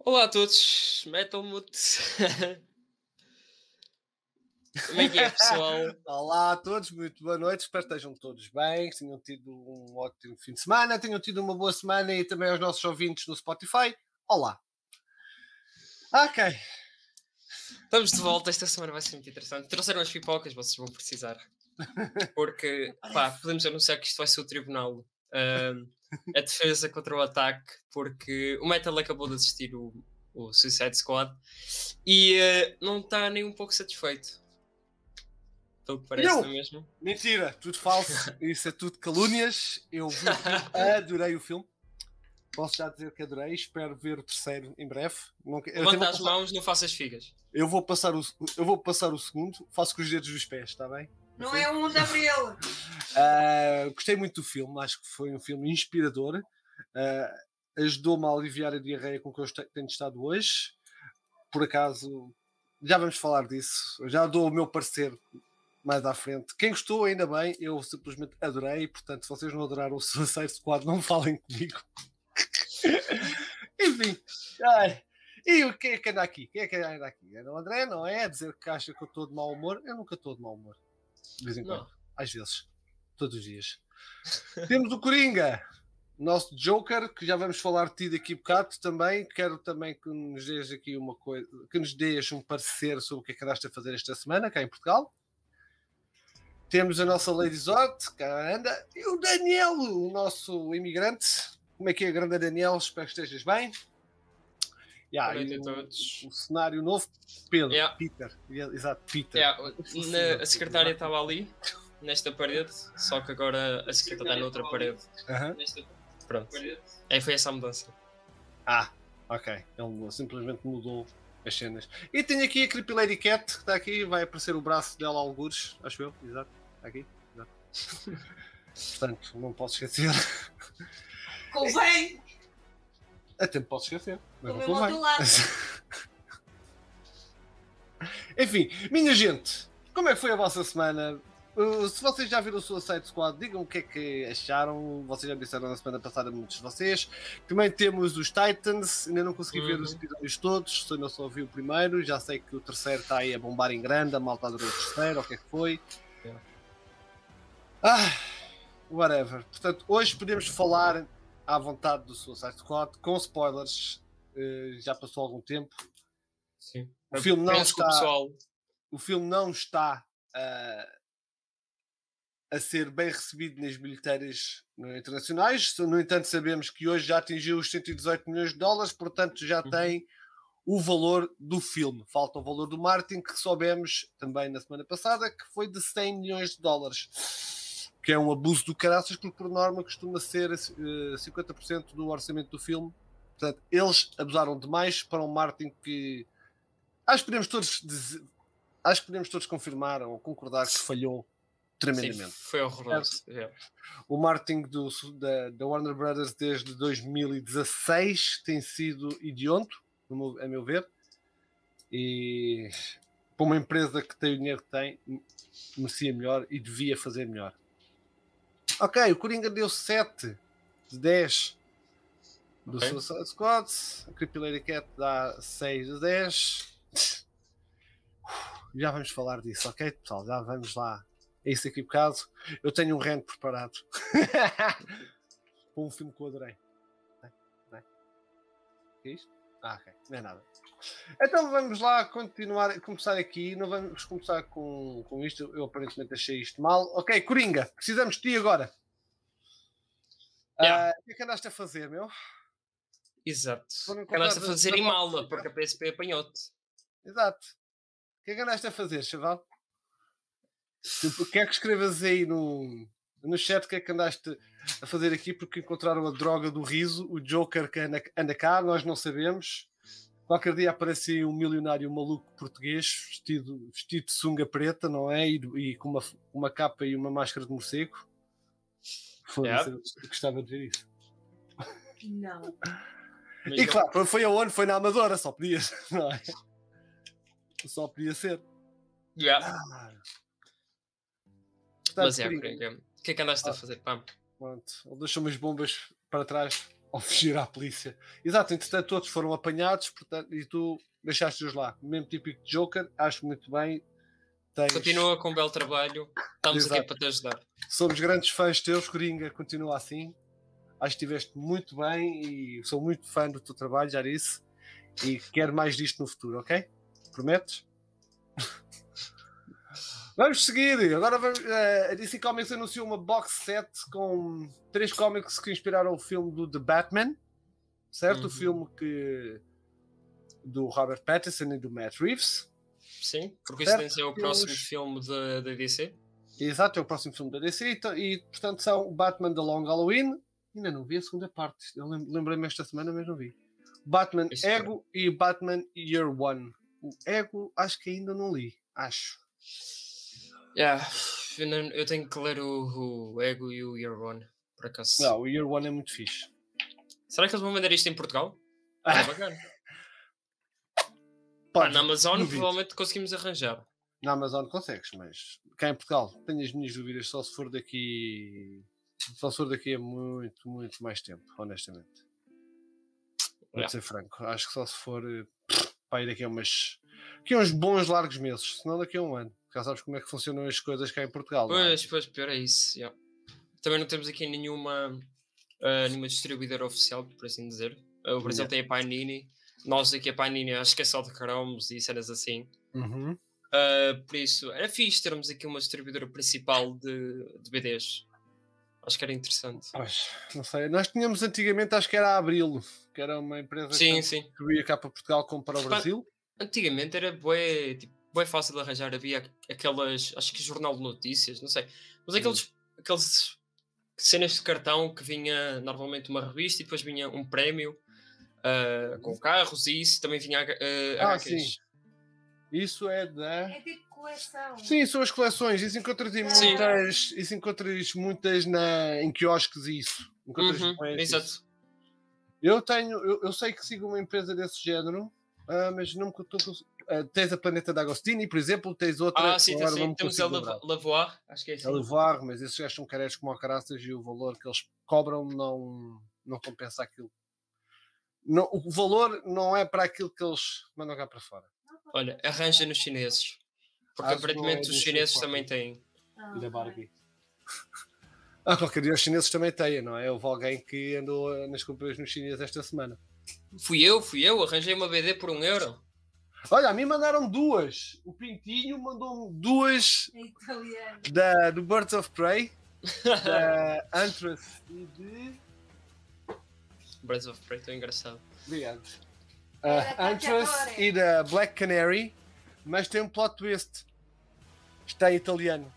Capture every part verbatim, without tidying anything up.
Olá a todos, Metal Mute. Como é que é, pessoal? Olá a todos, muito boa noite. Espero que estejam todos bem, que tenham tido um ótimo fim de semana, tenham tido uma boa semana e também aos nossos ouvintes no Spotify. Olá. Ok. Estamos de volta, esta semana vai ser muito interessante. Trouxeram as pipocas, vocês vão precisar. Porque, pá, podemos anunciar que isto vai ser o tribunal. ahm, a defesa contra o ataque, porque o Metal acabou de assistir o, o Suicide Squad e eh, não está nem um pouco satisfeito. Pelo que parece, não Não! é mesmo? Mentira, tudo falso. Isso é tudo calúnias. Eu vi o filme, adorei o filme. Posso já dizer que adorei. Espero ver o terceiro em breve. Não que- Eu, até Levanta vou as passar, mãos, não faças figas. eu, vou passar o, eu vou passar o segundo, faço com os dedos dos pés, está bem? Não é um Gabriel. Ah, gostei muito do filme, acho que foi um filme inspirador. Ah, ajudou-me a aliviar a diarreia com que eu este- tenho estado hoje. Por acaso, já vamos falar disso. Eu já dou o meu parecer mais à frente. Quem gostou, ainda bem, eu simplesmente adorei. Portanto, se vocês não adoraram o Suicide Squad, não falem comigo. Enfim, ai. E o quem é que anda aqui? Quem é que anda aqui? É o André, não é? A dizer que acha que eu estou de mau humor. Eu nunca estou de mau humor. De vez em quando. Não. Às vezes. Todos os dias. Temos o Coringa, nosso Joker, que já vamos falar de ti daqui a bocado também. Quero também que nos dês aqui uma coisa, que nos dês um parecer sobre o que é que andaste a fazer esta semana, cá em Portugal. Temos a nossa Lady Zod, cá anda, e o Daniel, o nosso imigrante. Como é que é, grande Daniel? Espero que estejas bem. Yeah, Boa noite e a o, todos. o cenário novo, Pedro, Yeah. Peter, exato, Peter. Yeah, na- a secretária estava ali, nesta parede, só que agora a secretária está noutra parede. Aham. Pronto. Aí foi essa a mudança. Ah, ok. Ele mudou, simplesmente mudou as cenas. E tenho aqui a Creepy Lady Cat, que está aqui, vai aparecer o braço dela algures, acho eu, exato. Está aqui, exato. Portanto, não posso esquecer. Convém. Até me posso esquecer. Mas Do não meu convém. outro lado. Enfim, minha gente, como é que foi a vossa semana? Uh, se vocês já viram o Suicide Squad, digam o que é que acharam. Vocês já disseram na semana passada, muitos de vocês. Também temos os Titans, ainda não consegui ver os Uhum. episódios todos, só não só vi o primeiro. Já sei que o terceiro está aí a bombar em grande, a malta adorou o terceiro, ou o que é que foi. Yeah. Ah, whatever. Portanto, hoje podemos falar à vontade do Suicide Squad, com spoilers. Uh, já passou algum tempo. Sim. O filme não Penso que o está. pessoal. O filme não está uh, a ser bem recebido nas bilheteiras uh, internacionais. No entanto, sabemos que hoje já atingiu os cento e dezoito milhões de dólares, portanto já Uhum. tem o valor do filme. Falta o valor do marketing, que soubemos também na semana passada, que foi de cem milhões de dólares. Que é um abuso do caraças, porque por norma costuma ser uh, cinquenta por cento do orçamento do filme. Portanto, eles abusaram demais para um marketing que acho que podemos todos dizer, acho que podemos todos confirmar ou concordar que falhou Sim, tremendamente. foi horroroso. Yeah. O marketing do, da, da Warner Brothers desde dois mil e dezasseis tem sido idionto, no meu- a meu ver, e para uma empresa que tem o dinheiro que tem, merecia melhor e devia fazer melhor. Ok, o Coringa deu sete de dez do Ok. Suicide Squad, a Creepy Lady Cat dá seis de dez. Já vamos falar disso, ok, pessoal? Já vamos lá. É isso aqui por caso. Eu tenho um rant preparado. Com um filme que eu adorei. Não é? Não é? Que é isto? Ah, ok. Não é nada. Então vamos lá continuar, começar aqui. Não vamos começar com, com isto. Eu aparentemente achei isto mal. Ok, Coringa, precisamos de ti agora. Yeah. Ah, o que é que andaste a fazer, meu? Exato. Foram Que andaste a encontradas fazer em na mala, volta. porque a P S P apanhou-te. Exato. O que é que andaste a fazer, chaval? Tipo, quer que escrevas aí no, no chat o que é que andaste a fazer aqui, porque encontraram a droga do riso, o Joker que anda, anda cá, nós não sabemos. Qualquer dia aparece aí um milionário maluco português vestido, vestido de sunga preta, não é? E, e com uma, uma capa e uma máscara de morcego. Foda-se, Yeah. eu gostava de ver isso. Não. Mas E não. claro, foi aonde? Foi na Amadora, só podia, não é? Só podia ser. Yeah. Ah. Mas Portanto, é, Coringa, Coringa. O que é que andaste a Ah. fazer? Pá? pronto, ele deixou umas bombas para trás Ou fugir à polícia. Exato, entretanto todos foram apanhados, portanto, e tu deixaste-os lá. Mesmo típico de Joker, acho muito bem. Tens... Continua com um belo trabalho. Estamos Exato. aqui para te ajudar. Somos grandes fãs teus, Coringa, continua assim. Acho que estiveste muito bem e sou muito fã do teu trabalho, já disse. E quero mais disto no futuro, ok? Prometes? Vamos seguir. Agora vamos, uh, a D C Comics anunciou uma box set com três cómics que inspiraram o filme do The Batman, certo? Uhum. O filme que do Robert Pattinson e do Matt Reeves. Sim, por coincidência é o próximo Temos- filme da da D C. Exato, é o próximo filme da D C e, to- e, portanto são o Batman The Long Halloween. Ainda não vi a segunda parte. Eu lem- lembrei-me esta semana, mas não vi. Batman Isso Ego e Batman Year One. O Ego acho que ainda não li. Acho. Yeah, eu, não- eu tenho que ler o, o Ego e o Year One, por acaso. Não, o Year One é muito fixe. Será que eles vão vender isto em Portugal? Ah. É bacana. Pá, Pode, na Amazon duvido. provavelmente conseguimos arranjar. Na Amazon consegues, mas cá em Portugal tenho as minhas dúvidas só se for daqui. Só se for daqui a muito, muito mais tempo, honestamente. Vou Yeah. ser franco. Acho que só se for eh, pá, aí daqui a umas. Daqui a uns bons largos meses, senão daqui a um ano. Já sabes como é que funcionam as coisas cá em Portugal. não é? Pois, pois, pior é isso. Yeah. Também não temos aqui nenhuma, ah, nenhuma distribuidora oficial, por assim dizer. Ah, o Brasil Yeah. tem a Panini. Nós aqui a Panini acho que é só de cromos e cenas assim. Uhum. Ah, por isso, era fixe termos aqui uma distribuidora principal de, de B Ds. Acho que era interessante. Pois, não sei. Nós tínhamos antigamente, acho que era a Abril, que era uma empresa Sim, que sim. que ia cá para Portugal como para o Pá, Brasil. Antigamente era bué, tipo, bué fácil de arranjar. Havia aquelas, acho que jornal de notícias, não sei. Mas aqueles, aqueles cenas de cartão que vinha normalmente uma revista e depois vinha um prémio ah, com carros e isso também vinha uh, Ah, H Qs. sim. Isso é da. É tipo coleção. Sim, são as coleções. Isso encontras em Sim. muitas, isso encontras muitas na, em quiosques e isso. Encontras Uhum, bué disso. exato. Eu tenho, eu, eu sei que sigo uma empresa desse género, ah, mas não me estou uh, tens a Planeta da Agostini, por exemplo, tens outra. Ah, sim, agora sim, não sim. me Temos a consigo lembrar. Lavo- Lavoar, acho que é assim. A levar, mas esses já são caretos como a caraças e o valor que eles cobram não, não compensa aquilo. Não, o valor não é para aquilo que eles mandam cá para fora. Olha, arranja nos chineses. Porque Acho que não é aparentemente os do chineses seu também próprio. têm. Ah, E da ok. Barbie. Ah, qualquer dia os chineses também têm, não é? Houve alguém que andou eh, nas compras nos chineses esta semana. Fui eu, fui eu, arranjei uma B D por um euro. Olha, a mim mandaram duas. O Pintinho mandou-me duas É italiano. da, do Birds of Prey, da Antras e de. Birds of Prey, tão engraçado. Obrigado. É Uh, da Antras Cacciatore. e da Black Canary, mas tem um plot twist. Está em italiano.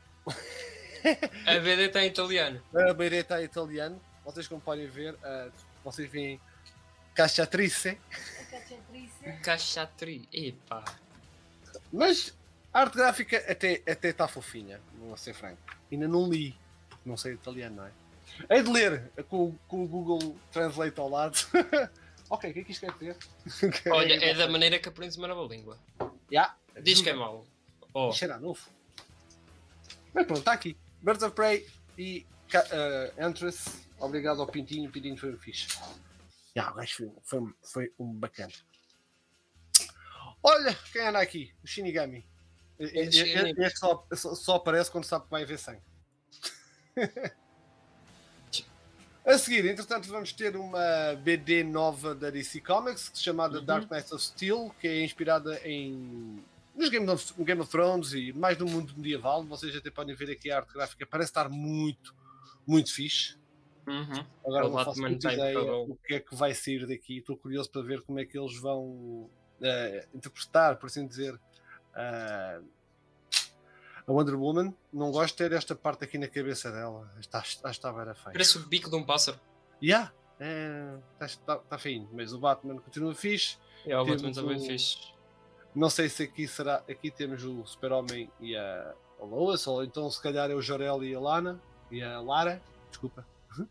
A B D está em italiano. A B D está em italiano. Vocês como podem ver, uh, vocês veem Cachatrice, A cachatrice. Cachatri. Epá. mas a arte gráfica até até está fofinha, vou ser franco. Ainda não li, porque não sei italiano, não é? Hei de ler com, com o Google Translate ao lado. Ok, o que é que isto quer dizer? Olha, é da maneira que aprendes uma nova língua. Yeah. Diz que é mau. Oh, Isto era novo. Mas pronto, está aqui. Birds of Prey e uh, Antras. Obrigado ao Pintinho. O Pintinho foi um fixe. Yeah, o gajo foi, foi, foi um bacana. Olha, quem anda aqui? O Shinigami. É o E- Shinigami. e- Este só, só, só aparece quando sabe que vai haver sangue. A seguir, entretanto, vamos ter uma B D nova da D C Comics chamada Uhum. Dark Knight of Steel, que é inspirada em nos Game of, no Game of Thrones e mais no mundo medieval. Vocês até podem ver aqui a arte gráfica, parece estar muito, muito fixe. uhum. Agora O não faço Batman muita tá ideia impecável. o que é que vai sair daqui. Estou curioso para ver como é que eles vão eh, interpretar, por assim dizer, eh, a Wonder Woman. Não gosto de ter esta parte aqui na cabeça dela. Está, está, está bem feia. Parece o bico de um pássaro. Yeah, é, está, está, está feinho, mas o Batman continua fixe. É, o Temos Batman também o- fixe. Não sei se aqui será. Aqui temos o Super-Homem e a, a Lois, ou então se calhar é o Jor-El e a Lana e a Lara. Desculpa.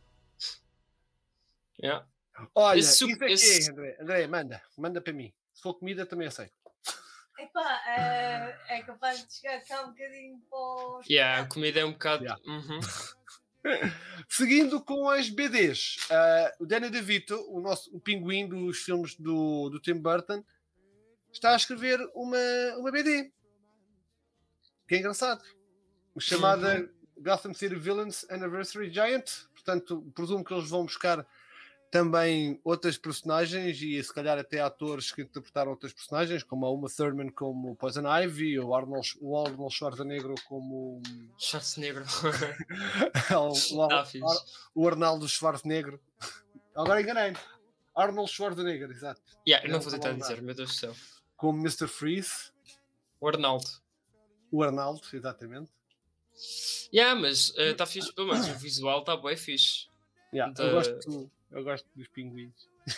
Yeah. Olha, Esse isso sup- aqui, esse- André, André, manda, manda para mim. Se for comida, também aceito. Epá, é, é capaz de chegar cá um bocadinho para os... Yeah, a comida é um bocado. Yeah. Uhum. Seguindo com as B Ds, uh, o Danny DeVito, o nosso o pinguim dos filmes do, do Tim Burton, está a escrever uma, uma B D. Que é engraçado. Chamada uhum. Gotham City Villains Anniversary Giant. Portanto, presumo que eles vão buscar também outras personagens e se calhar até atores que interpretaram outras personagens, como a Uma Thurman como Poison Ivy, ou Arnold, o Arnold Schwarzenegger como... Schwarzenegger. o, o, Ar, o Arnaldo Schwarzenegger. Agora enganei-me. Arnold Schwarzenegger, exato. Yeah, eu não vou tentar dizer, meu Deus do céu. Como mister Freeze. O Arnaldo. O Arnaldo, exatamente. Yeah, mas está uh, fixe, pelo menos o visual está bem fixe. Yeah, da... eu, gosto, eu gosto dos pinguins.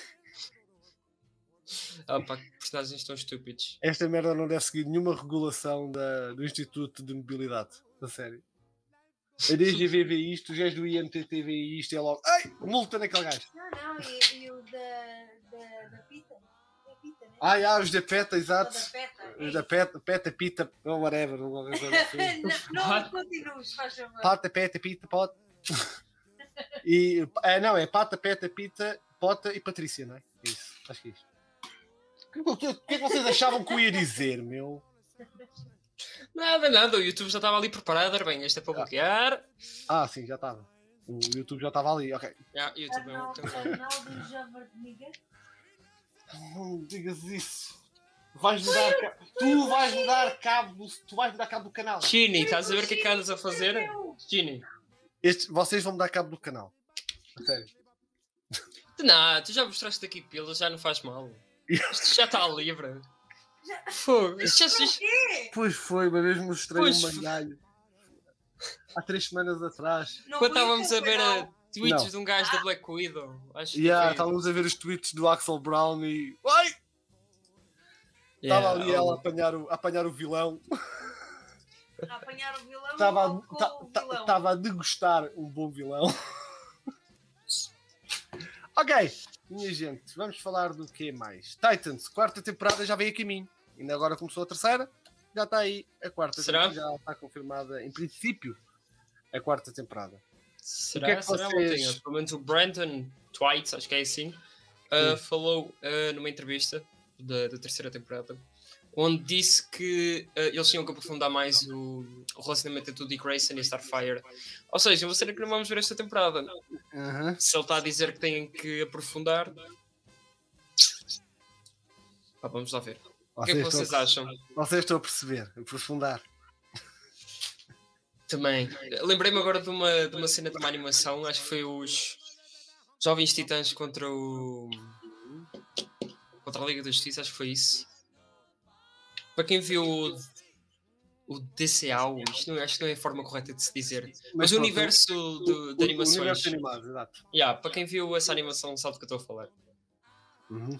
Ah pá, que personagens tão estúpidos. Esta merda não deve seguir nenhuma regulação da, do Instituto de Mobilidade. A sério. A D G V vê isto, os gajos do I N T T vê isto e é logo. Ai! Multa naquele gajo. Não, não, e, e o da, da, da Pita. É Pita, né? Ah, yeah, os da PETA, exato. Da PETA. Os da PETA, PETA, Pita, ou whatever. não, não continues, faz favor. Pata, PETA, Pita, Pota. E, é, não, é Pata, Peta, Pita, Pota e Patrícia, não é? Isso, acho que é isso. O que, que é que vocês achavam que eu ia dizer, meu? Nada, nada, o YouTube já estava ali preparado, era bem, este é para bloquear. Ah, sim, já estava. O YouTube já estava ali, ok. Yeah, YouTube é um canal do Jovem Miga. Não digas isso. Vais-me dar cabo. Tu vais-me dar cabo. Tu vais-me dar cabo do canal. Chini, estás a ver o que é que andas a fazer? Chini. Este, vocês vão me dar cabo do canal. A sério. Não, tu já mostraste aqui pilas, já não faz mal. Isto já está livre. Fogo. Isto já se... Pois foi, uma vez mostrei pois um mangalho. Há três semanas atrás. Não, quando estávamos a ver a tweets não. de um gajo da Black Widow. Acho yeah, que estávamos a ver os tweets do Axel Brown e. Ai! Estava yeah, ali oh. ela a apanhar, o, a apanhar o vilão. A apanhar o vilão Estava ou a, ta, ta, vilão? Estava a degustar um bom vilão. Ok, minha gente, vamos falar do que mais. Titans, quarta temporada já veio a caminho. Ainda agora começou a terceira. Já está aí a quarta. Será? Já está confirmada, em princípio, a quarta temporada. Será? Que é que Será vocês... Pelo menos o Brandon Twight, acho que é assim, uh, falou uh, numa entrevista da, da terceira temporada, onde disse que uh, eles tinham que aprofundar mais o, o relacionamento entre o Dick Grayson e Starfire. Ou seja, uma cena que não vamos ver esta temporada. Uhum. Se ele está a dizer que têm que aprofundar... Ah, vamos lá ver. O que é que vocês acham? Vocês estão a perceber, aprofundar. Também. Lembrei-me agora de uma, de uma cena de uma animação, acho que foi os Jovens Titãs contra o... contra a Liga da Justiça, acho que foi isso. Para quem viu o, o D C A, isto não, acho que não é a forma correta de se dizer, mas, mas o universo do, de animações. O universo animado, exato. Yeah, para quem viu essa animação sabe do que eu estou a falar. Uhum.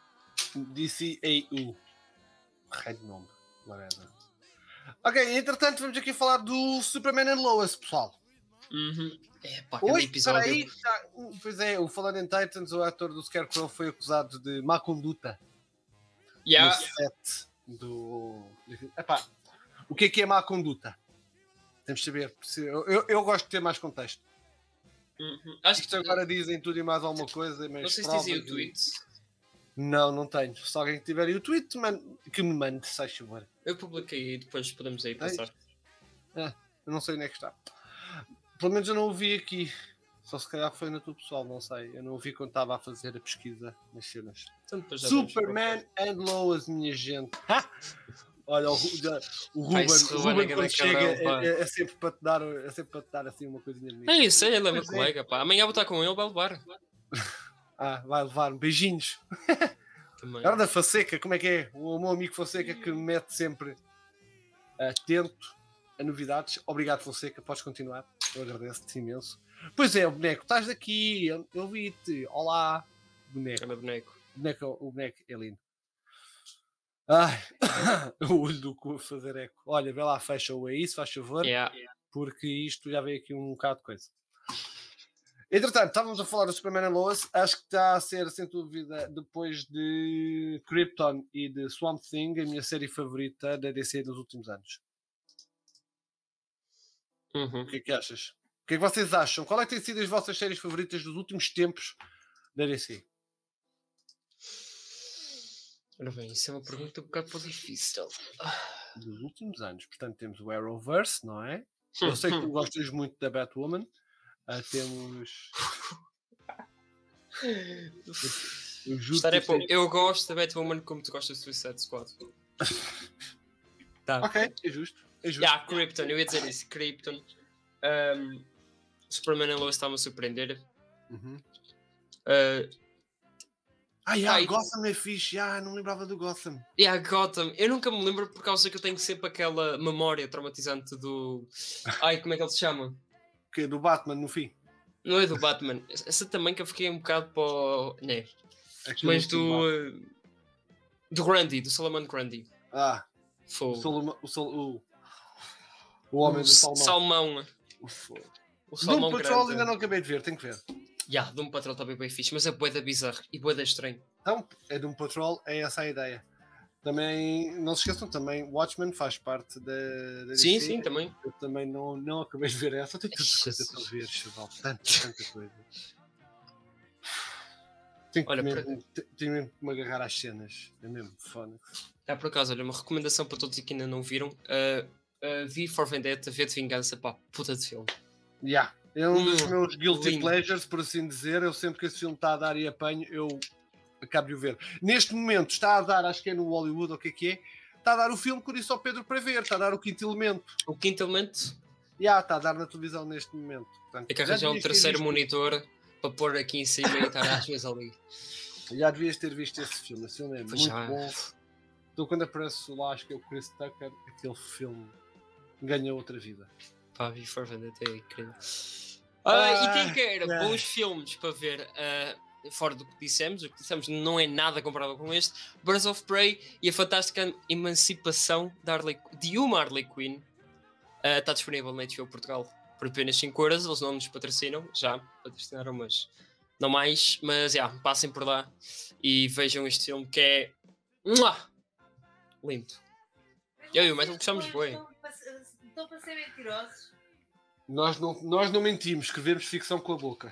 D C A U. Red nome. Whatever. Ok, entretanto vamos aqui falar do Superman and Lois, pessoal. Uhum. É pá, Oi, episódio. Aí, tá, pois é, o Falando em Titans, o ator do Scarecrow foi acusado de má conduta. Yeah. No set do... Epá, o que é que é má conduta? Temos de saber. Eu, eu, eu gosto de ter mais contexto. Uhum. Acho que agora dizem tudo e mais alguma coisa. Mas não sei se dizia o tweet. Não, não tenho. Se alguém tiver aí o tweet, man... que me mande, se faz favor. Eu publiquei e depois podemos aí passar. Ah, eu não sei onde é que está. Pelo menos eu não o vi aqui. Só se calhar foi na tua pessoal, não sei. Eu não o vi quando estava a fazer a pesquisa nas cenas. Então, Superman and Lois, minha gente. Ha! Olha, o, o Ruben, o Ruben quando chega é, é, é, sempre para te dar, é sempre para te dar assim uma coisinha bonita. É isso, ele é meu colega. Pá. Amanhã vou estar com ele, vai levar. Ah, vai levar-me. Beijinhos. Agora da Fonseca, como é que é? O meu amigo Fonseca que me mete sempre atento a novidades. Obrigado, Fonseca. Podes continuar. Eu agradeço-te imenso. Pois é, o boneco. Estás daqui. Eu, eu vi-te. Olá. Boneco. É meu boneco. boneco. O boneco é lindo. Ai. O olho do cu a fazer eco. Olha, vê lá, fecha-o aí, se faz favor. Yeah. Porque isto já veio aqui um bocado de coisa. Entretanto, estávamos a falar do Superman and Lois. Acho que está a ser, sem dúvida, depois de Krypton e de Swamp Thing, a minha série favorita da D C dos últimos anos. Uhum. O que é que achas? que é que vocês acham? Qual é que tem sido as vossas séries favoritas dos últimos tempos da D C? Ora bem, isso é uma pergunta um bocado difícil. Dos últimos anos. Portanto, temos o Arrowverse, não é? Eu sei que tu gostas muito da Batwoman. Uh, temos... eu, juro Estar que é pouco. sei- Eu gosto da Batwoman como tu gostas do Suicide Squad. Tá. Ok, é justo. É justo. Yeah, Krypton, eu ia dizer isso. Krypton. Um, Superman e Lois estavam a surpreender. Uhum. Uh, Ah, yeah, Ai. Gotham é fixe. Ah, não lembrava do Gotham. e a Gotham, eu nunca me lembro por causa que eu tenho sempre aquela memória traumatizante do. Ai, como é que ele se chama? Que é do Batman, no fim. Não é do Batman. Essa também que eu fiquei um bocado para o. Né? Aquele Mas último do. Batman. uh, Do Grundy, do Solomon Grundy. Ah, o, Fogo. Soloma- o, Sol- o, o Homem O do Salmão. Salmão. O Fogo. O Doom Salmão Patrol grande. ainda não acabei de ver, tenho que ver. Yeah, Doom Patrol também bem fixe, mas é bué da bizarro e bué da estranho. Então, é Doom Patrol, é essa a ideia. Também, não se esqueçam, também Watchmen faz parte da, da Sim, D C. sim, também. Eu também não, não acabei de ver essa. Tenho tanta coisa Jesus. para ver, chaval. Tanta, tanta coisa. Tenho que Olha, mesmo, te- tenho mesmo que me agarrar às cenas. É mesmo foda. Ah, por acaso, olha, uma recomendação para todos que ainda não viram. Uh, uh, V for Vendetta, V de Vingança, pá, puta de filme. Yeah. É um dos Hum, meus guilty lindo. pleasures, por assim dizer. Eu sempre que esse filme está a dar e apanho, eu acabo de o ver. Neste momento está a dar, acho que é no Hollywood, ou o que é que é, está a dar o filme que eu disse ao Pedro para ver, está a dar o Quinto Elemento. O quinto elemento Já, está a dar na televisão neste momento. Portanto, é que já arranjar um devias ter terceiro visto- monitor para pôr aqui em cima e estar às vezes ali. Já devias ter visto esse filme. Esse filme é Pois muito já. bom. Então, quando aparece lá, acho que é o Chris Tucker, aquele filme ganha outra vida. Pá, V for Vendetta é incrível. Ah, e quem Ah, quer é. bons filmes para ver ah, fora do que dissemos, o que dissemos não é nada comparado com este, Birds of Prey e a fantástica emancipação da Harley, de uma Harley Quinn ah, está disponível na H B O Portugal por apenas cinco euros. Eles não nos patrocinam, já patrocinaram, mas não mais. Mas já, passem por lá e vejam este filme que é Mua! Lindo. Eu e o Metal gostamos Estão- bué. Estão para ser- estão para ser mentirosos. Nós não, nós não mentimos, escrevemos ficção com a boca.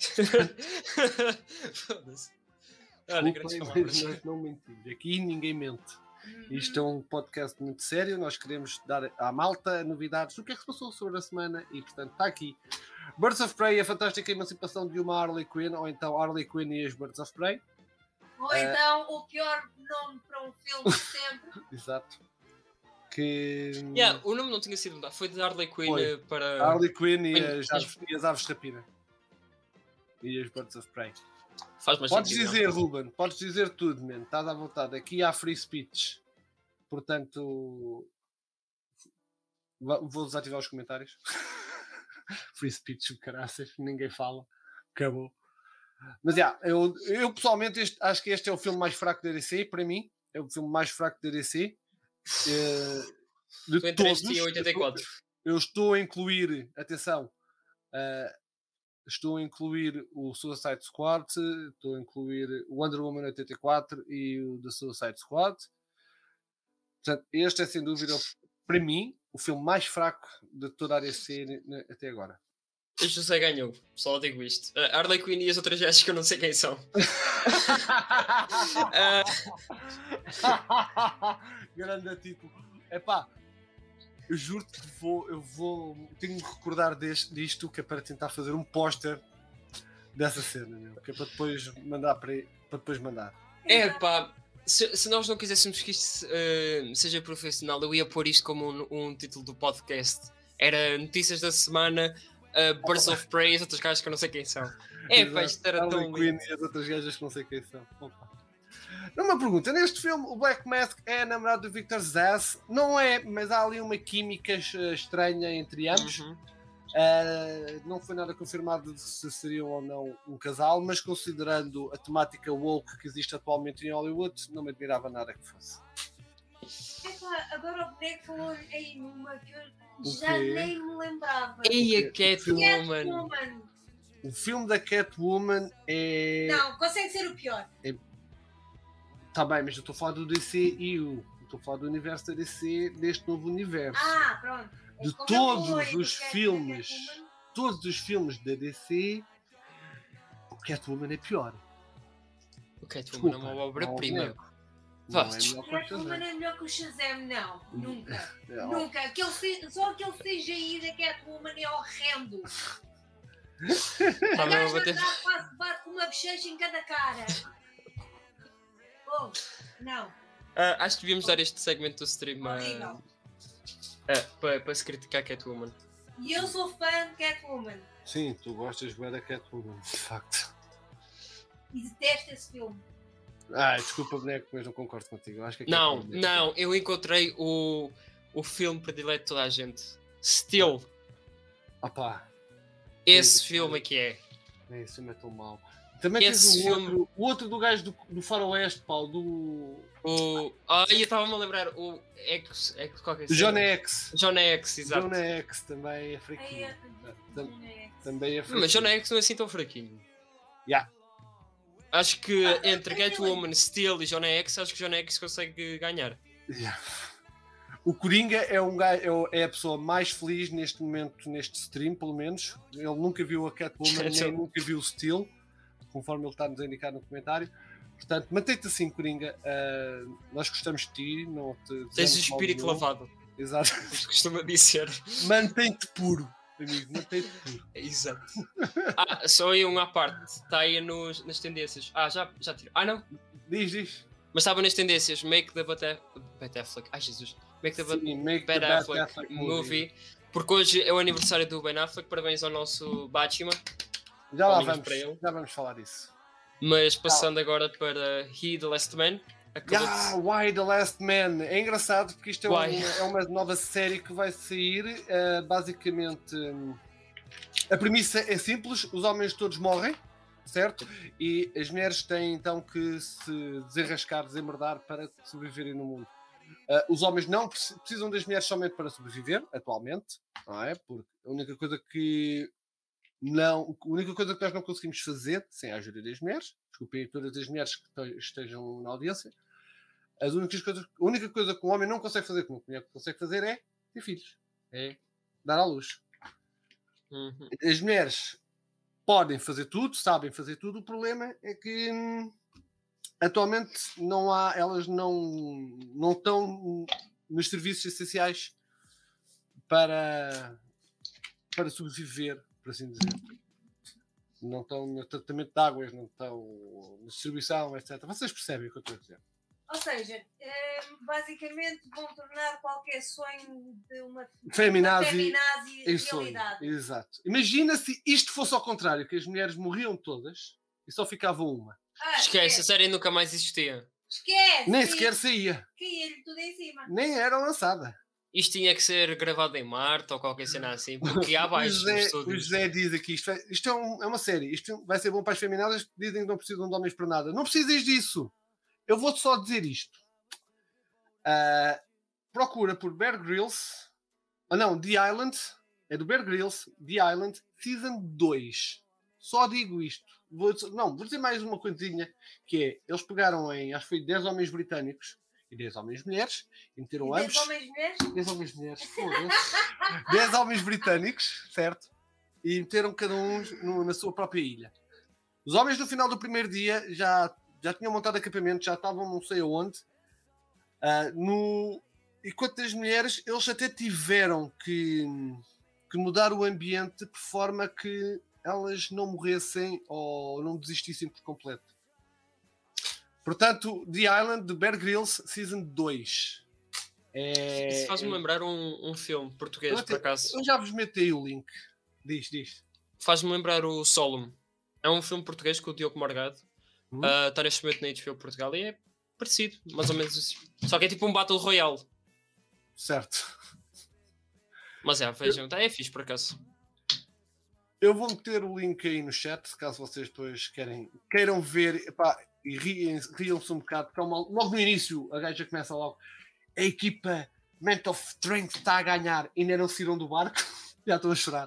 Foda-se. Olha, grandes Desculpem, palavras. mas nós não mentimos. Aqui ninguém mente. Isto é um podcast muito sério. Nós queremos dar à malta novidades do que é que se passou sobre a semana e, portanto, está aqui. Birds of Prey, a fantástica emancipação de uma Harley Quinn, ou então Harley Quinn e as Birds of Prey. Ou É. então o pior nome para um filme de sempre. Exato. Que. Yeah, o nome não tinha sido mudado, foi de Harley Quinn Foi. eh, para. Harley Quinn e Bem, as, aves, e as aves de rapina. E as Birds of Prey. Faz mais Podes sentido, dizer, Ruben, podes dizer tudo, man. Estás à vontade. Aqui há free speech. Portanto, va- vou desativar os comentários. Free speech, caraças, ninguém fala. Acabou. Mas, já, eu, eu pessoalmente este- acho que este é o filme mais fraco da D C, para mim. É o filme mais fraco da D C. Eh, de Tu entraste todos. em oitenta e quatro. Eu estou a incluir, atenção, eh, estou a incluir o Suicide Squad, estou a incluir o Wonder Woman oitenta e quatro e o The Suicide Squad. Portanto, este é sem dúvida, para mim, o filme mais fraco de toda a D C ne- ne- até agora. O José ganhou, só digo isto. Uh, Harley Quinn e as outras gajas que eu não sei quem são. Ah, Grande título. Epá, eu juro-te que vou, eu vou, tenho de me recordar deste, disto, que é para tentar fazer um póster dessa cena, meu, que é para depois mandar para, para depois mandar. é pá, se, se nós não quiséssemos que isto uh, seja profissional, eu ia pôr isto como um, um título do podcast. Era notícias da semana, uh, Birds of Prey e as outras gajas que eu não sei quem são. É pá, isto era Harley tão Quinn lindo. e as outras gajas que não sei quem são. Opa. Uma pergunta, neste filme o Black Mask é namorado do Victor Zsasz? Não é, mas há ali uma química eh, estranha entre ambos. Uhum. Uh, não foi nada confirmado de se seriam ou não um casal, mas considerando a temática woke que existe atualmente em Hollywood, não me admirava nada que fosse. Epá, agora o boneco falou aí numa que eu O já quê? nem me lembrava. E a Catwoman. Catwoman. O filme da Catwoman é... Não, consegue ser o pior. Tá bem, mas eu estou a falar do D C e o... Estou a falar do universo da D C, deste novo universo. Ah, pronto. De Como eu todos falei do os Cat- filmes. Catwoman, todos os filmes da D C, o Catwoman é pior. O Catwoman é uma Desculpa, obra-prima. não, Vá, não é melhor que o Catwoman Shazam. é melhor que o Shazam, não. Nunca. É, ó, Nunca. Aquele, C- só aquele C G I da Catwoman é horrendo. Tá A mesmo a gaja bater- andar quase bate com uma bochecha em cada cara. Oh, não. Ah, acho que devíamos dar este segmento do stream ah, Horrível. ah, para, para se criticar Catwoman. E eu sou fã de Catwoman. Sim, tu gostas bem da Catwoman, de facto. E detesto esse filme. Ah, desculpa, boneco, mas não concordo contigo. Eu acho que a Não, Catwoman é não, eu encontrei o, o filme predileto de toda a gente. Still. pior. Opá, Esse Sim, filme é que é. é, esse filme é tão mau. Também Esse tens o filme- outro, o outro do gajo do, do Faroeste, Paulo, do, O... Ah, eu estava-me a lembrar. O X. X qualquer do cena. John X. John X, exato. John X também é Ai, fraquinho. é- Tam- é- Também é fraquinho. Mas John X não é assim tão fraquinho. Yeah. Acho que Ah, entre aquele- Catwoman, Steel e John X, acho que John X consegue ganhar. Yeah. O Coringa é, um gajo, é o- é a pessoa mais feliz neste momento, neste stream, pelo menos. Ele nunca viu a Catwoman, nem nunca viu o Steel, conforme ele está-nos a indicar no comentário. Portanto, mantém-te assim, Coringa. Ah, nós gostamos de ti. Não te Tens o desejamos mal espírito nenhum. lavado. Exato. Como se costuma dizer. Mantém-te puro, amigo. Mantém-te puro. Exato. Ah, só aí um à parte. Está aí nos, nas tendências. Ah, já, já tirou. Ah, não. Diz, diz. Mas estava nas tendências. Make the Bat Bat Affleck. Ai, Jesus. Make the Bat Sim, make the Ben Bat Affleck Affleck movie. Porque hoje é o aniversário do Ben Affleck. Parabéns ao nosso Batman. Já lá Palminhas vamos, para ele. já vamos falar disso. Mas passando agora para He the Last Man. Acabou Ah, de... Why the Last Man? É engraçado porque isto é, Why? uma, é uma nova série que vai sair. Uh, basicamente, um, a premissa é simples: os homens todos morrem, certo? E as mulheres têm então que se desenrascar, desemmerdar para sobreviverem no mundo. Uh, os homens não preci- precisam das mulheres somente para sobreviver, atualmente, não é? Porque a única coisa que não, a única coisa que nós não conseguimos fazer sem a ajuda das mulheres, desculpem todas as mulheres que te- estejam na audiência, as únicas coisas, a única coisa que um homem não consegue fazer, que uma mulher consegue fazer, é ter filhos, é dar à luz. Uhum. As mulheres podem fazer tudo, sabem fazer tudo, o problema é que hum, atualmente não há, elas não, não estão nos serviços essenciais para, para sobreviver, por assim dizer. Não estão no tratamento de águas, não estão na distribuição, etcétera. Vocês percebem o que eu estou a dizer? Ou seja, eh, basicamente vão tornar qualquer sonho de uma, uma Feminazi feminazi em sonho. realidade. Exato. Imagina se isto fosse ao contrário, que as mulheres morriam todas e só ficava uma. Ah, Esquece, a série nunca mais existia. Esquece! Nem sequer saía. Caía-lhe tudo em cima. Nem era lançada. Isto tinha que ser gravado em Marte ou qualquer cena assim, porque há O baixo nos José, o estúdios. José diz aqui, isto, é, isto é, um- é uma série, isto vai ser bom para as feminadas que dizem que não precisam de homens para nada. Não precisas disso. Eu vou-te só dizer isto. Ah, procura por Bear Grylls. Ah não, The Island. É do Bear Grylls. The Island, Season dois. Só digo isto. Vou, não, vou dizer mais uma coisinha, que é, eles pegaram em, acho que foi dez homens britânicos e dez homens mulheres, e meteram E ambos... dez homens mulheres? dez homens mulheres, foda-se. dez homens britânicos, certo? E meteram cada um no- na sua própria ilha. Os homens no final do primeiro dia já, já tinham montado acampamento, já estavam não sei aonde. Ah, no... Enquanto as mulheres, eles até tiveram que, que mudar o ambiente por forma que elas não morressem ou não desistissem por completo. Portanto, The Island de Bear Grylls Season dois. É... Isso faz-me lembrar um, um filme português, Eu, por até- acaso. eu já vos metei o link. Diz, diz. Faz-me lembrar o Solum. É um filme português com o Diogo Morgado. Hum? Ah, Está neste momento na H B O Portugal e é parecido, mais ou menos assim. Só que é tipo um Battle Royale. Certo. Mas é, vejam, tá, é fixe por acaso. Eu vou meter o link aí no chat, caso vocês depois querem, queiram ver. Epá, e riem- riam-se um bocado, porque é uma- logo no início a gaja começa logo. A equipa Mental Strength está a ganhar. Ainda não saíram do barco. Já estou a chorar.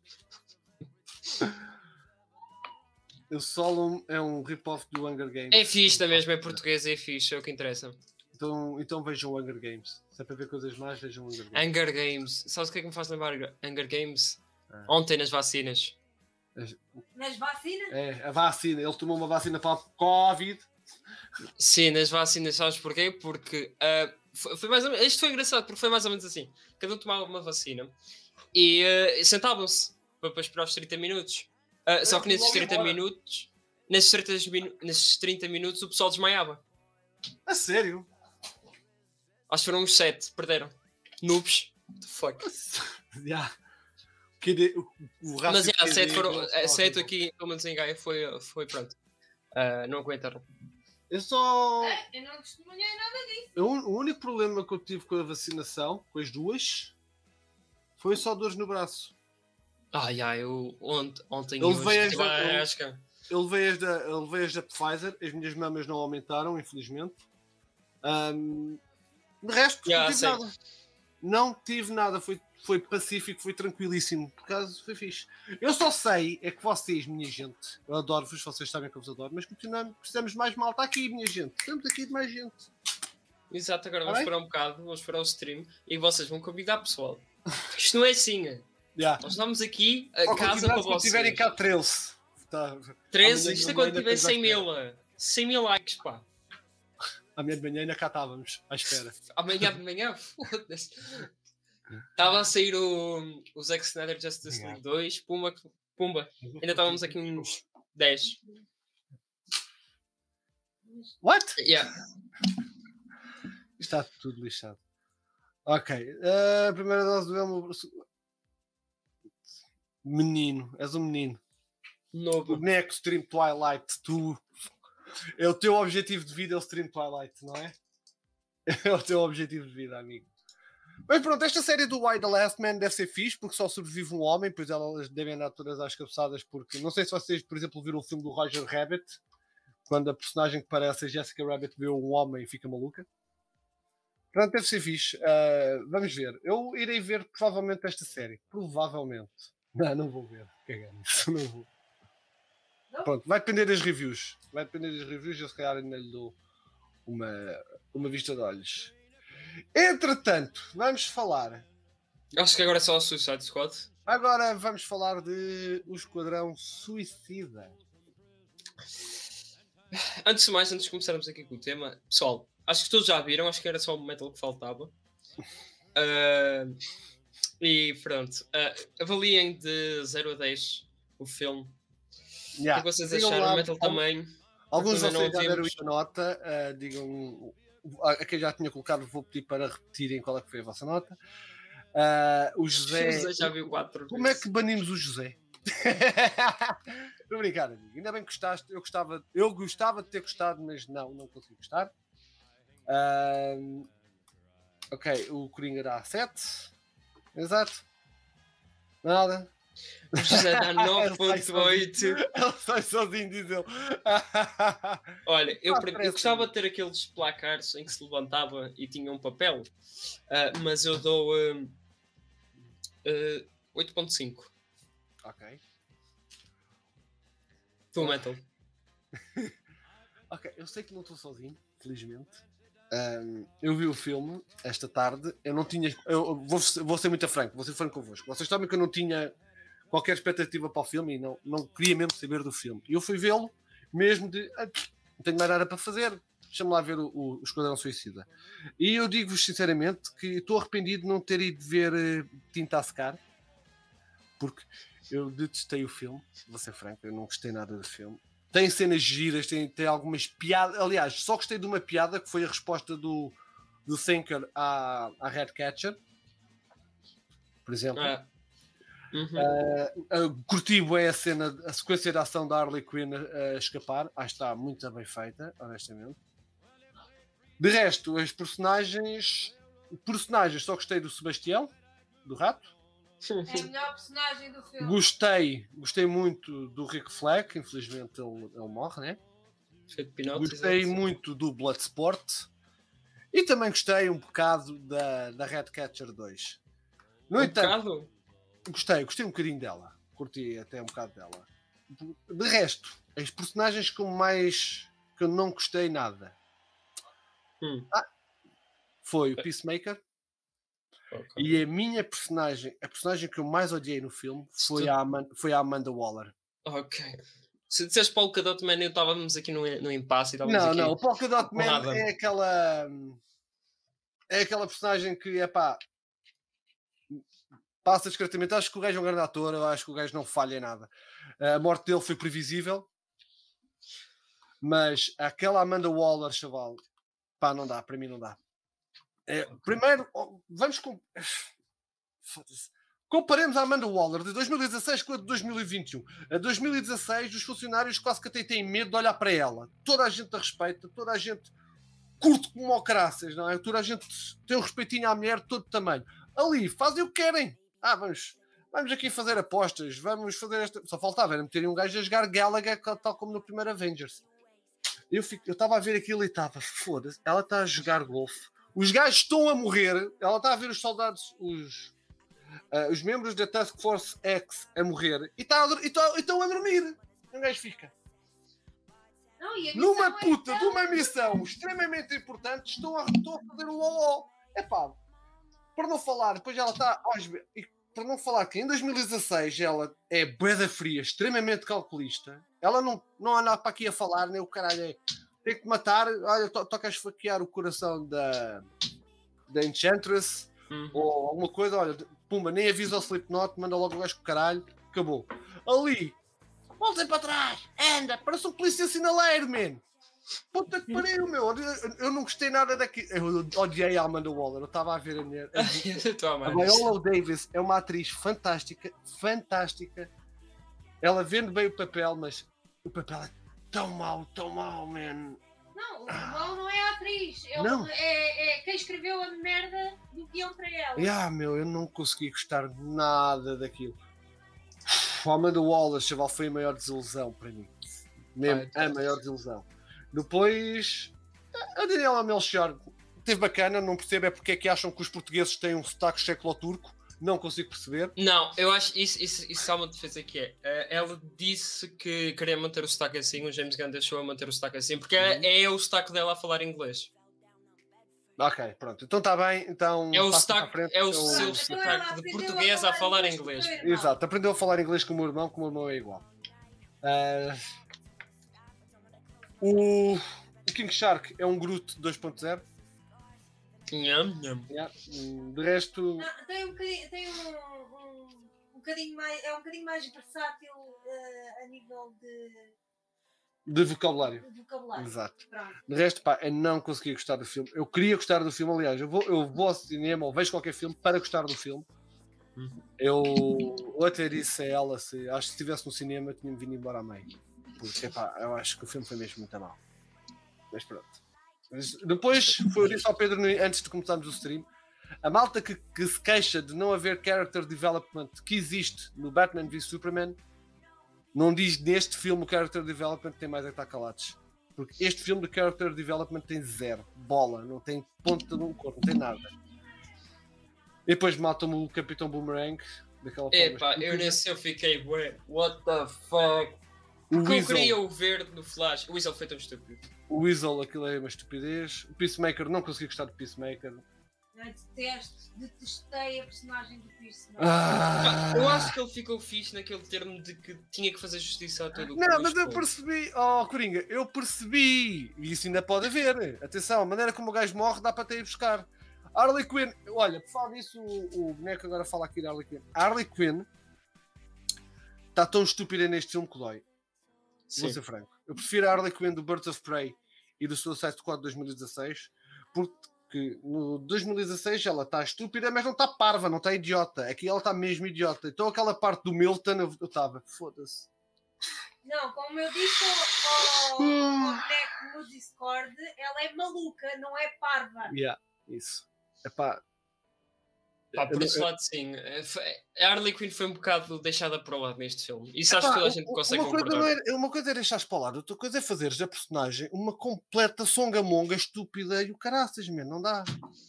O Solon é um rip-off do Hunger Games. É fixe da mesma, é português, é fixe, é o que interessa. Então, então vejam o Hunger Games. Se é para ver coisas más, vejam o Hunger Games. Hunger Games. Sabes o que é que me faz lembrar Hunger Games? Ah. Ontem nas vacinas. Nas vacinas? É, a vacina. Ele tomou uma vacina para o Covid. Sim, nas vacinas, sabes porquê? Porque ah, foi, foi mais ou menos, isto foi engraçado, porque foi mais ou menos assim. Cada um tomava uma vacina e ah, sentavam-se para, para esperar os trinta minutos. Ah, só que fui nesses logo trinta embora. minutos, nesses trinta, minu- nesses trinta minutos, o pessoal desmaiava. A sério? Acho que foram uns sete, perderam. Noobs. What the fuck? Já. Que de- o, o Mas rácio yeah, de sete, Q D foram, deles eh, está sete horrível. aqui, pelo menos em Gaia, foi, foi pronto. Ah, não aguentaram. Eu só. Ah, eu não testemunhei nada disso. O un- o único problema que eu tive com a vacinação, com as duas, foi só dores no braço. Ai, ai, eu ontem, ontem e Eu hoje levei as estive da- à eu- rasca. Eu levei as da, eu levei as da Pfizer, as minhas mamas não aumentaram, infelizmente. Ahm, de resto, Yeah, não tive sei. nada. Não tive nada, foi, foi pacífico, foi tranquilíssimo. Por acaso, foi fixe. Eu só sei é que vocês, minha gente, eu adoro-vos, vocês sabem que eu vos adoro, mas continuamos, precisamos de mais malta aqui, minha gente. Precisamos aqui de mais gente. Exato, agora Tá vamos bem? esperar um bocado, vamos esperar o stream e vocês vão convidar pessoal. Porque isto não é assim. é. Yeah. Nós estamos aqui a Só casa continuamos para quando tiverem vocês. cá treze. Tá. treze, Amanhã isto de é quando manhã tiver ainda cem estamos mil. é. cem mil likes, pá. Amanhã de manhã ainda cá estávamos, à espera. Amanhã de manhã, foda-se. Estava a sair o, o Zack Snyder Justice League dois, pumba, pumba. Ainda estávamos aqui uns dez. What? Yeah. Está tudo lixado. Ok. A primeira dose do Elmo. Menino, és um menino. O Novo. boneco Stream Twilight, tu. É o teu objetivo de vida, é o Stream Twilight, não é? É o teu objetivo de vida, amigo. Mas pronto, esta série do Why the Last Man deve ser fixe, porque só sobrevive um homem, pois elas devem andar todas às cabeçadas, porque não sei se vocês, por exemplo, viram o filme do Roger Rabbit, quando a personagem que parece a Jessica Rabbit vê um homem e fica maluca. Pronto, deve ser fixe. Uh, vamos ver. Eu irei ver provavelmente esta série. Provavelmente. Não, não vou ver. Cagando isso, não vou. Não? Pronto, vai depender das reviews. Vai depender das reviews. Eu se calhar ainda lhe dou uma, uma vista de olhos. Entretanto, vamos falar. Acho que agora é só o Suicide Squad. Agora vamos falar de O Esquadrão Suicida. Antes de mais, antes de começarmos aqui com o tema, pessoal, acho que todos já viram, acho que era só o metal que faltava. Uh, e pronto, uh, avaliem de zero a dez o filme. Yeah. O que vocês Digam acharam? lá, O metal al- também. Alguns de Também não vocês já deram ouvimos. a nota. Uh, digam. A quem já tinha colocado, vou pedir para repetirem qual é que foi a vossa nota. Uh, o José. O José já viu quatro Como é vezes. que banimos o José? Estou a brincar, amigo. Ainda bem que gostaste. Eu gostava, eu gostava de ter gostado, mas não, não consegui gostar. Uh, ok, o Coringa dá sete. Exato. Nada. O José dá nove ponto oito. Ele sai sozinho, diz ele. Olha, eu, Ah, pre- eu parece- gostava de ter aqueles placares em que se levantava e tinha um papel, ah, mas eu dou ah, ah, oito ponto cinco. Ok. Full Metal. Ok, eu sei que não estou sozinho, felizmente. Um, eu vi o filme esta tarde. Eu não tinha. Eu vou, vou ser muito franco, vou ser franco convosco. Vocês sabem que eu não tinha qualquer expectativa para o filme e não, não queria mesmo saber do filme. E eu fui vê-lo mesmo de. Ah, não tenho mais nada para fazer. Deixa-me lá ver o, o, o Esquadrão Suicida. E eu digo-vos sinceramente que estou arrependido de não ter ido ver uh, Tinta a Secar, porque eu detestei o filme. Vou ser franco, eu não gostei nada do filme. Tem cenas giras, tem, tem algumas piadas. Aliás, só gostei de uma piada que foi a resposta do, do Thinker à, à Ratcatcher, por exemplo. Ah. Uhum. Uh, uh, curti bem a cena, a sequência de ação da Harley Quinn a, a escapar. Acho que está muito bem feita, honestamente. De resto, as personagens. Personagens, só gostei do Sebastião, do rato. É a melhor personagem do filme. Gostei, gostei muito do Rick Flag, infelizmente ele, ele morre, né? Feito Pinot, Gostei exato. muito do Bloodsport e também gostei um bocado da, da Ratcatcher dois. No Um entanto, bocado? gostei, gostei um bocadinho dela. Curti até um bocado dela. De resto, as personagens com mais que eu não gostei nada Hum. foi o Peacemaker. Ok. E a minha personagem, a personagem que eu mais odiei no filme foi a, Aman- foi a Amanda Waller. Ok. Se disseste Polka Dot Man, eu estávamos aqui no, no impasse e estávamos Não, aqui. não, o Polka Dot Man porrada. é aquela. É aquela personagem que, é pá. Passa discretamente. Acho que o gajo é um grande ator, eu acho que o gajo não falha em nada. A morte dele foi previsível, mas aquela Amanda Waller, chaval, pá, não dá, para mim não dá. É, primeiro, oh, vamos com. Foda-se. Comparemos a Amanda Waller de dois mil e dezasseis com a de dois mil e vinte e um. A dois mil e dezasseis, os funcionários quase que até têm medo de olhar para ela. Toda a gente a respeita, toda a gente curte como o caraças, não é? Toda a gente tem um respeitinho à mulher de todo tamanho. Ali, fazem o que querem. Ah, vamos, vamos aqui fazer apostas, vamos fazer esta. Só faltava era meterem um gajo a jogar Galaga, tal como no primeiro Avengers. Eu estava a ver aquilo e estava, foda-se, ela está a jogar golfe. Os gajos estão a morrer, ela está a ver os soldados, os, uh, os membros da Task Force X a morrer e tá estão a, a dormir. E um gajo fica. Não, e a Numa missão é puta de tão- uma missão extremamente importante, estão a, estão a fazer o loló. É pá, para não falar, depois ela está. E para não falar que em dois mil e dezasseis ela é bué da fria, extremamente calculista. Ela não, não anda para aqui a falar, nem o caralho é. Tem que matar. Olha, to, toca a esfaquear o coração da, da Enchantress Hum. ou alguma coisa. Olha, pumba, nem avisa ao Slipknot, manda logo o gajo com o caralho. Acabou. Ali. Voltem para trás! Anda! Parece um polícia sinaleiro, man! Puta que pariu, meu! Eu, eu não gostei nada daqui. Eu odiei a Amanda Waller. Eu estava a ver a mulher. A, a Viola Davis é uma atriz fantástica, fantástica. Ela vende bem o papel, mas o papel é tão mau, tão mau, man. Não, o mal não é a atriz. É, o- Não. é- é quem escreveu a merda do guião para ela. Ah, meu, eu não consegui gostar nada daquilo. A Amanda Waller, chaval, foi a maior desilusão para mim. Mesmo Ai, a maior desilusão. Depois, a Daniela Melchior teve bacana, não percebo é porque é que acham que os portugueses têm um sotaque checlo-turco, não consigo perceber. Não, eu acho isso, isso, isso há uma defesa que é. eh, ela disse que queria manter o sotaque assim, o James Gunn deixou a manter o sotaque assim, porque é, Uhum. é o sotaque dela a falar inglês. Ok, pronto, então está bem, então É o passa para a sotaque, frente. é o Eu- seu Então sotaque ela de aprendeu português a falar inglês. com o teu irmão. Exato, aprendeu a falar inglês com o meu irmão, que o meu irmão é igual. Ah, o, o King Shark é um Groot dois ponto zero. Nham, nham. Yeah. Hum, De resto, Não, tem um bocadinho, tem um, um, um bocadinho mais, é um bocadinho mais versátil eh, a nível de, de vocabulário. de vocabulário. Exato. Pronto. De resto, pá, eu não consegui gostar do filme. Eu queria gostar do filme, aliás, eu vou, eu vou ao cinema ou vejo qualquer filme para gostar do filme. Uhum. Eu, eu até disse a ela, se, acho que se estivesse no cinema tinha-me vindo embora a meio. Porque, pá, eu acho que o filme foi mesmo muito mal. Mas pronto. Mas depois, foi eu disse ao Pedro, antes de começarmos o stream, a malta que, que se queixa de não haver character development que existe no Batman v Superman, não diz neste filme o character development, tem mais é que estar calados. Porque este filme de character development tem zero. Bola, não tem ponta de um corpo, não tem nada. E depois matam-me o Capitão Boomerang daquela forma. Epá, eu estúpida. nesse eu fiquei, ué, what the fuck? O Porque eu Weasel, queria o verde no Flash. O Weasel foi tão estúpido. o Weasel, aquilo é uma estupidez. O Peacemaker, não consegui gostar do Peacemaker. Eu detesto, detestei a personagem do Pierce. Ah! Pá, eu acho que ele ficou fixe naquele termo de que tinha que fazer justiça a todo o Não, mas custo. eu percebi, oh Coringa, eu percebi, e isso ainda pode haver. Atenção, a maneira como o gajo morre dá para ter ir buscar. Harley Quinn, olha, por falar disso, o, o boneco agora fala aqui da Harley Quinn. A Harley Quinn está tão estúpida neste filme que dói. Sim. Vou ser franco. Eu prefiro a Harley Quinn do Birds of Prey e do Suicide Squad de dois mil e dezasseis, porque no dois mil e dezasseis ela está estúpida, mas não está parva, não está idiota. Aqui ela está mesmo idiota. Então aquela parte do Milton, eu estava, foda-se. Não, como eu disse ao, ao, ao boneco no Discord, ela é maluca, não é parva. Yeah, isso. Epá, Pá, por eu- esse eu- lado, sim. É, foi- A Harley Quinn foi um bocado deixada para o lado neste filme. Isso acho que epá, toda a gente u- consegue uma coisa, não concordar. é, uma coisa é deixares para o lado, outra coisa é fazeres a personagem uma completa songamonga estúpida e o caraças, man, não dá.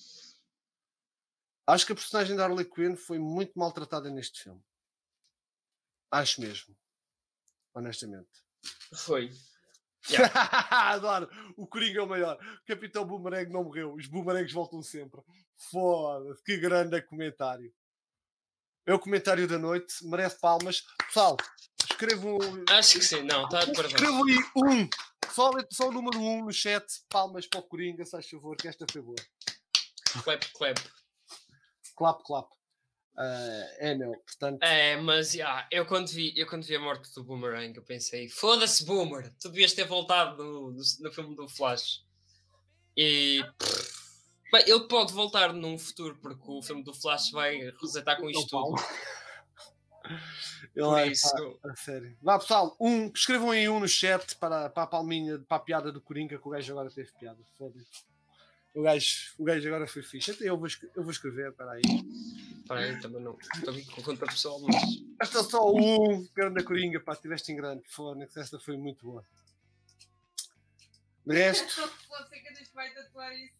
Acho que a personagem da Harley Quinn foi muito maltratada neste filme. Acho mesmo. Honestamente. Foi. Yeah. Adoro. O Coringa é o maior. O Capitão Boomerang não morreu. Os boomerangs voltam sempre. Foda-se. Que grande comentário. É o comentário da noite. Merece palmas. Pessoal, escrevam... Acho que sim. Não, está de parabéns. Escrevam aí um. Só, só o número um no chat. Palmas para o Coringa, se faz favor, que esta foi boa. Clap, clap. Clap, clap. Uh, é, meu. Portanto... É, mas yeah, eu, quando vi, eu quando vi a morte do Boomerang, eu pensei, foda-se Boomer, tu devias ter voltado no, no, no filme do Flash. E pff, bem, ele pode voltar num futuro, porque o filme do Flash vai resetar com isto tudo. Por é, isso, pá, a sério. Vá, pessoal, um, escrevam aí um no chat para, para a palminha, para a piada do Coringa, que o gajo agora teve piada. Foda-se. O gajo, o gajo agora foi fixe. Até eu vou, eu vou escrever, espera aí. Espera aí, também não. Estou aqui com conta pessoal, mas... Esta é só um, grande Coringa, pá, tiveste em grande. Foda-se, esta foi muito boa. De resto... vai tatuar isso.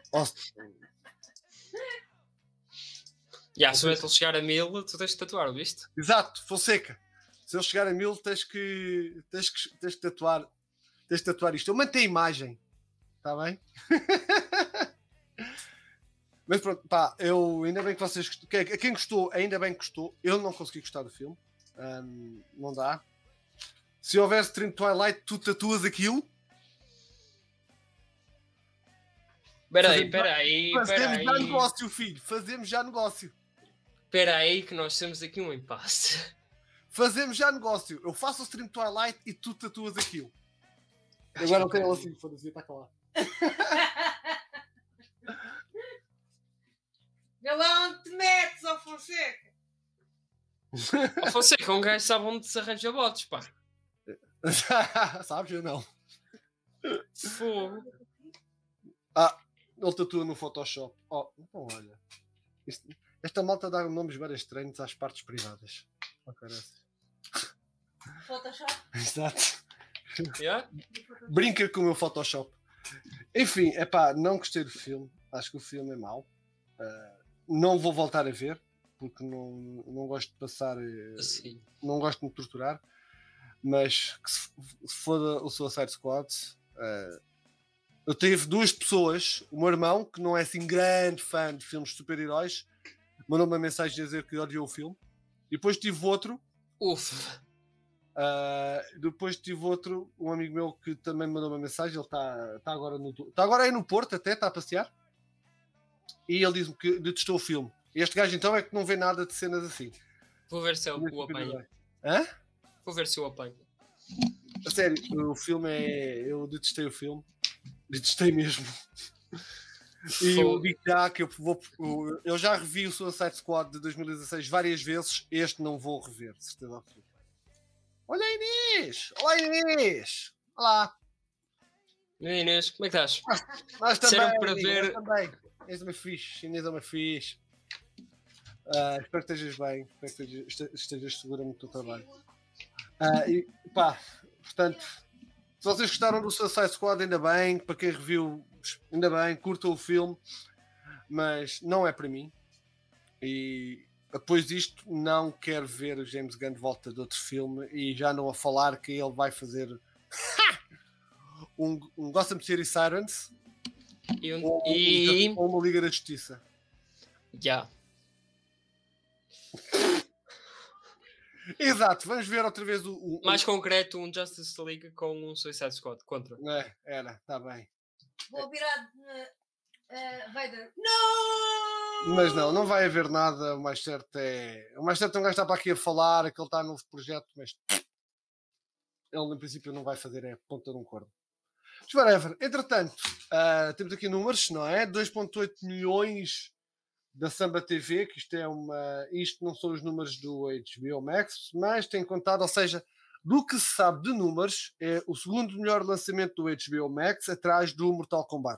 Yeah, se ele chegar a mil, tu tens de tatuar, viste? Exato, Fonseca. Se ele chegar a mil, tens que, tens que, tens que tatuar. Tens que tatuar isto. Eu mantenho a imagem. Está bem? Mas pronto, pá, eu ainda bem que vocês. A quem gostou, ainda bem que gostou. Eu não consegui gostar do filme. Um, não dá. Se houvesse Stream Twilight, tu tatuas aquilo. Espera aí, espera aí. Fazemos já negócio, filho. Fazemos já negócio. Espera aí, que nós temos aqui um impasse. Fazemos já negócio. Eu faço o Stream Twilight e tu tatuas aquilo. Agora não tem ela assim, foda-se, está cá. Vê lá onde te metes, ó Fonseca. Ó Fonseca, um gajo sabe onde se arranja botes, pá. Sabes? Eu não. Fogo. Ah, ele tatua no Photoshop. Oh, então olha. Isto, esta malta dá nomes vários estranhos às partes privadas. Oh, Photoshop? Exato. Yeah? Brinca com o meu Photoshop. Enfim, é pá, não gostei do filme. Acho que o filme é mau. Uh, não vou voltar a ver, porque não, não gosto de passar. Assim. Não gosto de me torturar. Mas que se, se for o Suicide Squad. Uh, eu tive duas pessoas. O meu irmão, que não é assim grande fã de filmes de super-heróis, mandou-me uma mensagem a dizer que odiou o filme. E depois tive outro. Ufa. Uh, depois tive outro, um amigo meu que também me mandou uma mensagem. Ele está tá agora no está agora aí no Porto, até está a passear. E ele diz-me que detestou o filme. Este gajo então é que não vê nada de cenas assim. Vou ver se eu o apanho. Hã? Vou ver se eu apanho. A sério, o filme é. Eu detestei o filme. Detestei mesmo. E eu digo já que eu vou. Eu já revi o Suicide Squad de dois mil e dezasseis várias vezes. Este não vou rever, de certeza absoluta. Olha a Inês! Olá Inês! Olá! Inês, como é que estás? Nós também, para ver... também. És uma fixe, Inês é uma fixe. Uh, espero que estejas bem, espero que estejas, estejas segura no teu trabalho. Uh, e pá, portanto, se vocês gostaram do Suicide Squad, ainda bem. Para quem reviu, ainda bem, curtam o filme, mas não é para mim. E depois disto, não quero ver o James Gunn de volta de outro filme e já não a falar que ele vai fazer um, um Gotham City Sirens e, um, ou, e... ou uma Liga da Justiça. Já. Yeah. Exato, vamos ver outra vez o. o Mais o... concreto, um Justice League com um Suicide Squad contra. É, era, está bem. Vou virar uh, Vader. Não! Mas não, não vai haver nada. O mais certo é. O mais certo é um gajo estar para aqui a falar, que ele está num novo projeto, mas ele, em princípio, não vai fazer é ponta de um corno. Mas whatever. Entretanto, uh, temos aqui números, não é? dois vírgula oito milhões da Samba T V, que isto é uma. Isto não são os números do H B O Max, mas tem contado, ou seja, do que se sabe de números, é o segundo melhor lançamento do H B O Max, atrás do Mortal Kombat.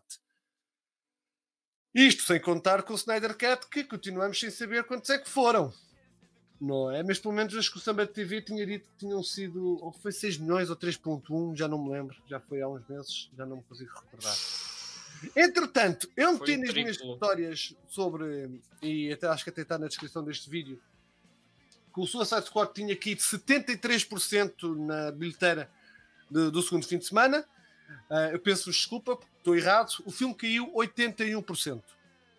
Isto sem contar com o Snyder Cut, que continuamos sem saber quantos é que foram. Não é? Mas pelo menos acho que o Samba T V tinha dito que tinham sido, ou foi seis milhões ou três vírgula um, já não me lembro, já foi há uns meses, já não me consigo recordar. Entretanto, eu meti nas minhas histórias sobre, e até acho que até está na descrição deste vídeo, que o Suicide Squad tinha aqui de setenta e três por cento na bilheteira de, do segundo fim de semana. Uh, eu peço desculpa, porque estou errado. O filme caiu oitenta e um por cento.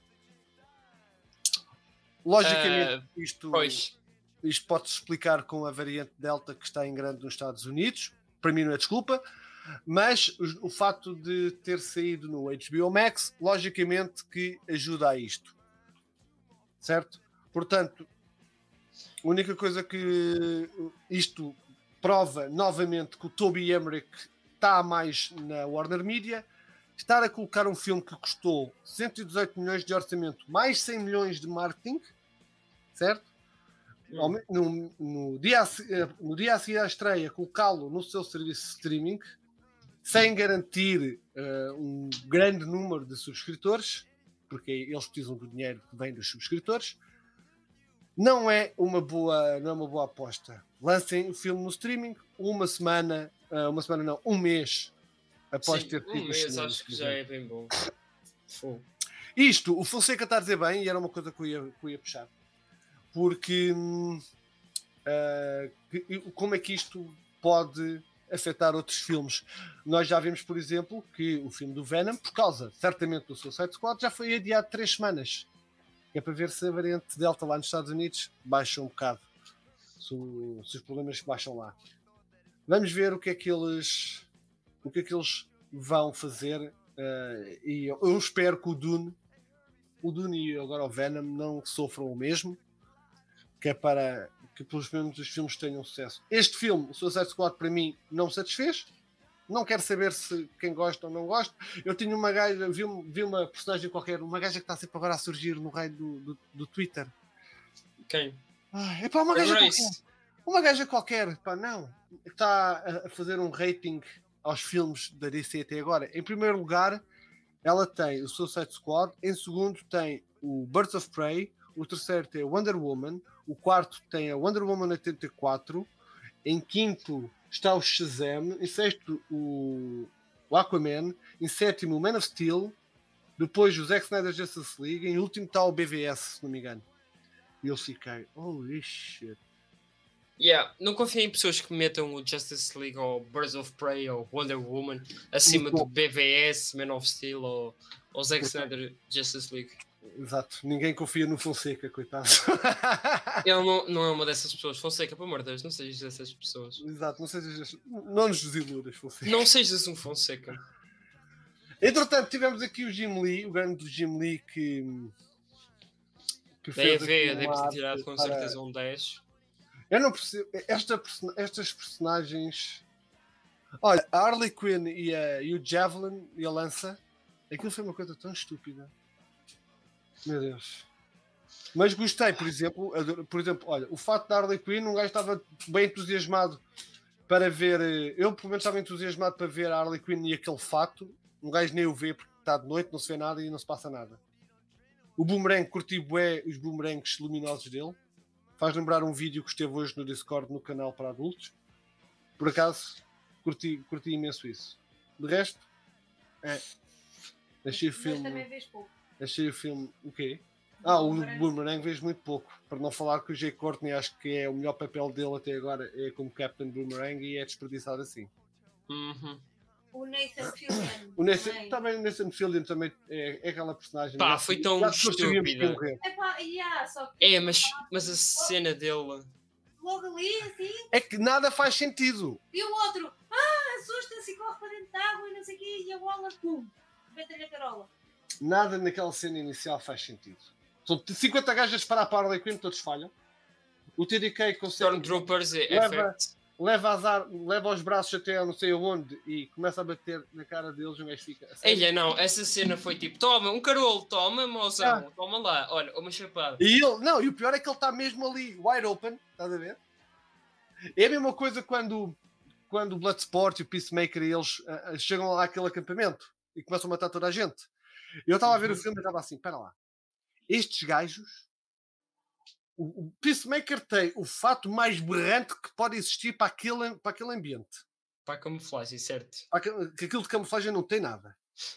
Logicamente, Uh, isto, pois. isto pode-se explicar com a variante Delta que está em grande nos Estados Unidos. Para mim não é desculpa. Mas o, o facto de ter saído no H B O Max, logicamente que ajuda a isto. Certo? Portanto, a única coisa que isto prova novamente que o Toby Emmerich está mais na Warner Media, estar a colocar um filme que custou cento e dezoito milhões de orçamento, mais cem milhões de marketing, certo? Hum. No, no, dia a, no dia a seguir à estreia, colocá-lo no seu serviço de streaming, sem garantir uh, um grande número de subscritores, porque eles precisam do dinheiro que vem dos subscritores, não é uma boa, não é uma boa aposta. Lancem o filme no streaming uma semana, uh, uma semana não, um mês após Sim, ter tido um mês, acho que já é bem bom. Full. Isto, o Fonseca está a dizer bem, e era uma coisa que eu ia, que eu ia puxar, porque uh, que, como é que isto pode afetar outros filmes? Nós já vimos, por exemplo, que o filme do Venom, por causa certamente do Suicide Squad, já foi adiado três semanas. É para ver se a variante Delta lá nos Estados Unidos baixa um bocado, se, o, se os problemas baixam lá. Vamos ver o que é que eles, o que é que eles vão fazer, uh, e eu, eu espero que o Dune, o Dune e agora o Venom não sofram o mesmo, que é para que pelos menos os filmes tenham sucesso. Este filme, o Suicide Squad, para mim não me satisfez. Não quero saber se quem gosta ou não gosta. Eu tinha uma gaja, vi, vi uma personagem qualquer, uma gaja que está sempre agora a surgir no raio do, do, do Twitter. Quem? Ah, epá, uma gaja qualquer. Uma gaja qualquer, pá, não. Está a fazer um rating aos filmes da D C até agora. Em primeiro lugar, ela tem o Suicide Squad. Em segundo, tem o Birds of Prey. O terceiro tem a Wonder Woman. O quarto tem a Wonder Woman oitenta e quatro. Em quinto está o Shazam. Em sexto, o, o Aquaman. Em sétimo, o Man of Steel. Depois, o Zack Snyder Justice League. Em último está o B V S, se não me engano. E eu fiquei, holy shit. Yeah, não confio em pessoas que metam o Justice League ou Birds of Prey ou Wonder Woman acima do B V S, Man of Steel ou, ou Zack Snyder Justice League. Exato, ninguém confia no Fonseca, coitado. Ele não, não é uma dessas pessoas. Fonseca, pelo amor de Deus, não sejas dessas pessoas. Exato, não sejas. Não nos desiludas, Fonseca. Não sejas um Fonseca. Entretanto, tivemos aqui o Jim Lee, o grande Jim Lee que. que deve haver, deve ter tirado com para... certeza um dez. Eu não percebo. Esta, estas personagens. Olha, a Harley Quinn e, a, e o Javelin e a lança. Aquilo foi uma coisa tão estúpida. Meu Deus. Mas gostei, por exemplo, por exemplo, olha, o fato da Harley Quinn, um gajo estava bem entusiasmado para ver, eu pelo menos estava entusiasmado para ver a Harley Quinn e aquele fato, um gajo nem o vê porque está de noite, não se vê nada e não se passa nada. O Boomerang, curti bué os boomerangs luminosos dele, faz lembrar um vídeo que esteve hoje no Discord no canal para adultos, por acaso, curti, curti imenso isso. De resto, é, achei o filme... Mas também vês pouco. Achei o filme, o quê? Ah, o Boomerang vejo muito pouco. Para não falar que o Jay Courtney acho que é o melhor papel dele até agora, é como Captain Boomerang e é desperdiçado assim. Uhum. O Nathan Fillion. O Nathan, também o Nathan Fillion também é, é aquela personagem. Pá, né? foi tão estúpida. É, pá, yeah, só que... é mas, mas a cena dele... Logo ali, assim... É que nada faz sentido. E o outro, ah, assusta-se e corre para dentro de água e não sei o quê, e a bola, pum, mete-lhe a carola. Nada naquela cena inicial faz sentido. São cinquenta gajas para a Harley Quinn, todos falham. O T D K consegue... Stormtroopers é leva, leva, azar, leva os braços até não sei aonde e começa a bater na cara deles e o gajo fica... Ele não, essa cena foi tipo, toma, um carolo, toma, mozão, ah. toma lá, olha, uma chapada. E ele, não, e o pior é que ele está mesmo ali, wide open, estás a ver? É a mesma coisa quando, quando o Bloodsport e o Peacemaker e eles uh, chegam lá àquele acampamento e começam a matar toda a gente. Eu estava a ver o filme e estava assim, espera lá. Estes gajos, o, o Peacemaker tem o fato mais berrante que pode existir para aquele, para aquele ambiente. Para a camuflagem, certo. Para aquele, que aquilo de camuflagem não tem nada.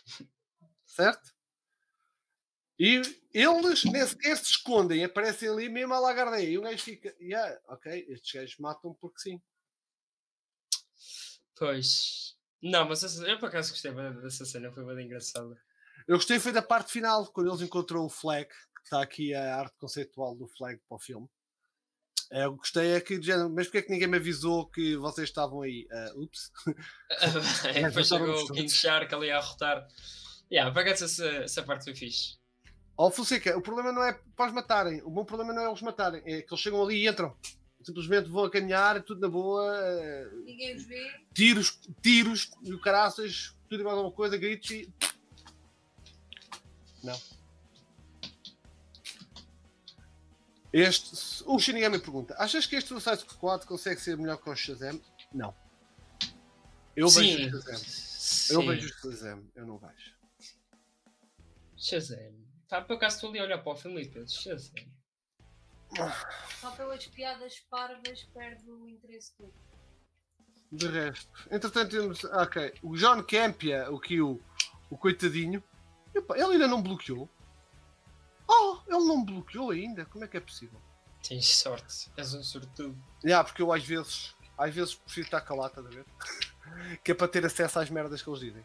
Certo? E eles nem sequer se escondem, aparecem ali mesmo à lagardeia. E o gajo fica, yeah, ok, estes gajos matam porque sim. Pois. Não, mas essa- eu por acaso gostei bué dessa cena, foi bem engraçada. Eu gostei foi da parte final, quando eles encontram o Flag, que está aqui a arte conceitual do Flag para o filme. É, eu gostei é que, de género, mas porque é que ninguém me avisou que vocês estavam aí? Uh, ups. E depois chegou juntaram-nos o King todos. Shark ali a arrotar. Yeah, por acaso essa, essa parte foi fixe. Ó Fonseca, o problema não é para os matarem. O bom problema não é eles matarem. É que eles chegam ali e entram. Simplesmente vão a caminhar, tudo na boa. eh, Ninguém os vê. Tiros, tiros, e o caraças, tudo e mais alguma coisa, gritos e... Não. Este... O Shinigami pergunta, achas que este Suicide Squad consegue ser melhor que o Shazam? Não. Eu Sim. vejo o Shazam. Sim. Eu vejo o Shazam, eu não vejo. Shazam. Tá, por acaso estou ali a olhar para o filme e penso, Shazam. Só pelas piadas parvas perde o interesse todo. De resto. Entretanto, temos. Ok. O John Campia, o que o, o coitadinho. Epa, ele ainda não bloqueou. Oh, ele não bloqueou ainda. Como é que é possível? Tens sorte. És um sortudo. Já, porque eu às vezes. Às vezes prefiro estar calado, estás a ver? Que é para ter acesso às merdas que eles dizem.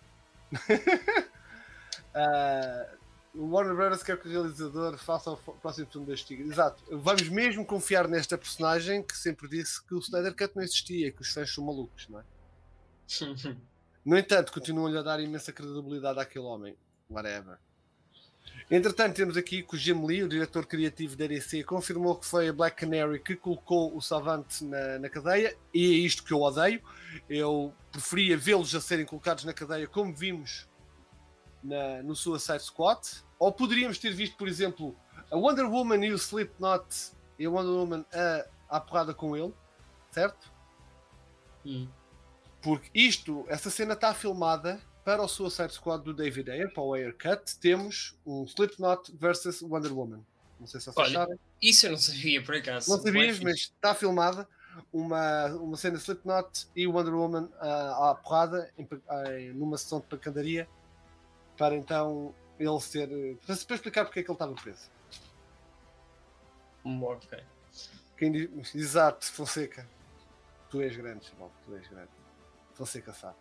uh, o Warner Brothers quer que o realizador faça o próximo filme deste tigre. Exato. Vamos mesmo confiar nesta personagem que sempre disse que o Snyder Cut não existia, que os fãs são malucos, não é? No entanto, continuam-lhe a dar imensa credibilidade àquele homem. Whatever. Entretanto, temos aqui que o Jim Lee, o diretor criativo da D C, confirmou que foi a Black Canary que colocou o Savant na, na cadeia, e é isto que eu odeio. Eu preferia vê-los a serem colocados na cadeia como vimos na, no Suicide Squad. Ou poderíamos ter visto, por exemplo, a Wonder Woman e o Slipknot e a Wonder Woman a, a porrada com ele, certo? Hum. Porque isto, essa cena está filmada para o Suicide Squad do David Ayer, para o Ayer Cut. Temos um Slipknot versus Wonder Woman. Não sei se vocês Olha, sabem. Isso eu não sabia, por acaso. Não sabias, Bué mas fixe. está filmada uma, uma cena de Slipknot e Wonder Woman uh, à porrada em, em, numa sessão de pancadaria para então ele ser... Para, para explicar porque é que ele estava preso. Hum, ok. Quem diz, exato, Fonseca. Tu és grande, Chaval, tu és grande. Fonseca sabe.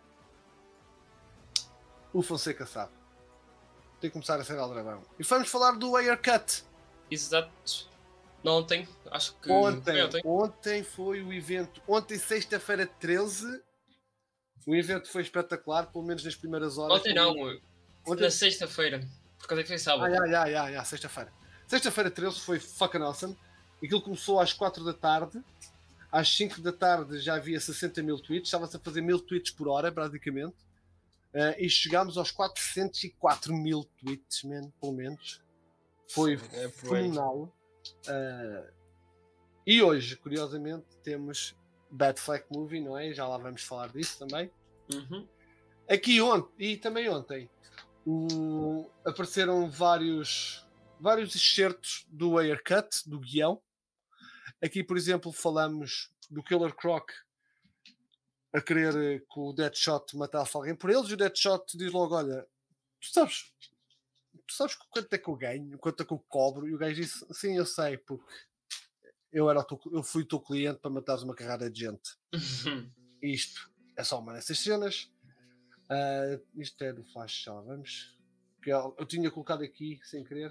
O Fonseca sabe. Tem que começar a ser aldrabão. E vamos falar do Ayer Cut. Exato. Não ontem, acho que Ontem, foi ontem. ontem foi o evento. Ontem, sexta-feira treze. O evento foi espetacular, pelo menos nas primeiras horas. Ontem não, Ontem... na sexta-feira. Por causa que foi sábado. Ah, já, já, já, sexta-feira. Sexta-feira treze foi fucking awesome. Aquilo começou às quatro da tarde. Às cinco da tarde já havia sessenta mil tweets. Estava-se a fazer mil tweets por hora, praticamente. Uh, e chegámos aos quatrocentos e quatro mil tweets, man, pelo menos. Foi É, fenomenal. Uh, e hoje, curiosamente, temos Bad Fleck Movie, não é? Já lá vamos falar disso também. Uhum. Aqui ontem, e também ontem, o, apareceram vários, vários excertos do Ayer Cut, do guião. Aqui, por exemplo, falamos do Killer Croc a querer que o Deadshot matasse alguém por eles, e o Deadshot diz logo, olha, tu sabes, tu sabes quanto é que eu ganho, quanto é que eu cobro? E o gajo disse, sim, eu sei, porque eu, era teu, eu fui o teu cliente para matares uma carrada de gente. Isto é só uma dessas cenas. Uh, isto é do Flash, já vamos. Eu, eu tinha colocado aqui, sem querer.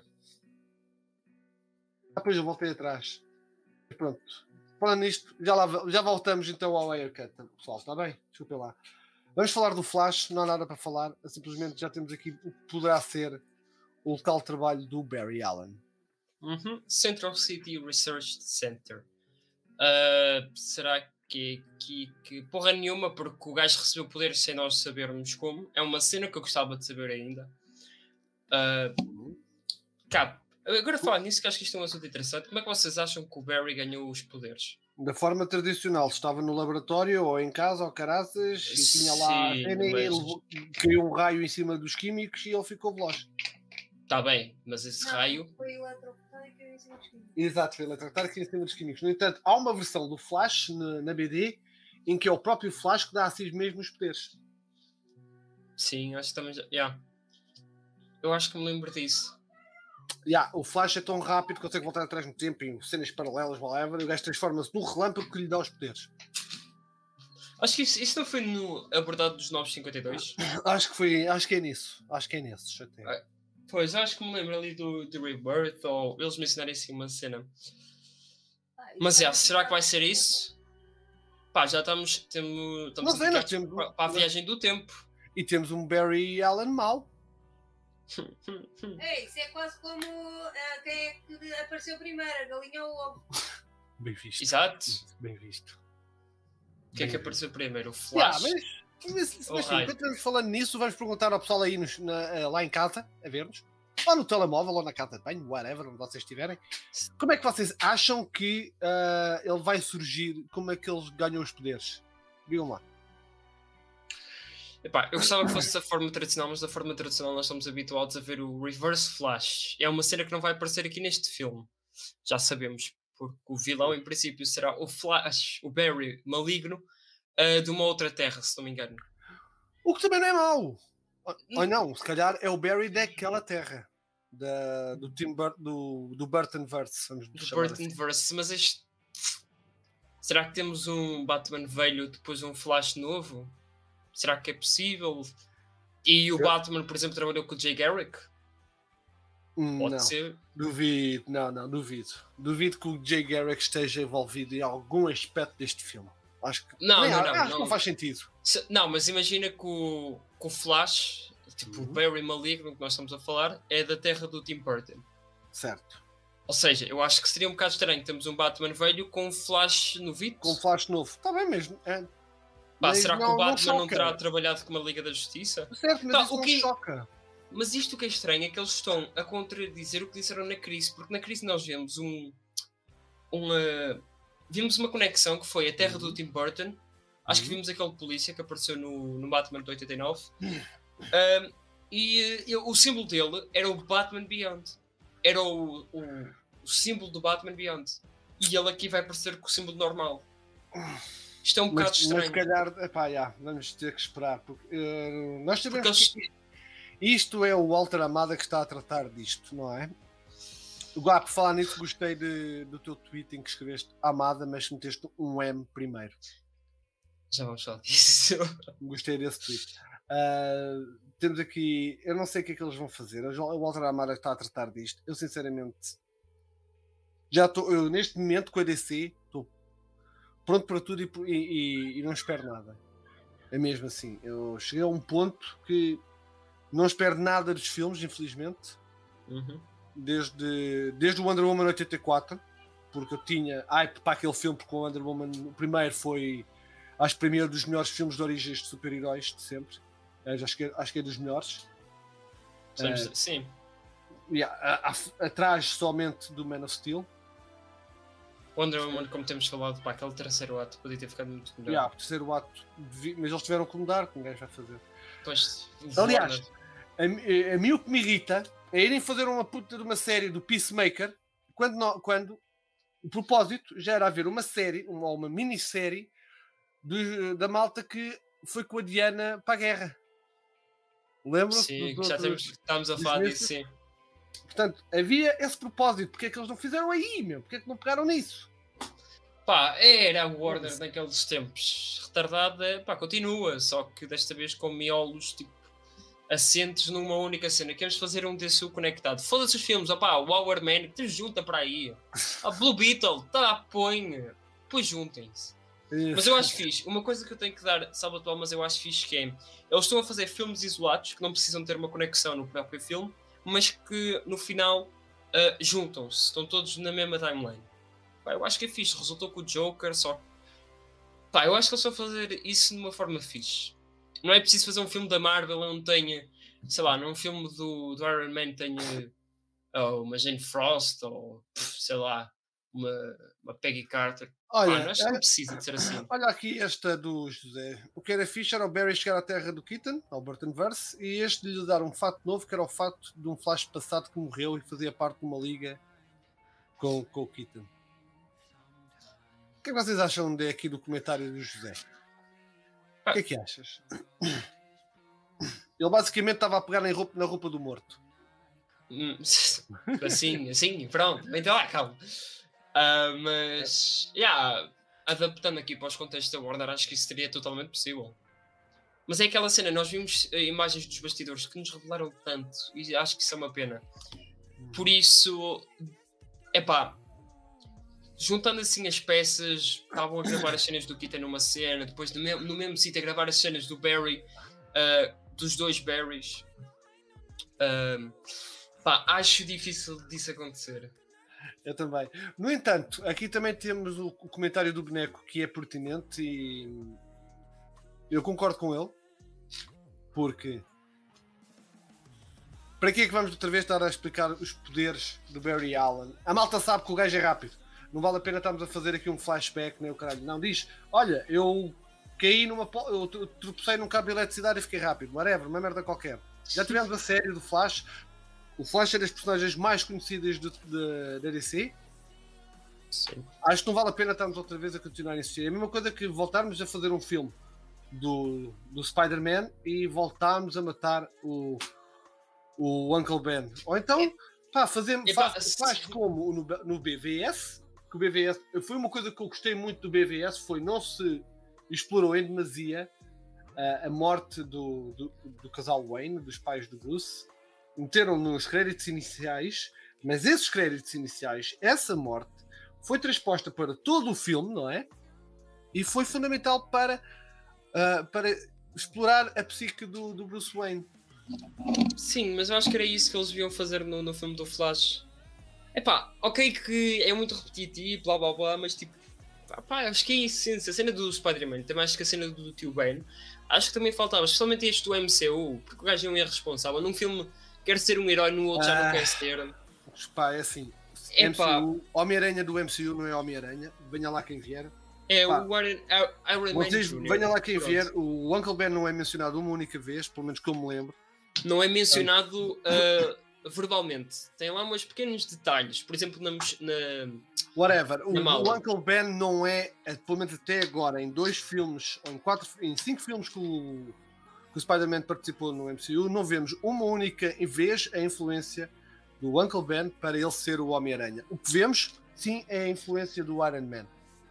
Ah, depois eu voltei atrás. Pronto. Falando nisto, já, lá, já voltamos então ao Ayer Cut, pessoal, está bem? Desculpem lá. Vamos falar do Flash, não há nada para falar, simplesmente já temos aqui o que poderá ser o local de trabalho do Barry Allen. Uhum. Central City Research Center. Uh, será que é aqui que porra nenhuma, porque o gajo recebeu poderes sem nós sabermos como. É uma cena que eu gostava de saber ainda. Uh, Uhum. Cá, agora falar nisso, que acho que isto é um assunto interessante. Como é que vocês acham que o Barry ganhou os poderes? Da forma tradicional, estava no laboratório ou em casa ou caraças e tinha lá a Sim, cena e mas- ele caiu um raio em cima dos químicos e ele ficou veloz. Está bem, mas esse Não, raio. Foi eletrocutado e caiu em cima dos químicos. Exato, foi eletrocutar aqui em cima dos químicos. No entanto, há uma versão do Flash na, na B D em que é o próprio Flash que dá a si mesmo os poderes. Sim, acho que também já. Yeah. Eu acho que me lembro disso. Yeah, o Flash é tão rápido que consegue voltar atrás no tempo em cenas paralelas, whatever, e o gajo transforma-se num relâmpago que lhe dá os poderes. Acho que isso, isso não foi no abordado dos novos cinquenta e dois. Acho que foi, acho que é nisso. Acho que é nesses até. Ah, Pois, acho que me lembro ali do, do Rebirth, ou eles mencionarem assim uma cena. Ah, isso Mas vai é, ser será que vai bom. ser isso? Pá, já estamos, temos, estamos Não sei, nós indicados temos, para, para a viagem do tempo. e temos um Barry Allen mau. É, isso é quase como ah, quem é que apareceu primeiro, a galinha ou o ovo. Bem visto. Exato. Bem visto. O que é que Bem apareceu primeiro? O Yeah, Flash? mas, mas, mas Oh, sim, raio. enquanto estamos falando nisso, vamos perguntar ao pessoal aí nos- na- eh, lá em casa, a ver-nos, ou no telemóvel, ou na casa de banho, whatever, onde vocês estiverem. Como é que vocês acham que ah, ele vai surgir? Como é que eles ganham os poderes? Digam lá. Epá, eu gostava que fosse da forma tradicional, mas da forma tradicional nós estamos habituados a ver o Reverse Flash. É uma cena que não vai aparecer aqui neste filme. Já sabemos, porque o vilão em princípio será o Flash, o Barry maligno, ah, de uma outra terra, se não me engano. O que também não é mau. Ou- Ou não, se calhar é o Barry daquela terra. Da, do, Tim Bur do, do Burtonverse, vamos Do chamar assim. Burtonverse, mas este. Será que temos um Batman velho depois um Flash novo? Será que é possível? E o Eu- Batman, por exemplo, trabalhou com o Jay Garrick? Hum, Pode não. ser. Duvido, não, não, duvido. Duvido que o Jay Garrick esteja envolvido em algum aspecto deste filme. Acho que Não, nem não, há- não, acho que não. não faz sentido. Se- não, mas imagina que o, que o Flash, tipo o Uhum. Barry maligno que nós estamos a falar, é da terra do Tim Burton. Certo. Ou seja, eu acho que seria um bocado estranho. Temos um Batman velho com um Flash novito. Com um flash novo. Está bem mesmo. É. Pá, Mas será que não- o não Batman não, choca. terá trabalhado com uma Liga da Justiça? Certo, mas Pá, isso o não que- choca. Mas isto que é estranho é que eles estão a contradizer o que disseram na crise, porque na crise nós vemos um, uma, vimos uma conexão que foi a terra do Uhum. Tim Burton. Acho que Uhum. vimos aquele polícia que apareceu no, no Batman de oitenta e nove. Um, e eh, o símbolo dele era o Batman Beyond. Era o, o, o símbolo do Batman Beyond. E ele aqui vai aparecer com o símbolo normal. Isto é um bocado Mas, mas estranho. se calhar, epá, já, vamos ter que esperar. Porque, eh, nós Porque sabemos eles, que isto é o Walter Amada que está a tratar disto, não é? Agora, por falar nisso, gostei de- do teu tweet em que escreveste Amada, mas meteste um M primeiro. já vamos falar disso. Gostei desse tweet. Ah, temos aqui, eu não sei o que é que eles vão fazer. O Walter Amada está a tratar disto. Eu, sinceramente, já estou, eu, neste momento, com a D C, estou pronto para tudo e, e- e não espero nada. É mesmo assim. Eu cheguei a um ponto que não espero nada dos filmes, infelizmente. Uhum. Desde, desde o Wonder Woman oitenta e quatro, porque eu tinha hype para aquele filme, porque o Wonder Woman, o primeiro foi, acho que primeiro dos melhores filmes de origens de super-heróis de sempre. Eh, Acho que, é- acho que é dos melhores. Sabes- Eh, Sim. Yeah, a- a- atrás somente do Man of Steel. Wonder Woman, como temos falado, pá, aquele terceiro ato podia ter ficado muito melhor. Yeah, o terceiro ato, devi- mas eles tiveram que mudar, que ninguém vai fazer. Depois, o Aliás, Warner- A, mi- a mim o que me irrita é irem fazer uma puta de uma série do Peacemaker quando, não- quando o propósito já era haver uma série, uma, uma minissérie do- da malta que foi com a Diana para a guerra. Lembram-se? sim, do- que já do- temos, estamos a dos falar meses? disso, sim. Portanto, havia esse propósito. Porque é que eles não fizeram aí, meu? Porque é que não pegaram nisso? Pá, era a Warner naqueles tempos. Retardada, pá, continua, só que desta vez com miolos, tipo, assentes numa única cena. Queremos fazer um D C U conectado. Foda-se os filmes, opá, o Hour Man, que te junta para aí. A Blue Beetle, tá, põe. Pois juntem-se. Mas eu acho fixe. Uma coisa que eu tenho que dar salva de palmas, eu acho fixe que é, eles estão a fazer filmes isolados que não precisam ter uma conexão no próprio filme, mas que no final ah, juntam-se, estão todos na mesma timeline. Pá, eu acho que é fixe. Resultou com o Joker, só. Pá, eu acho que eles estão a fazer isso de uma forma fixe. Não é preciso fazer um filme da Marvel onde tenha, sei lá, num filme do, do Iron Man tenha oh, uma Jane Frost ou pff, sei lá, uma, uma Peggy Carter. Olha, Mano, acho que não é- precisa de ser assim. olha aqui esta do José. O que era fixe era o Barry chegar à terra do Keaton, ao Burtonverse, e este lhe dar um fato novo, que era o fato de um Flash passado que morreu e fazia parte de uma liga com, com o Keaton. O que é que vocês acham de, aqui do comentário do José? O que é que achas? Ele basicamente estava a pegar na roupa, na roupa do morto. Hum, assim, assim, pronto. Então, ah, calma. Ah, mas, yeah, adaptando aqui para os contextos da Warner, acho que isso seria totalmente possível. Mas é aquela cena, nós vimos uh, imagens dos bastidores que nos revelaram tanto, e acho que isso é uma pena. Por isso, epá, juntando assim as peças, estavam a gravar as cenas do Keaton numa cena, depois no mesmo, no mesmo sítio a gravar as cenas do Barry, uh, dos dois Barrys. Uh, pá, acho difícil disso acontecer. Eu também. No entanto, aqui também temos o, o comentário do boneco que é pertinente e eu concordo com ele, porque para que é que vamos outra vez estar a explicar os poderes do Barry Allen? A malta sabe que o gajo é rápido. Não vale a pena estarmos a fazer aqui um flashback, nem o caralho. Não, diz, olha, eu caí numa... eu tropecei num cabo de eletricidade e fiquei rápido. Whatever, uma merda qualquer. Já tivemos a série do Flash. O Flash é das personagens mais conhecidas da D C. Sim. Acho que não vale a pena estarmos outra vez a continuar a insistir. É a mesma coisa que voltarmos a fazer um filme do, do Spider-Man e voltarmos a matar o, o Uncle Ben. Ou então, pá, fazemos, Epá, faz, faz como no, no B V S, que o B V S foi uma coisa que eu gostei muito do B V S, foi não se explorou em demasia a, a morte do, do, do casal Wayne, dos pais do Bruce. Meteram nos créditos iniciais, mas esses créditos iniciais, essa morte, foi transposta para todo o filme, não é? E foi fundamental para, uh, para explorar a psique do, do Bruce Wayne. Sim, mas eu acho que era isso que eles deviam fazer no, no filme do Flash. Epá, ok que é muito repetitivo, blá blá blá, mas tipo, pá, pá, acho que é a essência. A cena do Spider-Man, também acho que a cena do tio Ben, acho que também faltava, especialmente este do M C U, porque o gajo é um irresponsável. Num filme quer ser um herói, no outro ah, já não quer ser. Pá, é assim, é, M C U, Homem-Aranha do M C U não é Homem-Aranha, venha lá quem vier. É pá, o Iron, Iron Man vocês, Júnior venha lá quem vier, o Uncle Ben não é mencionado uma única vez, pelo menos que eu me lembro. Não é mencionado uh, verbalmente, tem lá uns pequenos detalhes, por exemplo na... na Whatever, na o, o Uncle Ben não é, pelo menos até agora, em dois filmes, ou em, quatro, em cinco filmes que o, que o Spider-Man participou no M C U, não vemos uma única vez a influência do Uncle Ben para ele ser o Homem-Aranha. O que vemos, sim, é a influência do Iron Man.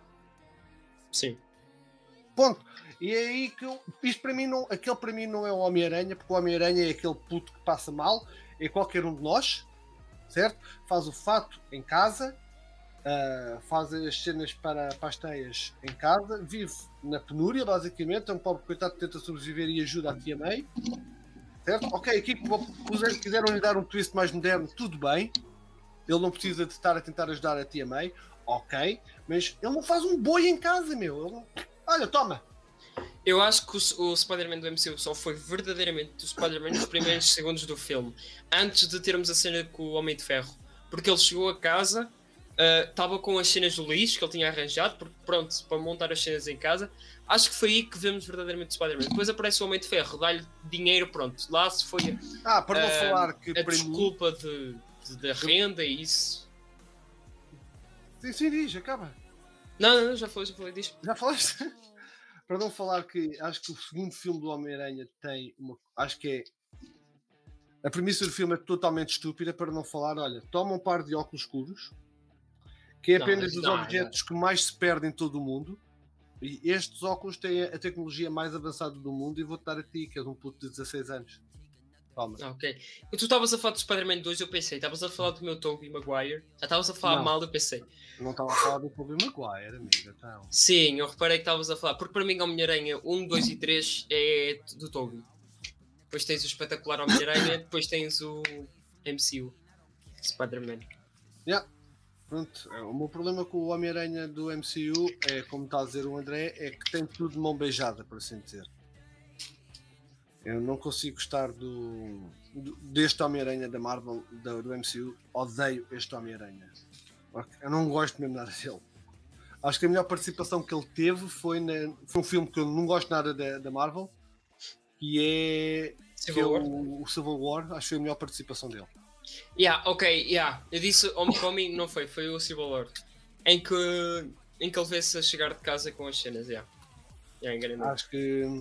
Sim. Ponto. E é aí que eu, isto para mim não, aquele para mim não é o Homem-Aranha, porque o Homem-Aranha é aquele puto que passa mal, é qualquer um de nós, certo? Faz o fato em casa, uh, faz as cenas para, para as teias em casa, vive na penúria, basicamente, é um pobre coitado que tenta sobreviver e ajuda a tia May, certo? Ok, aqui que quiseram lhe dar um twist mais moderno, tudo bem, ele não precisa de estar a tentar ajudar a tia May, ok, mas ele não faz um boi em casa, meu, ele não... olha, toma! Eu acho que o, o Spider-Man do M C U só foi verdadeiramente o Spider-Man nos primeiros segundos do filme, antes de termos a cena com o Homem de Ferro, porque ele chegou a casa, estava uh, com as cenas do lixo que ele tinha arranjado, porque pronto, para montar as cenas em casa. Acho que foi aí que vemos verdadeiramente o Spider-Man. Depois aparece o Homem de Ferro, dá-lhe dinheiro, pronto, lá se foi ah, para não uh, falar que a desculpa mim... de, de, da renda e isso. Sim, sim, diz, acaba. Não, não, já falei, já falei, diz. Já falaste? Para não falar que acho que o segundo filme do Homem-Aranha tem uma... acho que é... a premissa do filme é totalmente estúpida, para não falar, olha, toma um par de óculos escuros, que é apenas não, dos não, objetos não. que mais se perdem em todo o mundo, e estes óculos têm a tecnologia mais avançada do mundo, e vou-te dar a ti, que és um puto de dezasseis anos. Toma. Ok. E tu estavas a falar do Spider-Man dois, eu pensei, estavas a falar do meu Tobey Maguire, já estavas a falar mal, eu pensei. Não estava a falar do Tobey Maguire, amiga, então. Sim, eu reparei que estavas a falar, porque para mim Homem-Aranha um, dois e três é do Tobey. Depois tens o espetacular Homem-Aranha, depois tens o M C U, Spider-Man. Yeah. Pronto, o meu problema com o Homem-Aranha do M C U é, como está a dizer o André, é que tem tudo de mão beijada, por assim dizer. Eu não consigo gostar do, do, deste Homem-Aranha da Marvel, do, do M C U. Odeio este Homem-Aranha. Eu não gosto mesmo nada dele. Acho que a melhor participação que ele teve foi, na, foi um filme que eu não gosto nada da, da Marvel, que é, Civil que é War. O, o Civil War. Acho que foi a melhor participação dele. Yeah, ok, yeah. Eu disse Homecoming, não foi, foi o Civil War. Em que, em que ele vê-se a chegar de casa com as cenas, yeah. Yeah, acho que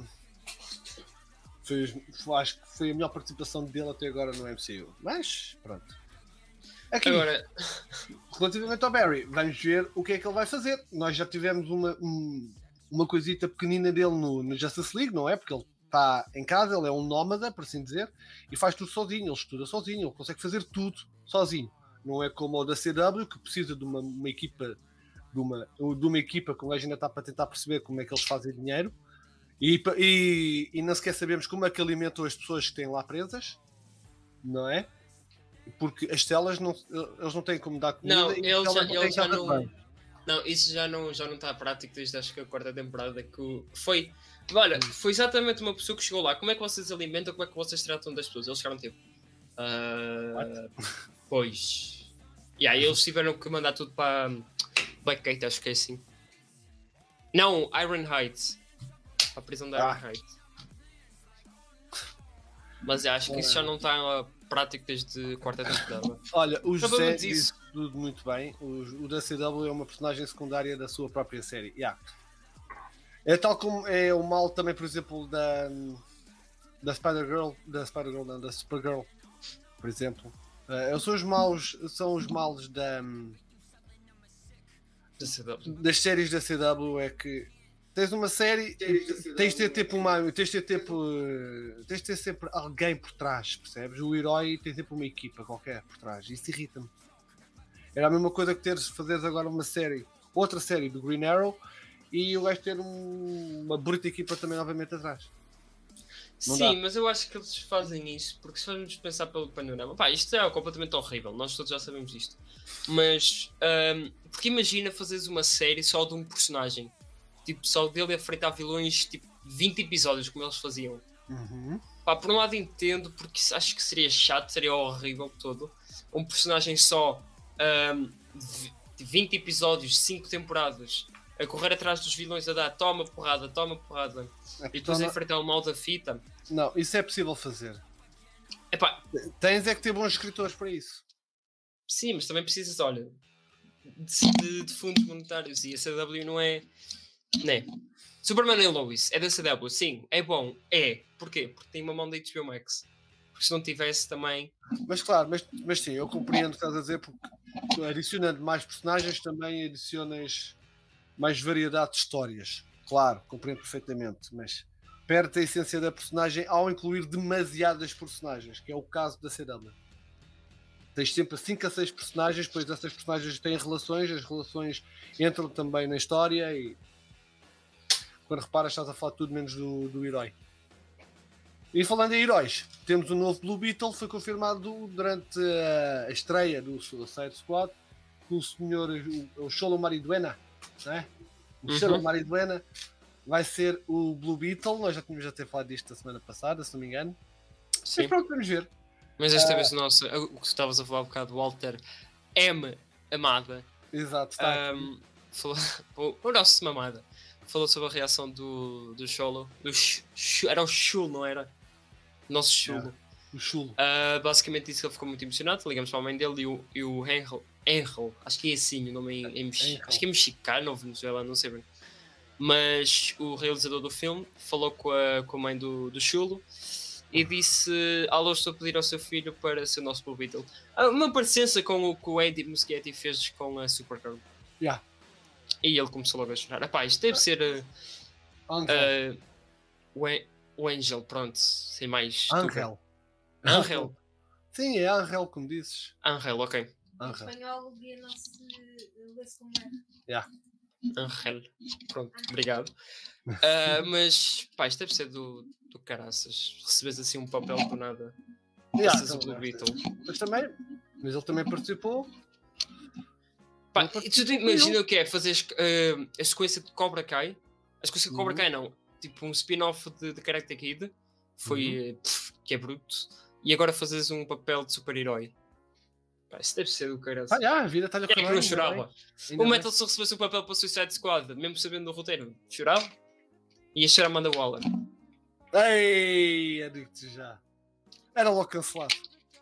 foi, acho que foi a melhor participação dele até agora no M C U. Mas, pronto. Aqui, Agora, relativamente ao Barry, vamos ver o que é que ele vai fazer. Nós já tivemos uma, um, uma coisita pequenina dele no, no Justice League, não é? Porque ele está em casa, ele é um nómada, por assim dizer, e faz tudo sozinho, ele estuda sozinho, ele consegue fazer tudo sozinho. Não é como o da C W, que precisa de uma, uma equipa, de uma, de uma equipa que o gajo ainda está para tentar perceber como é que eles fazem dinheiro, e, e, e não sequer sabemos como é que alimentam as pessoas que têm lá presas, não é? Porque as celas não, eles não têm como dar comida. não, e ele as já, celas não ele têm já casa de não. banho. Não, isso já não, já não está prático desde acho que a quarta temporada. Que o- foi. Olha, foi exatamente uma pessoa que chegou lá. Como é que vocês alimentam? Como é que vocês tratam das pessoas? Eles chegaram tipo. "Ah, pois. E aí eles tiveram que mandar tudo para Blackgate, acho que é assim. Não, Iron Heights. Para a prisão da Iron Ah. Heights. Mas eu acho que isso já não está prático desde a quarta temporada. Olha, o Pelo José menos disse isso. tudo muito bem. O, o da C W é uma personagem secundária da sua própria série. Yeah. É tal como é o mal também, por exemplo, da, da Spider-Girl, da Spider-Girl, não, da Supergirl, por exemplo. Uh, eles são os maus, são os males da, Da C W. das séries da C W, é que tens uma série e tens de ter tipo uma, tens de ter tipo, uh, tens de ter sempre alguém por trás, percebes? O herói tem sempre uma equipa qualquer por trás, isso irrita-me. Era a mesma coisa que teres fazeres agora uma série, outra série do Green Arrow e o gajo ter um, uma bruta equipa também novamente atrás. Não Sim, dá. mas eu acho que eles fazem isso porque se formos pensar pelo panorama, pá, isto é completamente horrível, nós todos já sabemos disto. Mas, ahm, porque imagina fazeres uma série só de um personagem, tipo, só dele a enfrentar vilões, tipo, vinte episódios, como eles faziam. Uhum. Pá, por um lado entendo, porque acho que seria chato, seria horrível todo. Um personagem só, ahm, de vinte episódios, cinco temporadas, a correr atrás dos vilões a dar toma porrada, toma porrada, É, e depois então, a enfrentar o mal da fita. não, isso é possível fazer. Epá, Tens é que ter bons escritores para isso. sim, mas também precisas, olha, de, de- de fundos monetários e a C W não é. Né? Superman e Lois é da C W, sim, é bom, é. Porquê? Porque tem uma mão da H B O Max. Porque se não tivesse também. Mas claro, mas, mas sim, eu compreendo o que estás a dizer, porque adicionando mais personagens também adicionas mais variedade de histórias. Claro, compreendo perfeitamente, mas perde a essência da personagem ao incluir demasiadas personagens, que é o caso da C W. Tens sempre cinco a seis personagens, depois essas personagens têm relações, as relações entram também na história e quando reparas estás a falar tudo menos do, do herói. E falando em heróis, temos um novo Blue Beetle, foi confirmado durante a estreia do Suicide Squad, que o senhor, o, o Xolo Mariduena, né? O Uhum. Xolo Mariduena vai ser o Blue Beetle, nós já tínhamos até falado disto a semana passada, se não me engano. Sim. Mas pronto, vamos ver. Mas esta vez o nosso, o que tu estavas a falar um bocado, Walter M. Amada, Exato, está aqui. um, falou, o, o nosso Mamada, falou sobre a reação do, do Xolo. Do Ch- Ch- era o Chulo, não era? Nosso Chulo. O chulo. Uh, basicamente disse que ele ficou muito emocionado. Ligamos para a mãe dele e o, e o Henry, Henry, acho que é assim o nome em, em mexi- Henry. acho que é mexicano ou venezuelano, não sei bem. Mas o realizador do filme falou com a, com a mãe do, do Chulo e disse: alô, estou a pedir ao seu filho para ser o nosso Blue Beetle. Ah, uma parecença com o que o Eddie Muschietti fez com a Supergirl. Yeah. E ele começou logo a chorar. Epá, isto deve ser uh, Angel. uh, o, An- o Angel, pronto, sem mais. Angel. Angel. Sim, é Angel, como dizes. Angel, ok. Em Angel. espanhol, o Bia não se lê-se como é. Angel. Pronto, obrigado. Uh, mas, pá, isto deve ser do, do caraças. Recebes assim um papel do nada. Yeah, Passas o então, Blue Beetle. mas também, mas ele também participou. Pá, Ele e tu participou. imagina o que é fazer uh, a sequência de Cobra Kai. A sequência de Cobra Uhum. Kai não. Tipo um spin-off de, de Karate Kid. Foi, uh, pff, que é bruto. E agora fazes um papel de super-herói. Pá, isso deve ser do caraças. Ah, yeah, a vida está-lhe a Quem é correr que não bem, ainda chorava? bem. Ainda O bem. Metal se recebesse um papel para o Suicide Squad, mesmo sabendo do roteiro, chorava? Ia chorar Amanda Waller. Ei, eu digo-te já. Era logo cancelado.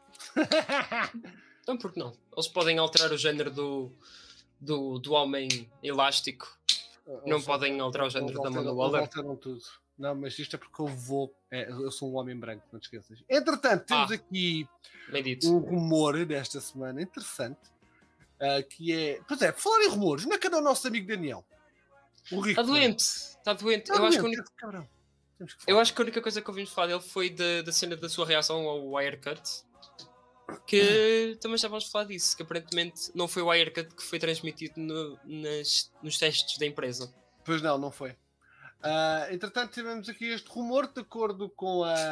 Então por que não? Eles podem alterar o género do, do, do homem elástico. Não Eles- podem alterar o eles género da alteram- Amanda eles Waller. alteram tudo. Não, mas isto é porque eu vou. É, eu sou um homem branco, não te esqueças. Entretanto, temos Ah. aqui Bem dito. um rumor desta semana interessante. Uh, que é. Pois é, por falar em rumores, não é que é o nosso amigo Daniel? O Rico. Está doente. Está doente. Tá eu, acho doente, que a única, esse cabrão. Temos que eu falar. acho que a única coisa que ouvimos falar dele foi da, da cena da sua reação ao Wirecut. Que também já vamos falar disso. Que aparentemente não foi o Wirecut que foi transmitido no- nas, nos testes da empresa. Pois não, não foi. Uh, entretanto, tivemos aqui este rumor de acordo com a.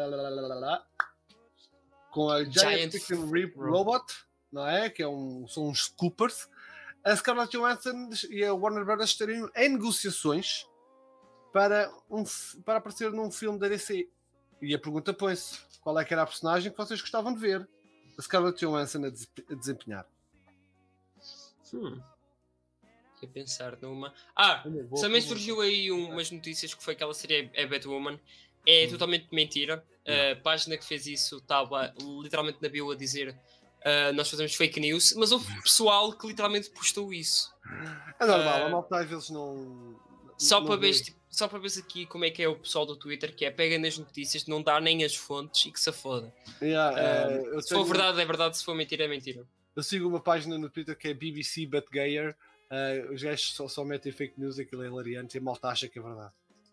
Com a Giant, Giant Freaking Rip Ro- Robot, não é? Que é um, são uns scoopers. A Scarlett Johansson e a Warner Brothers estariam em negociações para, um, para aparecer num filme da D C. E a pergunta põe-se: qual é que era a personagem que vocês gostavam de ver a Scarlett Johansson a, des a desempenhar? Hum. Quer pensar numa. Ah! Vou Também perguntar. surgiu aí um- umas notícias que foi aquela série é Batwoman. É Hum. totalmente mentira. A página que fez isso estava literalmente na bio a dizer uh, nós fazemos fake news, mas houve pessoal que literalmente postou isso. É normal, Ah, a malta às vezes não. Só não para vê. ver tipo, só para ver aqui como é que é o pessoal do Twitter, que é pega nas notícias, não dá nem as fontes e que se foda. Yeah, Ah, eh, eu se tenho- for verdade, é verdade, se for mentira, é mentira. Eu sigo uma página no Twitter que é B B C But Gayer. Uh, os gajos só, só metem fake news, aquilo é hilariante e a malta acha que é verdade.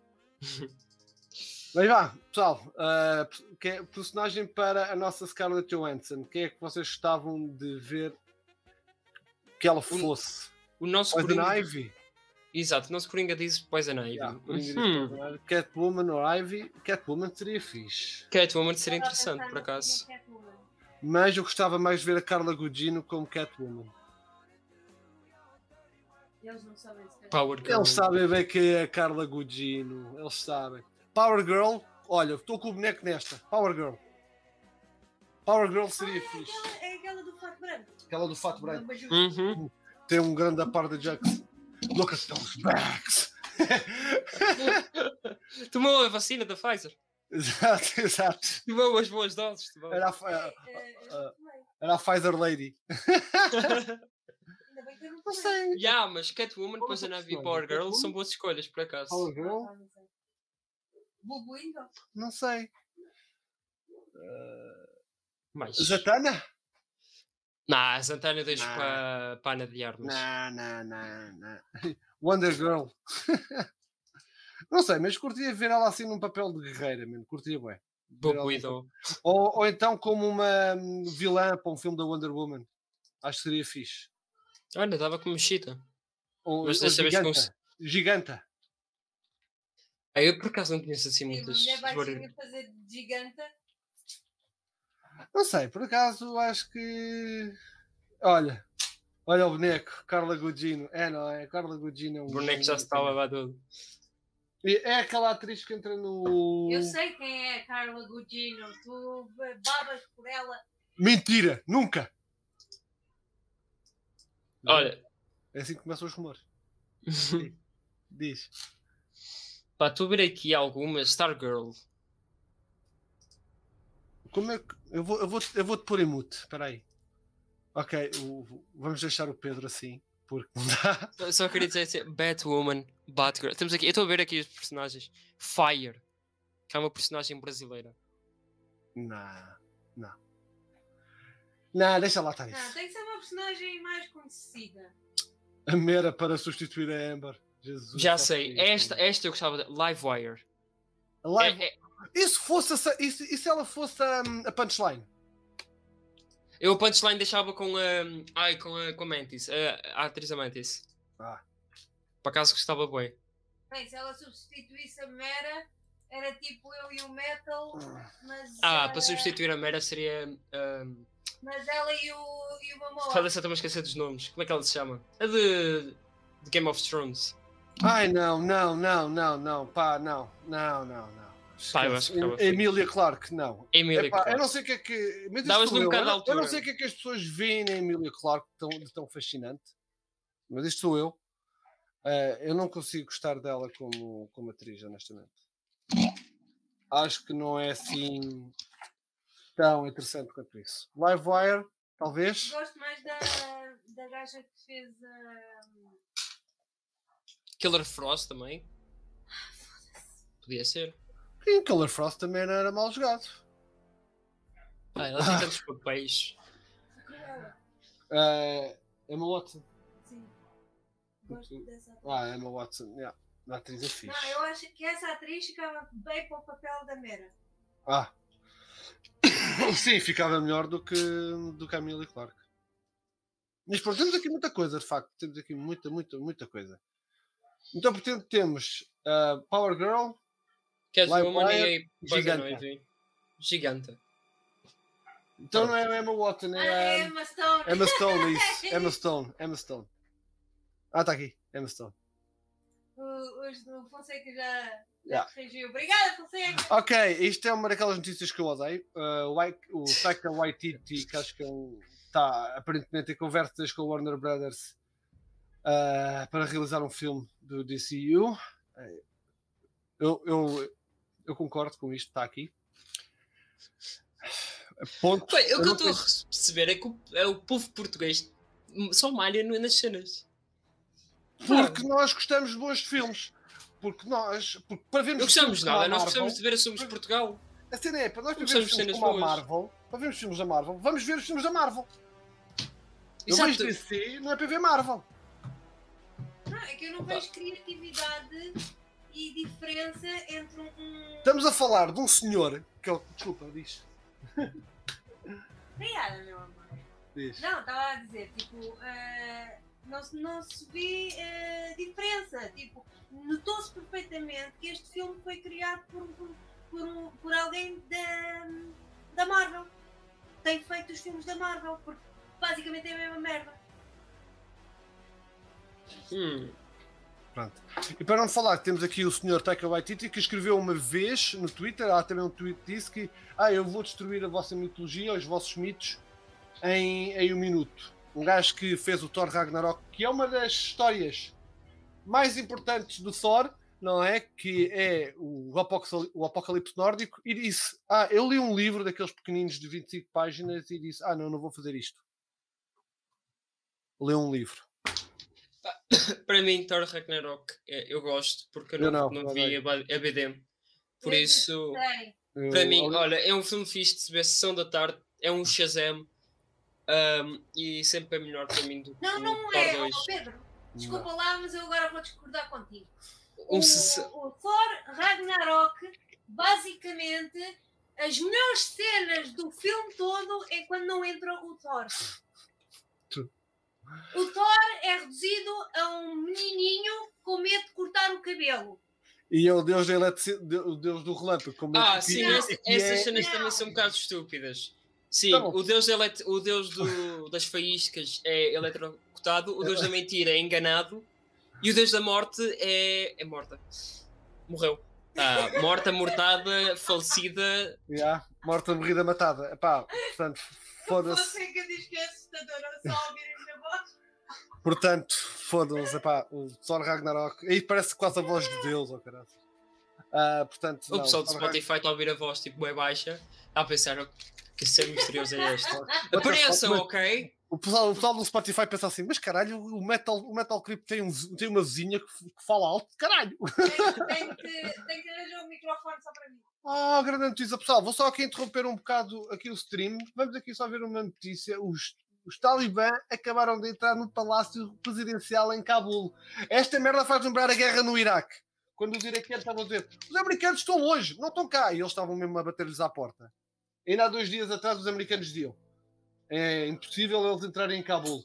Mas vá, pessoal, uh, que é personagem para a nossa Scarlett Johansson. Quem é que vocês gostavam de ver que ela fosse? O nosso Poison Coringa. Ivy? Exato, o nosso Coringa diz Poison Ivy. Yeah, Coringa diz Hum. Poison Ivy. Catwoman ou Ivy? Catwoman seria fixe. Catwoman seria Estava a interessante, pensar por no acaso. filme Catwoman. Mas eu gostava mais de ver a Carla Gugino como Catwoman. Eles não sabem se Power Girl. Eles sabem bem que é a Carla Gugino. Eles sabem. Power Girl, olha, estou com o boneco nesta. Power Girl. Power Girl seria fixe. Aquela- é aquela do fato branco. Aquela do fato branco. Mas eu- Uhum. Tem um grande par de Jux. Look at those backs. Tomou a vacina da Pfizer. Exato, exato. Tomou as boas doses. Tomou. Era a, É, é, Ah, também. era a Pfizer Lady. Ainda bem que eu não Não tomei. sei. yeah, mas Catwoman, Qual é Poison a Ivy e personagem? Power Girl Catwoman? são boas escolhas, por acaso. Power Girl? Ah, não sei. Bobo ainda? Não sei. Mais. Zatanna? Não, a Santana deixo Não. para a Ana de Armas. Não, não, não, não. Wonder Girl. Não sei, mas curtia ver ela assim num papel de guerreira, mesmo. Curtia bem. Bobo Widow. Ou, ou então como uma hum, vilã para um filme da Wonder Woman. Acho que seria fixe. Olha, estava com mexida. Ou, Mas ou desta vez com- giganta. Giganta. Ah, eu por acaso não conheço assim Sim, uma muitas. mulher baixinha fazer de giganta. Não sei, por acaso acho que. Olha, olha o boneco, Carla Gugino. É, não é? Carla Gugino é um. O boneco já se está a lavar todo. E é aquela atriz que entra no. Eu sei quem é a Carla Gugino. Tu babas por ela. Mentira! Nunca! Olha. É assim que começam os rumores. Diz. Pá, estou a ver aqui algumas. Stargirl. Como é que. Eu vou, eu vou, eu vou te pôr em mute. Espera aí. Ok, o- vamos deixar o Pedro assim. Porque não dá. Eu só queria dizer assim, Batwoman, Batgirl. Temos aqui, eu estou a ver aqui os personagens. Fire, que é uma personagem brasileira. Não, não. Não, deixa lá estar Não, isso. tem que ser uma personagem mais conhecida. A Mera para substituir a Amber. Jesus. Já só sei, isso. esta, esta eu gostava de. Livewire. A live- É- é- E se fosse. a- E se, e se ela fosse a, a punchline? eu o punchline deixava com a. Ai, com a, com a Mantis, a, a atriz a Mantis. Ah. Por acaso gostava bem. Bem, se ela substituísse a Mera, era tipo eu e o Metal, mas. Ah, eh, para substituir a Mera seria. Um, Mas ela e o, e o Momoa. Foda-se, eu estou a esquecer dos nomes. Como é que ela se chama? A de, de Game of Thrones. Ai, não, não, não, não, não, pá, não, não, não, não. Pá, eu Esquece. acho que ficava fixe. Emília Clarke, não. Emília Epá, eu Clarke. não sei o que é que. Mas isso Davas-lhe sou um eu. bocado Eu de não- Eu não altura. sei o que é que as pessoas veem na Emília Clarke de tão, de tão fascinante. Mas isto sou eu. Eh, eu não consigo gostar dela como, como atriz, honestamente. Acho que não é assim tão interessante quanto isso. Livewire, talvez. Gosto mais da, da gaja que fez a. Killer Frost também. Podia ser. E Color Frost também não era mal jogado. Ah, ela tem tantos papéis. Cruella. Uh, Emma Watson. Sim. Gosto dessa atriz. Ah, Emma Watson, yeah. A atriz é fixe. Não, eu acho que essa atriz ficava bem para o papel da Mera. Ah. Sim, ficava melhor do que, do que a Emilia Clarke. Mas pronto, temos aqui muita coisa, de facto. Temos aqui muita, muita, muita coisa. Então, portanto, temos uh, Power Girl, Catwoman Livewire, e a Poison Giganta. Ivy. Giganta. Então não é a Emma Watson, Ah, é a Emma Stone. Emma Stone, isso. Emma Stone, Emma Stone. Ah, está aqui, Emma Stone. O, o Fonseca já, já Yeah. corrigiu. Obrigada, Fonseca. Ok, isto é uma daquelas notícias que eu odeio. Uh, o Waik- o Taika Waititi, que acho que ele está aparentemente em conversas com o Warner Brothers uh, para realizar um filme do D C U. Eu, eu, eu concordo com isto, está aqui. Ponto. Bem, o que eu não estou a tenho- perceber é que o, é o povo português só malha no- nas cenas. Porque nós gostamos de bons filmes. Porque nós, porque para vermos Não gostamos filmes de como a nada, nós Marvel- precisamos de ver Assumos Portugal. A cena é, para nós para Não vermos precisamos de filmes cenas como a boas. Marvel, para vermos filmes da Marvel, vamos ver os filmes da Marvel. Eu Exato. vejo D C, não é para ver Marvel. Não, é que eu não vejo criatividade e diferença entre um. um... Estamos a falar de um senhor que é o... Desculpa, diz. Obrigada, meu amor. Diz. Não, estava a dizer, tipo, eh, não, se- não se vê eh, diferença. Tipo, notou-se perfeitamente que este filme foi criado por, por, por, um- por alguém da, da Marvel. Tem feito os filmes da Marvel, porque basicamente é a mesma merda. Hum. Pronto. E para não falar que temos aqui o senhor Taika Waititi que escreveu uma vez no Twitter, há também um tweet que disse que ah, eu vou destruir a vossa mitologia, os vossos mitos em, em um minuto. Um gajo que fez o Thor Ragnarok, que é uma das histórias mais importantes do Thor, não é? Que é o, Apocal- o Apocalipse Nórdico, e disse, ah, eu li um livro daqueles pequeninos de vinte e cinco páginas e disse, ah não, não vou fazer isto. Leu um livro. Para mim, Thor Ragnarok, é, eu gosto, porque eu Eu não, não, não, não vi a, ba- a B D M. Por Eu isso, sei. Eu- para mim, olha, é um filme fixe de se ver sessão da tarde, é um Shazam, um, e sempre é melhor para mim do que Não, o não Thor é, dois. oh, Pedro. Desculpa lá, mas eu agora vou discordar contigo. Um o, se- o Thor Ragnarok, basicamente, as melhores cenas do filme todo é quando não entra o Thor. Tu. O Thor é reduzido a um menininho com medo de cortar o cabelo. E é o deus, da eletrici- de- o deus do relâmpago. Como Ah, eu sim, dizia, essa- que essas é- cenas Não. também são um bocado estúpidas. Sim, Tá bom. o deus, elet- o deus do- das faíscas é eletrocutado, o deus da mentira é enganado e o deus da morte é, é morta. Morreu. Tá, morta, mortada, falecida. Yeah, morta, morrida, matada. Epá, portanto, foda-se. Você que diz que é assustadora só ouvirem a voz. Portanto, foda-se. Epá, o Thor Ragnarok. Aí parece quase a voz de Deus, oh caralho. Ah, portanto, O não, pessoal do Thor Spotify está a ouvir a voz tipo é baixa, está a pensar "Oh, que ser misterioso é este. Rag- Apareçam, Mas- ok? O pessoal, o pessoal do Spotify pensa assim, mas caralho, o Metal, o Metal Creep tem, um, tem uma vizinha que, que fala alto, caralho. Tem que, tem que arranjar um microfone só para mim. Ah, grande notícia. Pessoal, vou só aqui interromper um bocado aqui o stream. Vamos aqui só ver uma notícia. Os, os talibã acabaram de entrar no palácio presidencial em Cabul. Esta merda faz lembrar a guerra no Iraque. Quando os iraquianos estavam a dizer os americanos estão longe, não estão cá. E eles estavam mesmo a bater-lhes à porta. Ainda há dois dias atrás os americanos diziam é impossível eles entrarem em Cabul.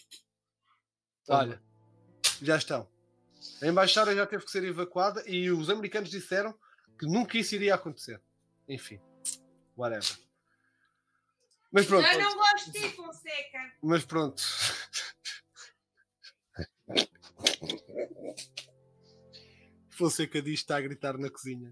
Olha, já estão. A embaixada já teve que ser evacuada e os americanos disseram que nunca isso iria acontecer. Enfim, whatever. Mas pronto, Já não gosto de ti, Fonseca. mas pronto. Fonseca diz que está a gritar na cozinha.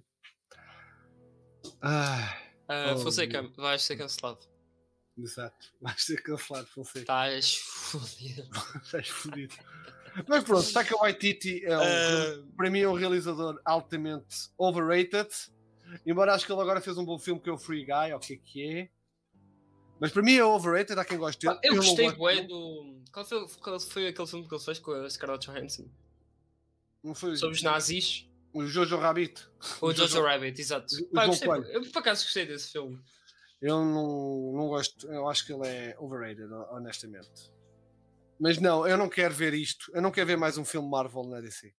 Ah, Ah, Oh, Fonseca, vais ser cancelado. exato. Vais ser cancelado, Fonseca. Estás fodido. Estás fodido. Mas pronto, Taika Waititi é um, Ah, para mim é um realizador altamente overrated. Embora acho que ele agora fez um bom filme que é o Free Guy, ou o que é que é. Mas para mim é overrated, há quem goste dele. eu não gostei gosto bué dele. do. Qual foi, qual foi aquele filme que ele fez com a Scarlett Johansson? Não foi Sobre os nazis? O Jojo Rabbit. O Jojo Rabbit, exato. O Pá, eu, João gostei, Coelho. eu por acaso gostei desse filme. Eu não, não gosto, eu acho que ele é overrated, honestamente. Mas não, eu não quero ver isto. Eu não quero ver mais um filme Marvel na D C.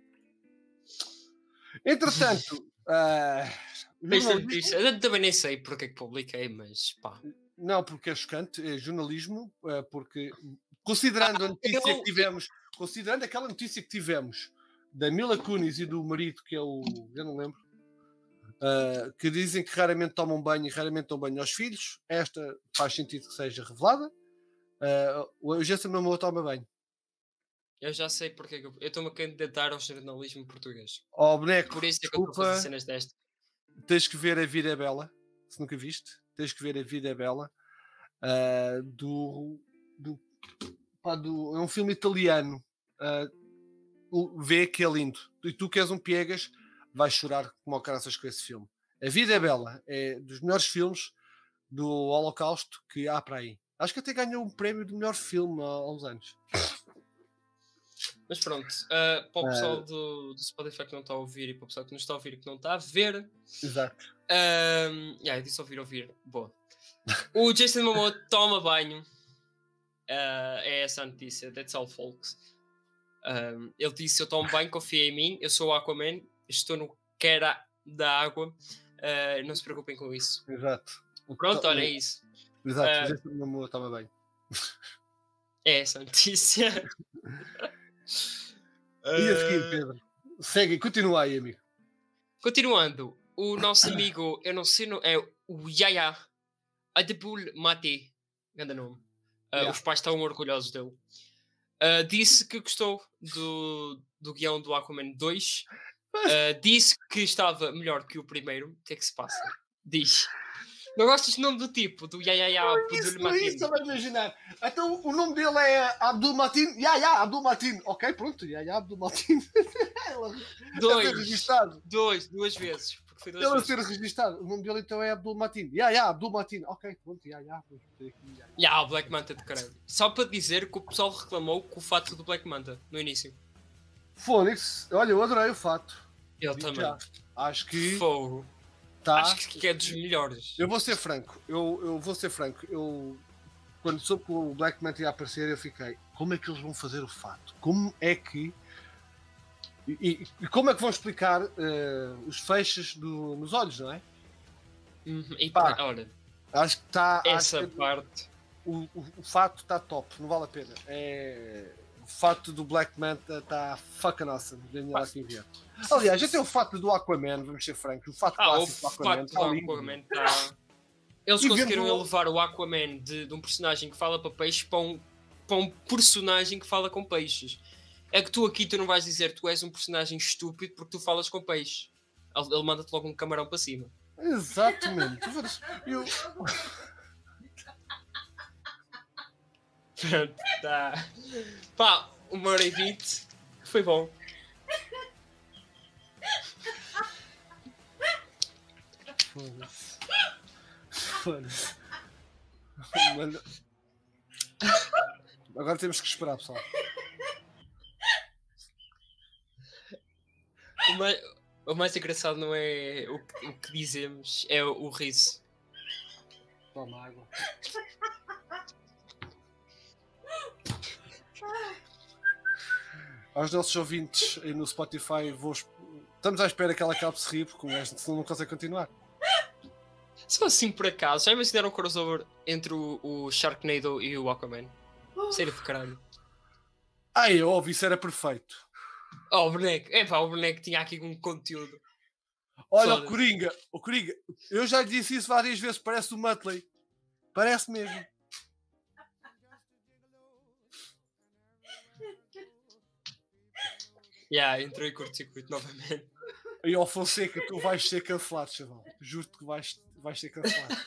Entretanto, uh, Esta jornalismo- notícia, eu também nem sei porque é que publiquei, mas pá. não, porque é chocante, é jornalismo, uh, porque considerando a notícia eu- que tivemos, considerando aquela notícia que tivemos da Mila Kunis e do marido, que é o, eu não lembro, uh, que dizem que raramente tomam banho e raramente dão banho aos filhos, esta faz sentido que seja revelada. Uh, o Jason Momoa toma banho. Eu já sei porque é que eu eu estou-me a candidatar ao jornalismo português. Ó boneco, Por isso é que eu estou a fazer desculpa, cenas desta. tens que ver A Vida é Bela, se nunca viste, tens que ver A Vida é Bela, uh, do, do, pá, do- é um filme italiano, uh, vê que é lindo, e tu que és um piegas, vais chorar como ao caraças com esse filme. A Vida é Bela é dos melhores filmes do Holocausto que há para aí. Acho que até ganhou um prémio de melhor filme há, há uns anos. Mas pronto, uh, para o pessoal do, do Spotify que não está a ouvir e para o pessoal que não está a ouvir e que não está a ver, Exato. um, yeah, eu disse ouvir, ouvir, boa. O Jason Momoa toma banho, uh, é essa a notícia, that's all folks. Um, ele disse, eu tomo banho, confia em mim, eu sou o Aquaman, estou no quera da água, uh, não se preocupem com isso. Exato. Pronto, olha, é isso. Exato, Uh, o Jason Momoa toma bem. É essa a notícia. E a seguir, Uh, Pedro? Segue, continua aí, amigo. Continuando, o nosso amigo, eu não sei, no- é o Yaya Adebul Mate, grande nome. Uh, Yeah. Os pais estão orgulhosos dele. Uh, disse que gostou do, do guião do Aquaman dois. Uh, disse que estava melhor que o primeiro. O que é que se passa? Diz. Não gostas do nome do tipo? Do Yaya Adebul Mate? Isso, vai imaginar. Então o nome dele é Abdul Matin. Ya, ya, Abdul Matin. Ok, pronto, ya, ya, Abdul Matin. Ele a ser Dois. registado. Dois, duas vezes. Porque foi duas Ele a vezes. ser registado. O nome dele então é Abdul Matin. Ya, ya, Abdul Matin. Ok, pronto, ya, ya. Vamos meter aqui, ya, ya. Ya, o Black Manta de caralho. Só para dizer que o pessoal reclamou com o fato do Black Manta no início. Fónix, olha, eu adorei o fato. Eu Digo também. já. Acho que Fogo. tá. Acho que é dos melhores. Eu vou ser franco. Eu, eu vou ser franco. Eu quando soube que o Black Manta ia aparecer, eu fiquei, como é que eles vão fazer o fato? Como é que e, e- e como é que vão explicar eh, os feixes do- nos olhos, não é? Uhum. E Pá, pá, olha, Acho que está. essa parte. O, o, o fato está top, não vale a pena. É, o fato do Black Manta está fucking awesome. Daniel aqui enviar. Aliás, até o fato do Aquaman, vamos ser francos, o fato Ah, o clássico do Aquaman fato está do lindo. Aquaman tá... Eles E conseguiram vendo- elevar o Aquaman de, de um personagem que fala para peixes para um, para um personagem que fala com peixes. É que tu aqui tu não vais dizer que tu és um personagem estúpido porque tu falas com peixes. Ele, ele manda-te logo um camarão para cima. Exatamente. Tu vês- eu- Pronto, tá. Pá, uma hora e vinte. Foi bom. Foda-se. Foda-se. Mano. Agora temos que esperar, pessoal. O mais, o mais engraçado não é o, que- o que dizemos, é o, o riso. Toma água. Aos nossos ouvintes aí no Spotify, vou... esp- estamos à espera que ela acabe de se rir, porque o gajo senão não consegue continuar. Só assim por acaso, já imaginaram um crossover entre o, o Sharknado e o Aquaman? Sério de caralho. Ai, óbvio, isso era perfeito. Oh, o boneco. Epá, o boneco tinha aqui um conteúdo. Olha, o Foda-se. Coringa, o Coringa, eu já lhe disse isso várias vezes, parece o Muttley. Parece mesmo. Yeah, entrou em curto-circuito novamente. E ao Fonseca, tu vais ser cancelado, chaval. Juro-te que vais, vais ser cancelado.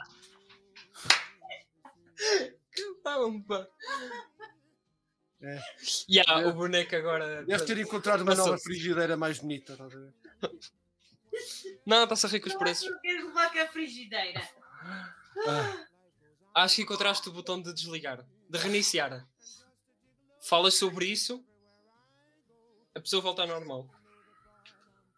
Caramba. É. Yeah, É. o boneco agora... Deve ter encontrado uma Passou-se. nova frigideira mais bonita, estás a ver? Não, está-se a rir com os preços. Tu queres levar com a frigideira? Ah, Acho que encontraste o botão de desligar. De reiniciar. Falas sobre isso, a pessoa volta ao normal.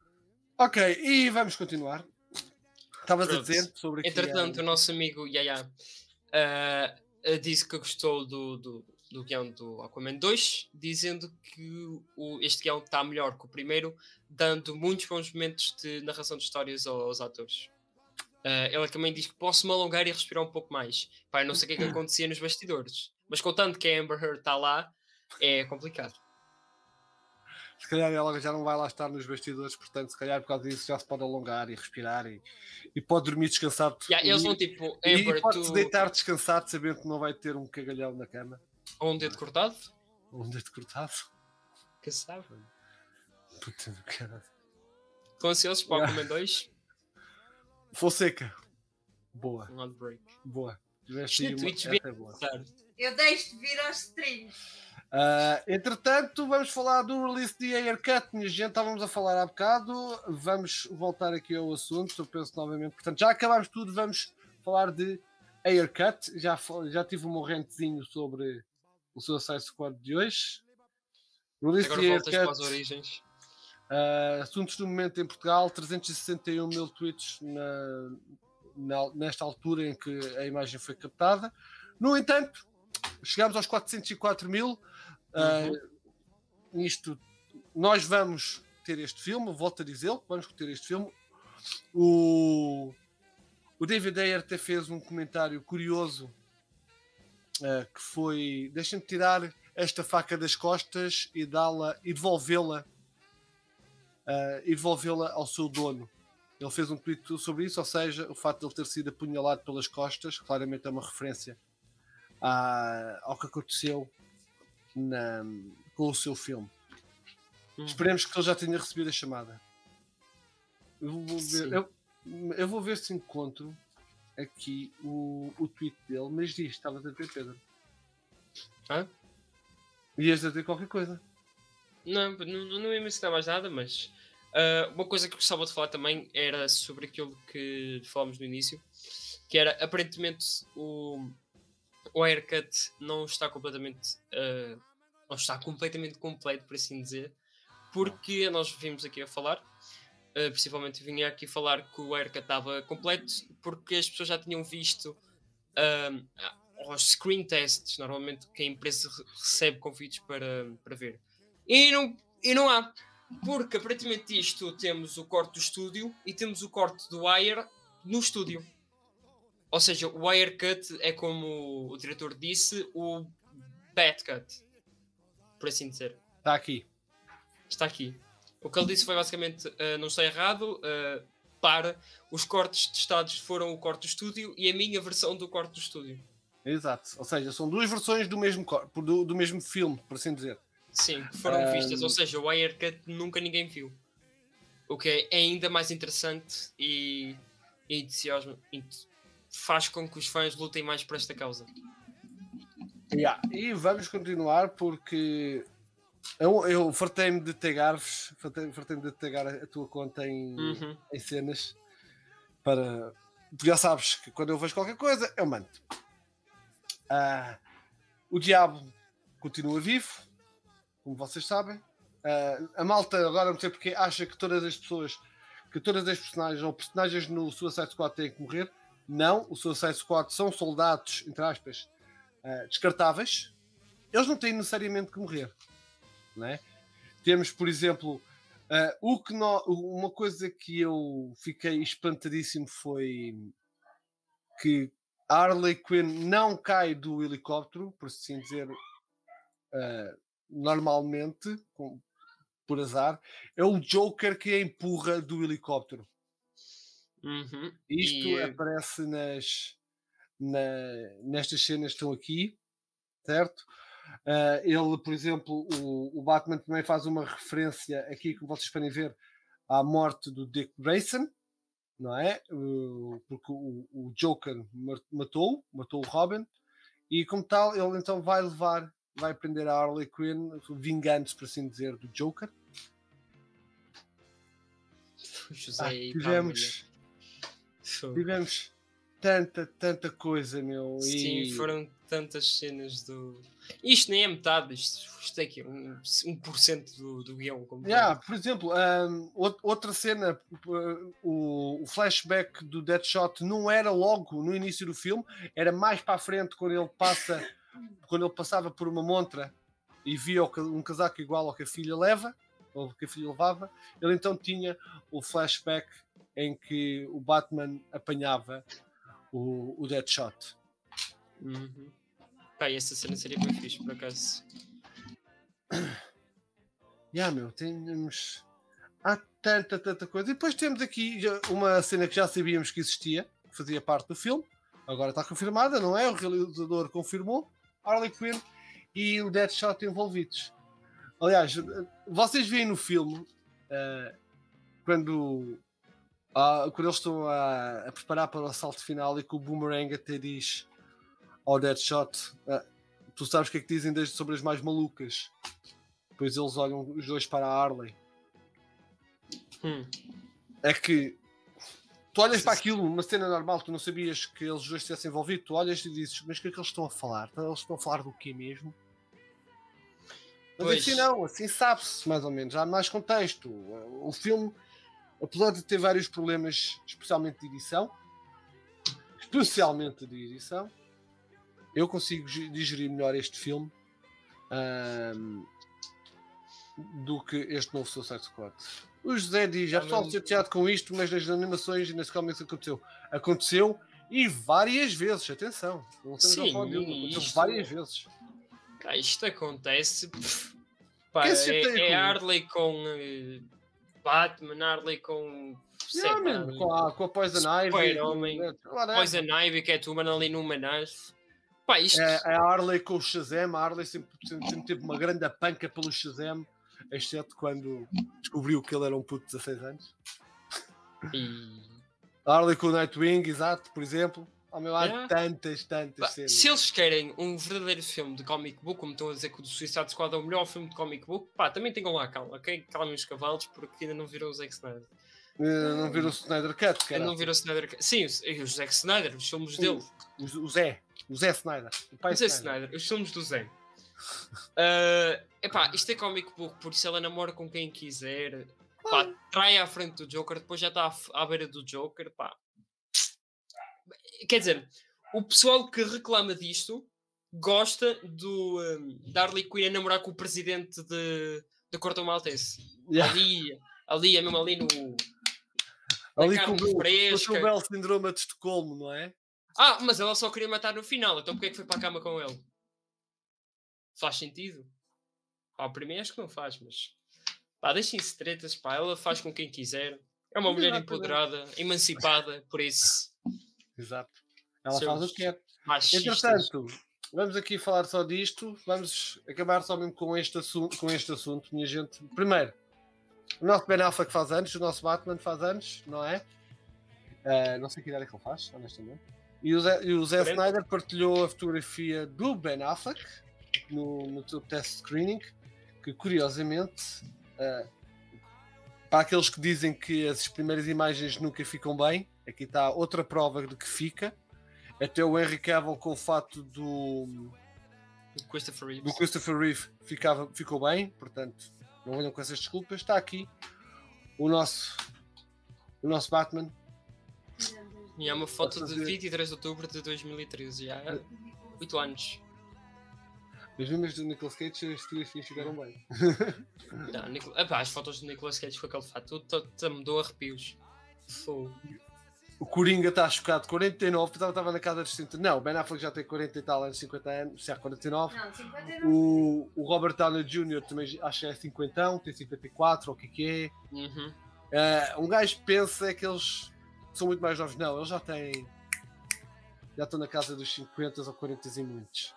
Ok, e vamos continuar. Estavas a Pronto. dizer sobre aqui. Entretanto, a- o nosso amigo Yaya ah, ah, disse que gostou do, do, do guião do Aquaman dois, dizendo que o, este guião está melhor que o primeiro, dando muitos bons momentos de narração de histórias aos, aos atores. Ah, ele também diz que posso me alongar e respirar um pouco mais. Pá, eu não sei o que é que acontecia nos bastidores, mas contanto que a Amber Heard está lá, é complicado. Se calhar ela já não vai lá estar nos bastidores, portanto, se calhar por causa disso já se pode alongar e respirar e, e pode dormir descansado. Yeah, eles e, vão tipo, e Amber, pode-se tu. deitar descansado, sabendo que não vai ter um cagalhão na cama, Ou um dedo cortado? ou um dedo cortado. Que sabe? Puta do caralho. Estão ansiosos para o Yeah. Aquaman dois? Fonseca. Boa, Um outbreak. boa. Tiveste aí Isto uma... Twitch essa é boa. pensar. Eu deixo de vir aos streams. Uh, entretanto, vamos falar do release de Haircut, minha gente. Estávamos a falar há bocado. Vamos voltar aqui ao assunto. Eu penso novamente. Portanto, já acabámos tudo. Vamos falar de Haircut. Já, já tive um rentezinho sobre o Suicide Squad de hoje. Release Agora de voltas para as Haircut. origens. Uh, assuntos do momento em Portugal. trezentos e sessenta e um mil tweets na, na, nesta altura em que a imagem foi captada. No entanto, chegámos aos quatrocentos e quatro mil. Uhum. Uh, isto, nós vamos ter este filme, volto a dizê-lo, vamos ter este filme. O, o David Ayer até fez um comentário curioso uh, que foi: deixem-me tirar esta faca das costas e dá-la e devolvê-la uh, e devolvê-la ao seu dono. Ele fez um tweet sobre isso, ou seja, o facto de ele ter sido apunhalado pelas costas, claramente é uma referência à, ao que aconteceu na, com o seu filme. Uhum. Esperemos que ele já tenha recebido a chamada. Eu vou ver, Sim. eu, eu vou ver se encontro aqui o, o tweet dele, mas diz, estava a dizer Pedro. Hã? Ias a dizer qualquer coisa. Não, não, não ia mencionar mais nada, mas ah, uma coisa que eu gostava de falar também era sobre aquilo que falámos no início, que era aparentemente o, o haircut não está completamente ah, não está completamente completo, por assim dizer, porque nós vimos aqui a falar, uh, principalmente vinha aqui falar que o haircut estava completo porque as pessoas já tinham visto um, os screen tests, normalmente que a empresa re- recebe convites para, para ver. E não, e não há, porque aparentemente isto temos o corte do estúdio e temos o corte do wire no estúdio. Ou seja, o wire cut é como o diretor disse, o bad cut, por assim dizer. Está aqui. Está aqui. O que ele disse foi basicamente, uh, não está errado, uh, para, os cortes testados foram o corte do estúdio e a minha versão do corte do estúdio. Exato. Ou seja, são duas versões do mesmo, corpo, do, do mesmo filme, por assim dizer. Sim, que foram Um, vistas, ou seja, o Wirecut nunca ninguém viu. O que é ainda mais interessante e, e entusiasma, ent- faz com que os fãs lutem mais por esta causa. Yeah. E vamos continuar porque eu, eu fartei-me de tagar-vos, fartei- fartei-me de tagar a, a tua conta em, Uhum. em cenas para. Porque já sabes que quando eu vejo qualquer coisa, eu mando. Ah, o diabo continua vivo, como vocês sabem. Ah, a malta agora não sei porque acha que todas as pessoas, que todas as personagens ou personagens no Suicide Squad têm que morrer. Não, o Suicide Squad são soldados, entre aspas, uh, descartáveis. Eles não têm necessariamente que morrer, não é? Temos, por exemplo, uh, o que no, uma coisa que eu fiquei espantadíssimo foi que a Harley Quinn não cai do helicóptero, por assim dizer, uh, normalmente, com, por azar. É o Joker que a empurra do helicóptero. Uhum. Isto E, aparece nas, na, nestas cenas que estão aqui, certo? Uh, ele, por exemplo, o, o Batman também faz uma referência aqui, como vocês podem ver, à morte do Dick Grayson, não é? Uh, porque o, o Joker matou, matou o Robin, e como tal, ele então vai levar, vai prender a Harley Quinn, vingando-se, por assim dizer, do Joker. José Ah, e tivemos, tivemos tanta, tanta coisa, meu. Sim, E... foram tantas cenas do. Isto nem é metade, isto, isto é aqui, um, um por cento do, do guião. Como Yeah, por exemplo, um, out- outra cena, uh, o, o flashback do Deadshot não era logo no início do filme, era mais para a frente quando ele passa, quando ele passava por uma montra e via o ca- um casaco igual ao que a filha leva, ou que a filha levava, ele então tinha o flashback em que o Batman apanhava o, o Deadshot. Uhum. Pá, e essa cena seria bem fixe, por acaso. Yeah, meu, temos... Há tanta, tanta coisa. E depois temos aqui já uma cena que já sabíamos que existia, que fazia parte do filme. Agora está confirmada, não é? O realizador confirmou. Harley Quinn e o Deadshot envolvidos. Aliás, vocês veem no filme uh, quando, uh, quando eles estão a, a preparar para o assalto final e que o Boomerang até diz ao Deadshot, uh, tu sabes o que é que dizem desde sobre as mais malucas. Depois eles olham os dois para a Harley. Hum. É que tu olhas para aquilo, uma cena normal, tu não sabias que eles dois estivessem envolvidos, tu olhas e dizes, mas o que é que eles estão a falar? Eles estão a falar do quê mesmo? Mas Pois. assim não, assim sabe-se mais ou menos, há mais contexto. O filme, apesar de ter vários problemas, especialmente de edição, especialmente de edição, eu consigo digerir melhor este filme hum, do que este novo Suicide Squad. O José diz, já pessoal chateado com isto, mas nas animações e nas comics aconteceu. Aconteceu e várias vezes, atenção. Não estamos a falar de uma, aconteceu isto- várias vezes. Pá, isto acontece. pff, Pá, Quem se chateia é, é com Harley com eh, Batman, Harley com. sei Yeah, lá, man, com, a, com a Poison Ivy. Super-Homem, com- whatever. Poison Ivy, que é tu, mano, ali no Manage. Pá, isto. É, é a Harley com o Shazam. A Harley sempre, sempre, sempre teve uma grande panca pelo Shazam, exceto quando descobriu que ele era um puto de dezasseis anos. E- A Harley com o Nightwing, exato, por exemplo. Ao meu lado, Yeah. tantas, tantas Pá, cenas. se eles querem um verdadeiro filme de comic book, como estão a dizer que o do Suicide Squad é o melhor filme de comic book, pá, também tenham lá calma, ok? Calmem os cavalos, porque ainda não viram o Zack Snyder. Uh, não viram o Snyder Cut, Ainda cara. não viram o Snyder. Sim, o, o Zack Snyder, os filmes dele. O, o Zé. O Zé Snyder. O pai O Zé Snyder. Snyder, os filmes do Zé. Uh, epá, isto é comic book, por isso ela namora com quem quiser. Pá, trai à frente do Joker, depois já está à, à beira do Joker. Pá. Quer dizer, o pessoal que reclama disto gosta do um, da Harley Quinn a namorar com o presidente de, de Corto Maltese. Yeah. Ali, ali, é mesmo ali no. Ali na com carne o, com o fresca. seu belo síndrome de Estocolmo, não é? Ah, mas ela só queria matar no final, então porque é que foi para a cama com ele? Faz sentido? Pá, para mim acho que não faz, mas pá, deixem-se tretas, pá, ela faz com quem quiser. É uma mulher Exatamente. empoderada, emancipada, por isso. Exato. Ela Seus faz o que quer. machistas. Entretanto, vamos aqui falar só disto. Vamos acabar só mesmo com este assunto, com este assunto, minha gente. Primeiro, o nosso Ben Affleck faz anos, o nosso Batman faz anos, não é? Uh, não sei que idade é que ele faz, honestamente. E o Zé, e o Zé Snyder partilhou a fotografia do Ben Affleck no, no seu test screening, que curiosamente, uh, para aqueles que dizem que as primeiras imagens nunca ficam bem, aqui está outra prova de que fica. Até o Henry Cavill com o fato do, Christopher Reeves. do Christopher Reeve ficava, ficou bem, portanto não venham com essas desculpas. Está aqui o nosso, o nosso Batman. E é uma foto Posso de dizer- vinte e três de outubro de dois mil e treze, já há oito anos. As mesmas do Nicolas Cage, as fotografias ficaram bem. Não, Nicol... Epá, as fotos do Nicolas Cage com aquele fato, tudo tudo me deu arrepios. Fogo. O Coringa está chocado, quarenta e nove, pensava que estava na casa dos sessenta. Não, o Ben Affleck já tem quarenta e tal anos, cinquenta anos, já quarenta e nove. Não, cinquenta e nove. O, o Robert Downey júnior também acho que é cinquenta, tem cinquenta e quatro, ou o que é que é. Uhum. Uh, um gajo pensa que eles são muito mais novos. Não, eles já têm. Já estão na casa dos cinquenta ou quarenta e muitos.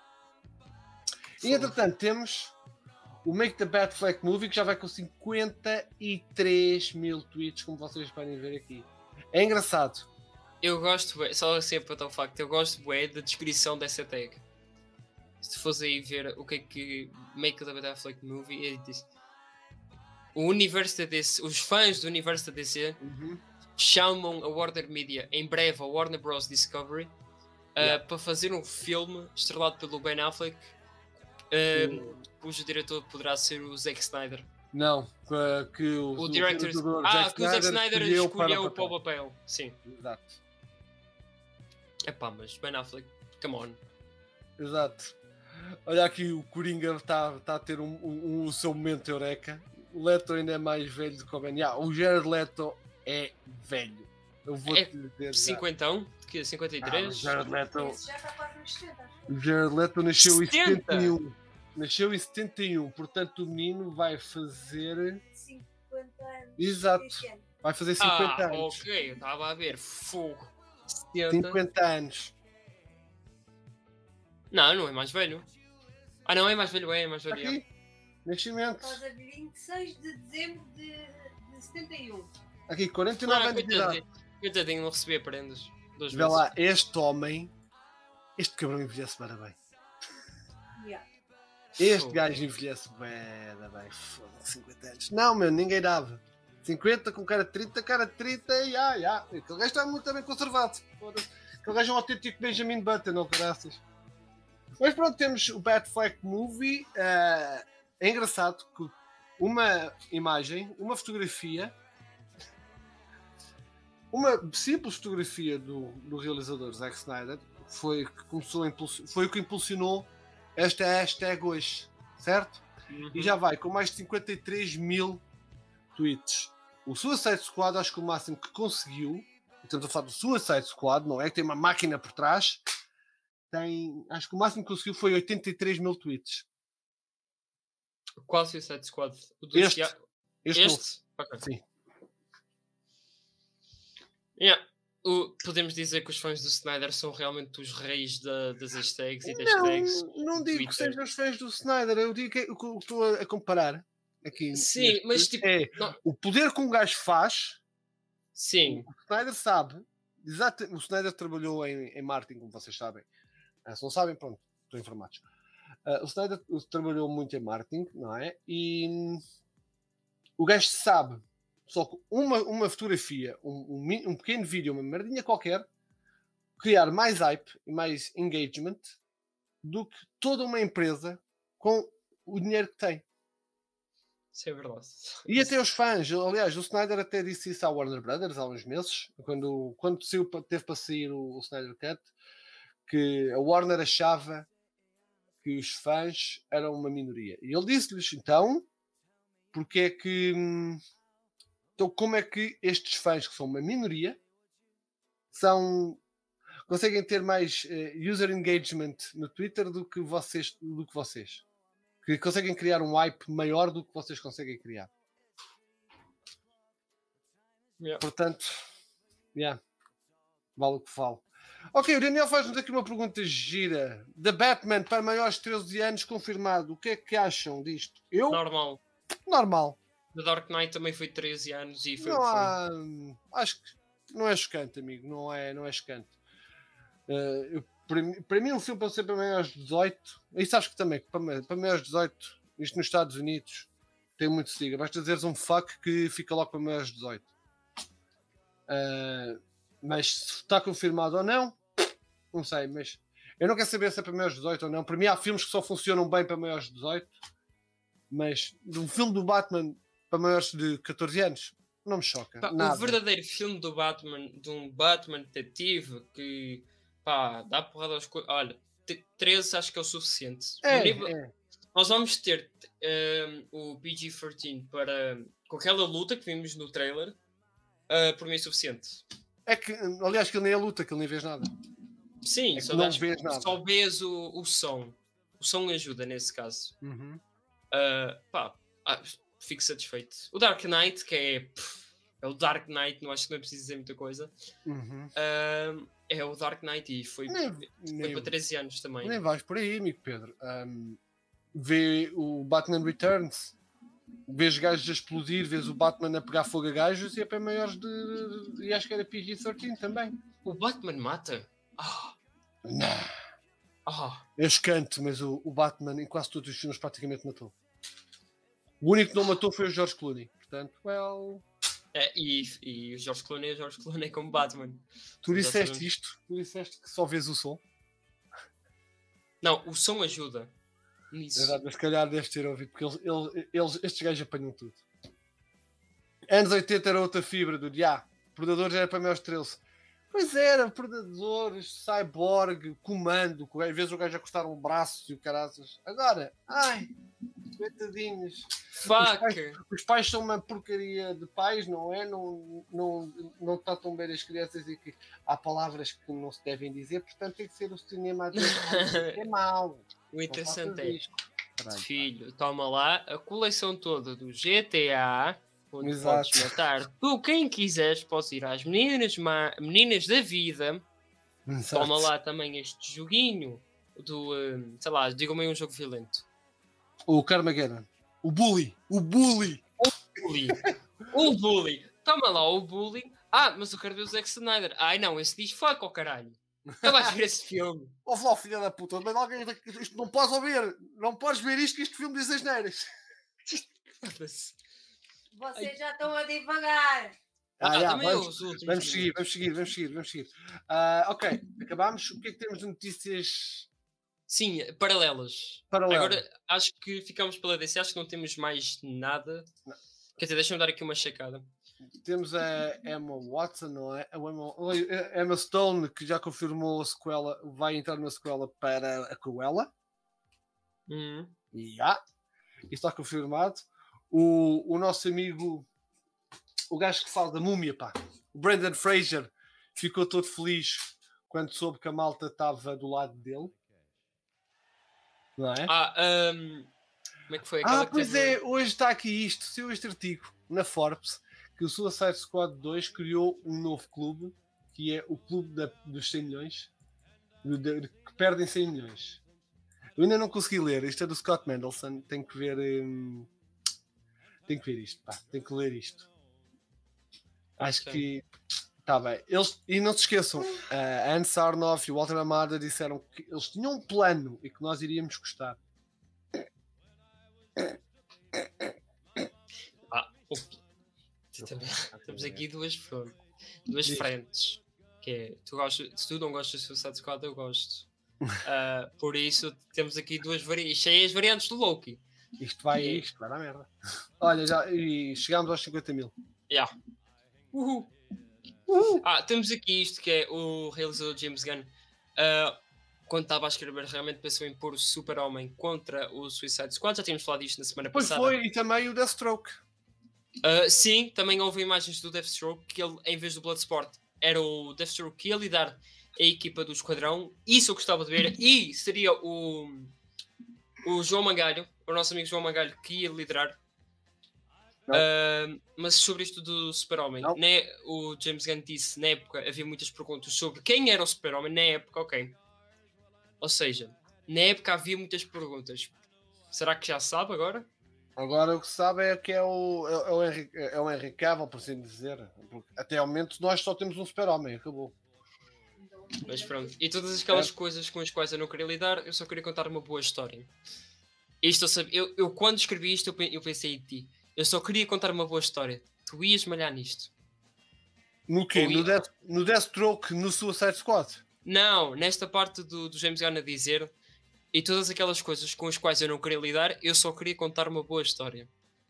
E Fogo. entretanto temos o Make the Batfleck Movie, que já vai com cinquenta e três mil tweets, como vocês podem ver aqui. É engraçado. Eu gosto, bué- só assim para tal facto, eu gosto bué da descrição dessa tag. Se fosse aí ver o que é que Make the Ben Affleck Movie, ele diz: o universo da D C, os fãs do universo da D C chamam a Warner Media, em breve a Warner Bros. Discovery, uh, Yeah. para fazer um filme estrelado pelo Ben Affleck, uh, cujo diretor poderá ser o Zack Snyder. Não, que, que o, O o director. realizador Ah, Zack que o Zack Snyder escolheu, escolheu para para o o papel. Sim. Exato. Epá, mas Ben Affleck, come on. Exato. Olha aqui, o Coringa está tá a ter um, um, um- o seu momento eureka. O Leto ainda é mais velho do que o Ben. Yeah, o Jared Leto é velho. Eu vou É te dizer. já. cinquentão? De quê? cinquenta e Ah, o três? Jared Leto, Esse já está quase nos setenta, acho que o Jared Leto nasceu em setenta? setenta e um. Nasceu em setenta e um, portanto o menino vai fazer. cinquenta anos. Exato. Este ano. Vai fazer cinquenta Ah, anos. ok, eu estava a ver. Fogo. setenta? cinquenta anos. Não, não é mais velho. Ah, não, é mais velho, é, é mais velho. é. Aqui, nascimento. Faz a vinte e seis de dezembro de, de setenta e um. Aqui, quarenta e nove Ah, anos de idade. coitadinho, coitadinho, não recebia prendas. Duas Vê vezes. lá, este homem, este cabrão envelhece bem bem. Yeah. Este Fogo. gajo envelhece bem bem. Foda-se, cinquenta anos. Não, meu, ninguém dava. cinquenta com cara de trinta, cara de trinta e já, já. Aquele gajo está muito bem conservado. Foda-se. Aquele gajo é um autêntico Benjamin Button, não graças. Mas pronto, temos o Batfleck Movie. eh, é engraçado que uma imagem, uma fotografia, uma simples fotografia do, do realizador Zack Snyder foi, que começou a impulsi- foi o que impulsionou esta hashtag hoje, certo? Uhum. E já vai com mais de cinquenta e três mil tweets. O Suicide Squad, acho que o máximo que conseguiu, estamos a falar do Suicide Squad, não é? Que tem uma máquina por trás, tem, acho que o máximo que conseguiu foi oitenta e três mil tweets. Qual Suicide Squad? O do Este. Tia- Este, novo. Este? Ok. Sim. Yeah. O- podemos dizer que os fãs do Snyder são realmente os reis da- das hashtags e das Não, tags. não digo que Twitter. sejam os fãs do Snyder, eu digo que o que eu estou a, a comparar aqui Sim, neste mas tweet tipo. é não- o poder que um gajo faz. Sim. O Snyder sabe, exato, o Snyder trabalhou em, em marketing, como vocês sabem. Ah, se não sabem, pronto, estou informados. Ah, o Snyder trabalhou muito em marketing, não é? E hum, o gajo sabe, só com uma, uma fotografia, um, um mi- um pequeno vídeo, uma merdinha qualquer, criar mais hype e mais engagement do que toda uma empresa com o dinheiro que tem. Isso é verdade. E até os fãs, aliás, o Snyder até disse isso à Warner Brothers há uns meses, quando, quando saiu, pa- teve para sair o, o Snyder Cut, que a Warner achava que os fãs eram uma minoria. E ele disse-lhes, então, porque é que... hum, Então, como é que estes fãs, que são uma minoria, são, conseguem ter mais eh, user engagement no Twitter do que vocês, do que vocês? Que conseguem criar um hype maior do que vocês conseguem criar. Yeah. Portanto, yeah, vale o que vale. Ok, o Daniel faz-nos aqui uma pergunta gira. The Batman para maiores de treze anos confirmado. O que é que acham disto? Eu? Normal. Normal. The Dark Knight também foi treze anos e foi o Não que foi. há... Acho que não é chocante, amigo. Não é, não é chocante. Eh, eu- para, mim, para mim, um filme para ser para maiores de dezoito... E sabes que também, para, ma- para maiores de dezoito, isto nos Estados Unidos, tem muito siga. Basta dizeres um fuck que fica logo para maiores de dezoito. Eh, mas se está confirmado ou não, não sei. Mas eu não quero saber se é para maiores de dezoito ou não. Para mim, há filmes que só funcionam bem para maiores de dezoito. Mas um filme do Batman para maiores de catorze anos, não me choca. Pá, nada. o verdadeiro filme do Batman, de um Batman detetive que pá, dá porrada aos coisas. Olha, t- treze acho que é o suficiente. É, No nível- é. Nós vamos ter um, o P G quatorze para, com aquela luta que vimos no trailer, uh, por mim é suficiente. É que, aliás, que ele nem é luta, que ele nem vês nada. Sim, É que só, não dás- vês nada. só vês o, o som. O som ajuda nesse caso. Uhum. Uh, pá, ah, fico satisfeito. O Dark Knight, que é, pff, é o Dark Knight, não acho que não é preciso dizer muita coisa. Uhum. Uh, é o Dark Knight e foi, Nem, foi nem, para treze anos também. nem vais por aí, amigo Pedro. Um, vê o Batman Returns, vês gajos a explodir, vês o Batman a pegar fogo a gajos e é para maiores de. E acho que era P G treze também. O Batman mata? Ah, Não. ah. É escante, mas o, o Batman em quase todos os filmes praticamente matou. O único que não matou foi o George Clooney. Portanto, well. É, e, e o George Clooney é o George Clooney como Batman. Tu Já disseste sabemos. isto? Tu disseste que só vês o som? Não, o som ajuda nisso. Exato, mas se calhar deves ter ouvido, porque eles, eles, eles- estes gajos apanham tudo. Anos oitenta era outra fibra do dia. Predadores era para maiores treze. Pois era, Predadores, Cyborg, Comando, que às vezes o gajo a cortar um braço e o caraças. Agora, ai, coitadinhos. Os Fuck! pais, os pais são uma porcaria de pais, não é? Não, não, não tratam bem as crianças e que há palavras que não se devem dizer, portanto tem que ser o cinema a dizer que é mau. O interessante Não é, faças isto. Caralho, pá. filho, toma lá a coleção toda do G T A, onde Exato. podes matar tu quem quiseres, podes ir às meninas, ma- meninas da vida. Exato. Toma lá também este joguinho do, hum, sei lá, digam-me aí um jogo violento. O Carmageddon. O Bully. O Bully. Bully. O Bully. Toma lá o Bully. Ah, mas eu quero ver o Zack Snyder. Ai não, esse diz fuck ao caralho. Não vais ver esse filme. Ó oh, filha da puta, mas alguém isto não podes ouvir. Não podes ver isto que este filme diz asneiras. Foda-se. Vocês já estão a divagar. Ah, já, também vamos, os últimos. vamos seguir, vamos seguir, vamos seguir, vamos seguir. Ah, ok, acabámos. O que é que temos de notícias Sim, paralelas. paralelas? Agora acho que ficamos pela D C, acho que não temos mais nada. Não. Quer dizer, deixa-me dar aqui uma checada. Temos a Emma Watson, não é? A Emma, a Emma Stone, que já confirmou a sequela, vai entrar numa sequela para a Cruella. Hum. E já, isso está confirmado. O, o nosso amigo, o gajo que fala da múmia, pá, o Brendan Fraser, ficou todo feliz quando soube que a malta estava do lado dele. Não é? Ah, um, como é que foi? Aquela Ah, que pois teve- é, hoje está aqui isto, saiu este artigo na Forbes, que o Suicide Squad dois criou um novo clube, que é o clube da, dos cem milhões, de- de- que perdem cem milhões. Eu ainda não consegui ler, isto é do Scott Mendelson, tenho que ver, hum, tenho que ver isto, pá, tenho que ler isto. Acho Ok. que está bem. Eles, e não se esqueçam, a Anne Sarnoff e o Walter Amada disseram que eles tinham um plano e que nós iríamos gostar. Ah, o- Temos- Temos aqui duas, fro- duas Diz. frentes. Que é, tu gostas, se tu não gostas do Suicide Squad, eu gosto. Ah, por isso temos aqui duas variantes, cheias variantes do Loki. Isto vai, E- isto vai dar merda. Olha, já e chegámos aos cinquenta mil. Yeah. Uhul. Ah, temos aqui isto que é o realizador James Gunn. Ah, quando estava a escrever, realmente pensou em pôr o Super-Homem contra o Suicide Squad. Já tínhamos falado disto na semana Pois passada. foi, e também o Deathstroke. Ah, sim, também houve imagens do Deathstroke que ele, em vez do Bloodsport, era o Deathstroke que ia lidar a equipa do Esquadrão. Isso eu gostava de ver. E seria o, o João Mangalho, o nosso amigo João Mangalho, que ia liderar. Não. Ah, mas sobre isto do Super-Homem, Não. né, o James Gunn disse na época havia muitas perguntas sobre quem era o Super-Homem na época, ok. Ou seja, na época havia muitas perguntas. Será que já sabe agora? Agora o que se sabe é que é o, é, é o, Henry, é o Henry Cavill, por assim dizer. Porque até ao momento nós só temos um Super-Homem, acabou. Mas pronto. E todas aquelas coisas com as quais eu não queria lidar, eu só queria contar uma boa história. Isto eu sabia. Eu, eu quando escrevi isto, eu, pe- eu pensei em ti. Eu só queria contar uma boa história. Tu ias malhar nisto. No quê? Ou No, ia- Death, no Deathstroke, no Suicide Squad? Não, nesta parte do, do James Gunn a dizer e todas aquelas coisas com as quais eu não queria lidar, eu só queria contar uma boa história.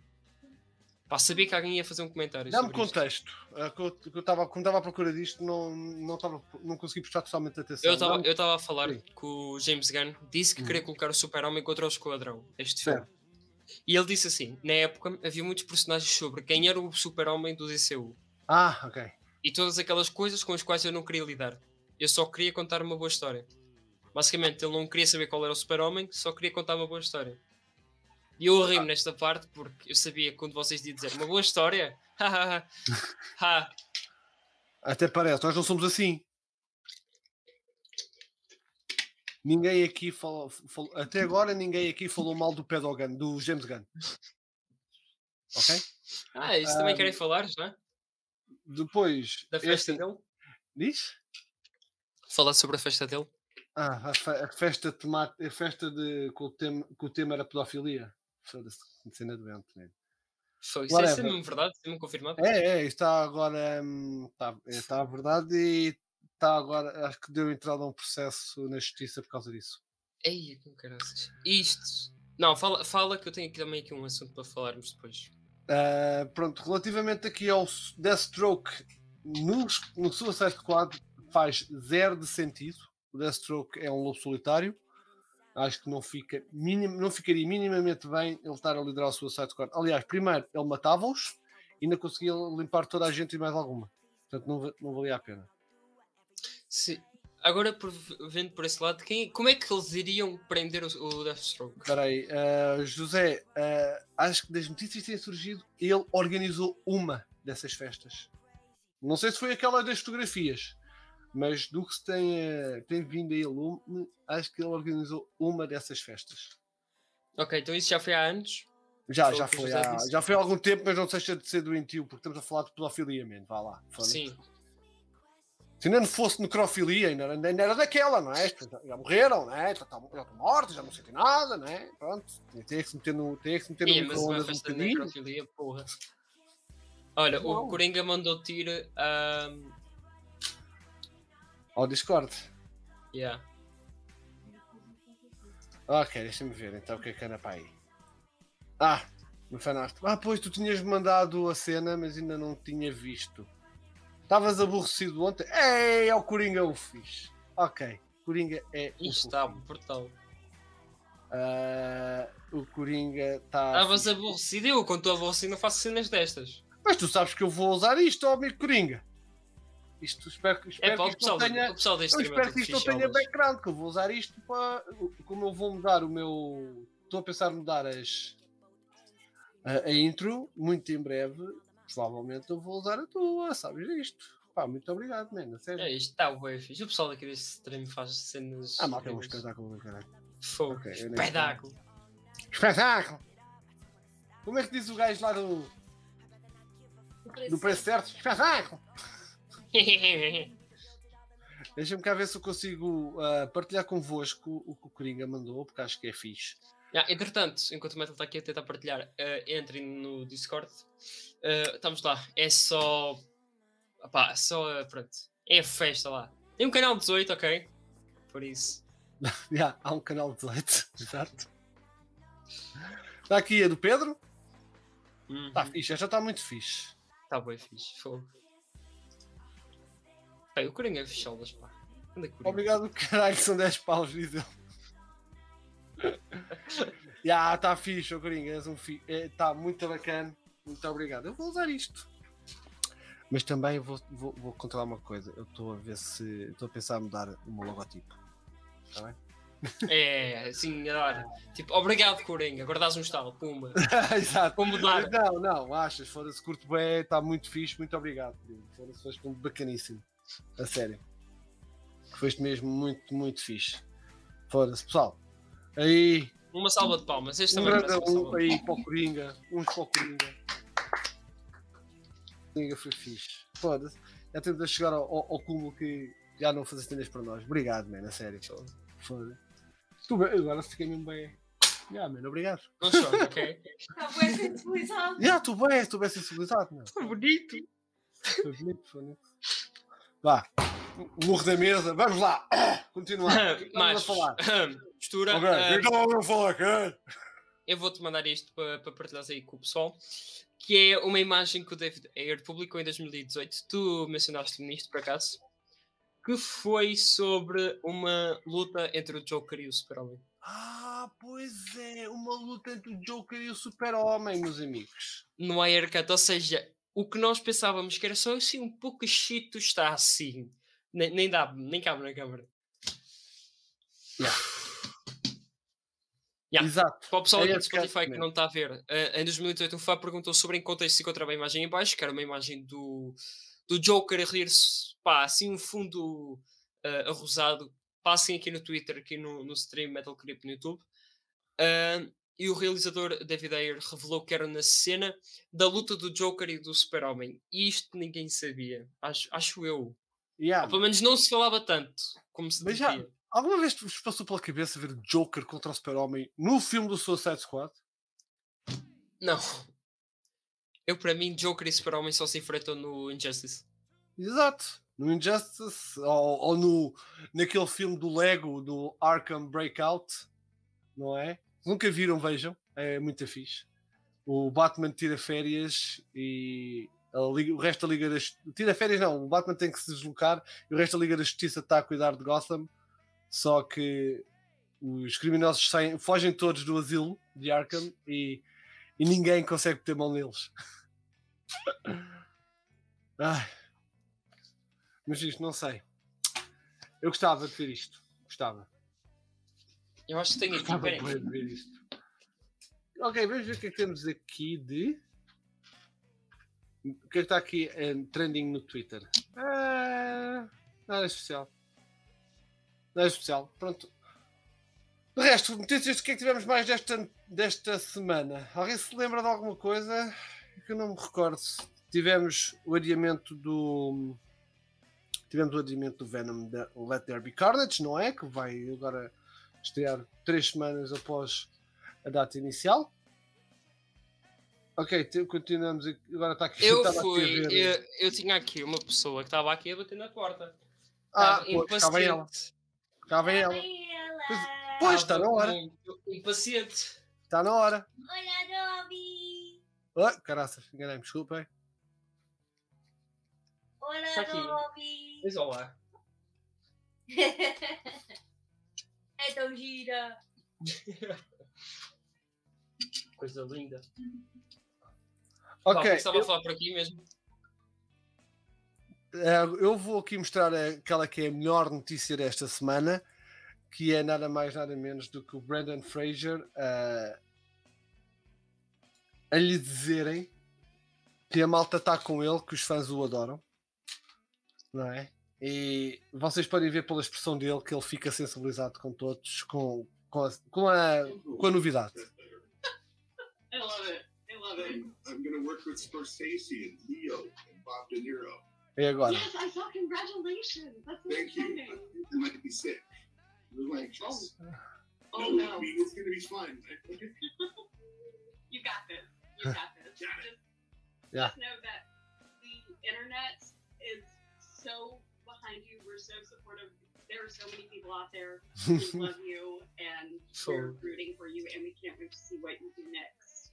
Pá, sabia que alguém ia fazer um comentário Dá-me sobre isto. contexto. Ah, que eu, que eu tava, quando estava à procura disto, não, não, tava, não consegui prestar totalmente atenção. Eu estava Dá-me- eu estava a falar Sim. que o James Gunn disse que Uhum. queria colocar o Super-Homem contra o Esquadrão, este Certo. filme. E ele disse assim, na época havia muitos personagens sobre quem era o Super-Homem do D C U. Ah, ok. E todas aquelas coisas com as quais eu não queria lidar. Eu só queria contar uma boa história. Basicamente, ele não queria saber qual era o Super-Homem, só queria contar uma boa história. E eu ri-me nesta parte porque eu sabia que quando vocês iam dizer uma boa história, hahaha, ha, Até parece, nós não somos assim. Ninguém aqui falou, falou- até agora ninguém aqui falou mal do Pedogan, do James Gunn. Ok? ah, isso também querem falar já? Depois, Da festa este- dele? diz? Falar sobre a festa dele? Ah, a, fe- a festa, tema, a festa de, com, o tema, que o tema era pedofilia. Foda-se, que cena doente, né? Foi, isso é, isso é Whatever. mesmo verdade? Isso é mesmo confirmado? É, é, está agora. hum, Está está a verdade e está agora. Acho que deu entrada a um processo na justiça por causa disso. Ei, com caraças. Isto. Não, fala, fala que eu tenho aqui também aqui um assunto para falarmos depois. Ah, pronto, relativamente aqui ao S- Deathstroke no, no Suicide Squad faz zero de sentido. O Deathstroke é um lobo solitário. Acho que não, fica minim, não ficaria minimamente bem ele estar a liderar o Suicide Squad. Aliás, primeiro ele matava-os e ainda conseguia limpar toda a gente e mais alguma. Portanto, não, va- não valia a pena. Se, agora, por, vendo por esse lado, quem, como é que eles iriam prender o, o Deathstroke? Espera aí, ah, José, ah, acho que das notícias que têm surgido, ele organizou uma dessas festas. Não sei se foi aquela das fotografias, mas do que se tem, eh, tem vindo a ele, acho que ele organizou uma dessas festas. Ok, então isso já foi há anos? Já, Foi o já que o foi, José há, disse? já foi há algum tempo, mas não deixa de ser doentio, porque estamos a falar de pedofilia, mesmo. Vá lá. foda-se. Sim. Se ainda não fosse necrofilia, ainda, era- ainda era daquela, não é? Já, já morreram, não é? Já estão, já estão mortos, já não sentem nada, não é? Pronto. Tem que se meter no, tem que se meter no Ia, mas uma micro-ondas um festa de bocadinho. necrofilia, porra. Olha, o Não. Coringa mandou tiro. Um, Ao Discord. yeah. Ok, deixa-me ver então o que é que anda para aí. Ah, no fanart. Ah, pois tu tinhas mandado a cena, mas ainda não tinha visto. Estavas aborrecido ontem? Ei, é o Coringa o fixe. Ok, Coringa é o Isto está fofinho. brutal. Ah, o Coringa está. Estavas aborrecido. Eu, quando estou aborrecido, não faço cenas destas. Mas tu sabes que eu vou usar isto, ó amigo Coringa. Isto espero, que- espero É pá, que o isto não pessoal, tenha. o pessoal deste Eu stream é espero tudo que isto não tenha ficholas. background, que eu vou usar isto para. Como eu vou mudar o meu. Estou a pensar em mudar as. A, a intro, muito em breve. Provavelmente eu vou usar a tua, sabes isto? Pá, muito obrigado, mano. Sério. É, isto está bem fixe. O pessoal aqui deste stream faz cenas. Ah, malta, é um incríveis. espetáculo do caralho. Fogo. Ok, eu nem Espetáculo. Espetáculo! Como é que diz o gajo lá do, do preço certo? Espetáculo! Deixa-me cá ver se eu consigo uh, partilhar convosco o que o Coringa mandou, porque acho que é fixe. Ah, entretanto, enquanto o Metal está aqui a tentar partilhar, uh, entrem no Discord. Uh, estamos lá. É só. Opá, só. Uh, pronto. É festa lá. Tem um canal dezoito, ok? Por isso. Já, há um canal dezoito, exato. Está aqui a do Pedro. Uhum. Está fixe, esta está muito fixe. Está bem fixe. Fogo. Bem, o Coringa é ficholas, pá. Anda Coringa. Obrigado, caralho, são dez paus, diz ele. Já, está fixe, o Coringa, és um fi... Está muito bacana. Muito obrigado. Eu vou usar isto. Mas também vou, vou, vou controlar uma coisa. Eu estou a ver se. Estou a pensar em mudar o meu logotipo. Está bem? É, assim, agora. Tipo, obrigado, Coringa. Agora dás um estalo. Pumba. Exato. Vou mudar. Não, não, achas, foda-se, curto bem, está muito fixe, muito obrigado. Foda-se, foste um bacaníssimo. A sério. Foste mesmo muito, muito fixe. Foda-se, pessoal. Aí, Uma salva de palmas. Este um também grande merece uma um salva de aí palmas. para o Coringa, uns para o Coringa. Coringa foi fixe. Foda-se. Já temos a chegar ao, ao, ao cúmulo que já não fazes cenas para nós. Obrigado, mano, a sério. Foda-se. Tu bem, agora fiquei mesmo bem. Já, mano, obrigado. Não chora, ok? Está bem sensibilizado. Já, tu bem, tu bem sensibilizado, meu. Tão bonito. Foi bonito, foi bonito. Vá, morro da mesa, vamos lá, continuar. O que é que estamos a Mas, falar? mistura. Ok, o que é que estamos a falar, cara? Eu vou-te mandar isto para, para partilhar aí com o pessoal. Que é uma imagem que o David Ayer publicou em dois mil e dezoito. Tu mencionaste nisto, por acaso. Que foi sobre uma luta entre o Joker e o Super-Homem. Ah, pois é, uma luta entre o Joker e o Super-Homem, meus amigos. No Aircut, ou seja, o que nós pensávamos que era só assim um pouco chito está assim. Nem, nem dá, nem cabe na câmara. Yeah. Yeah. Exato. Para o pessoal É aqui do esse Spotify caso que mesmo. não está a ver, uh, em dois mil e dezoito um fã perguntou sobre em contexto se encontrava a imagem em baixo, que era uma imagem do, do Joker a rir-se, pá, assim um fundo uh, arrosado. Passem aqui no Twitter, aqui no, no stream Metal Creep no YouTube. Uh, e o realizador David Ayer revelou que era na cena da luta do Joker e do Super-Homem. E isto ninguém sabia, acho, acho eu. Yeah, Ou pelo menos não se falava tanto como se mas já, devia. alguma vez vos passou pela cabeça ver Joker contra o Super-Homem no filme do Suicide Squad? Não. Eu, para mim, Joker e Super-Homem só se enfrentam no Injustice. Exato. No Injustice, ou, ou no, naquele filme do Lego, do Arkham Breakout, não é? Nunca viram, vejam. É muito fixe. O Batman tira férias e a Liga, o resto da Liga da Justiça... Tira férias não, o Batman tem que se deslocar e o resto da Liga da Justiça está a cuidar de Gotham. Só que os criminosos saem, fogem todos do asilo de Arkham e, e ninguém consegue ter mão neles. Ai. Mas isto, não sei. Eu gostava de ver isto. Gostava. Eu acho que tenho aqui, Gostava peraí. de ver isto. Ok, vamos ver o que é que temos aqui de... O que é que está aqui em trending no Twitter? Ah, nada especial. Nada especial. Pronto. De resto, notícias de que é que tivemos mais desta, desta semana? Alguém se lembra de alguma coisa que eu não me recordo? Tivemos o adiamento do... Tivemos o adiamento do Venom da Let There Be Carnage, não é? Que vai agora estrear três semanas após a data inicial. Ok, continuamos. Agora está aqui. Eu estava fui, aqui a ver... eu, eu tinha aqui uma pessoa que estava aqui a bater na porta. Ah, Estava pois, cá vem ela. impaciente. Cá vem ela. Pois, pois está Estava na hora. muito impaciente. Está na hora. Olha, Dobby! Oh, caraças, enganei-me, desculpem. Olha, Está aqui. Dobby! Diz olá. É tão gira! Coisa linda. Ok, Bom, estava eu, a falar por aqui mesmo. eh, eu vou aqui mostrar aquela que é a melhor notícia desta semana, que é nada mais nada menos do que o Brendan Fraser eh, a lhe dizerem que a malta está com ele, que os fãs o adoram, não é? E vocês podem ver pela expressão dele que ele fica sensibilizado com todos, com, com, a, com, a, com a novidade. I love it. I love it. I'm going to work with Scorsese and Leo and Bob De Niro. E agora? Yes, I saw. Congratulations. That's so Thank exciting. You. I might be sick. A little anxious. Oh, oh no. I mean, it's going to be fun. You got this. You got this. Got it. Just, Yeah. just know that the internet is so behind you. We're so supportive. There are so many people out there who love you and So- we're rooting for you, and we can't wait to see what you do next.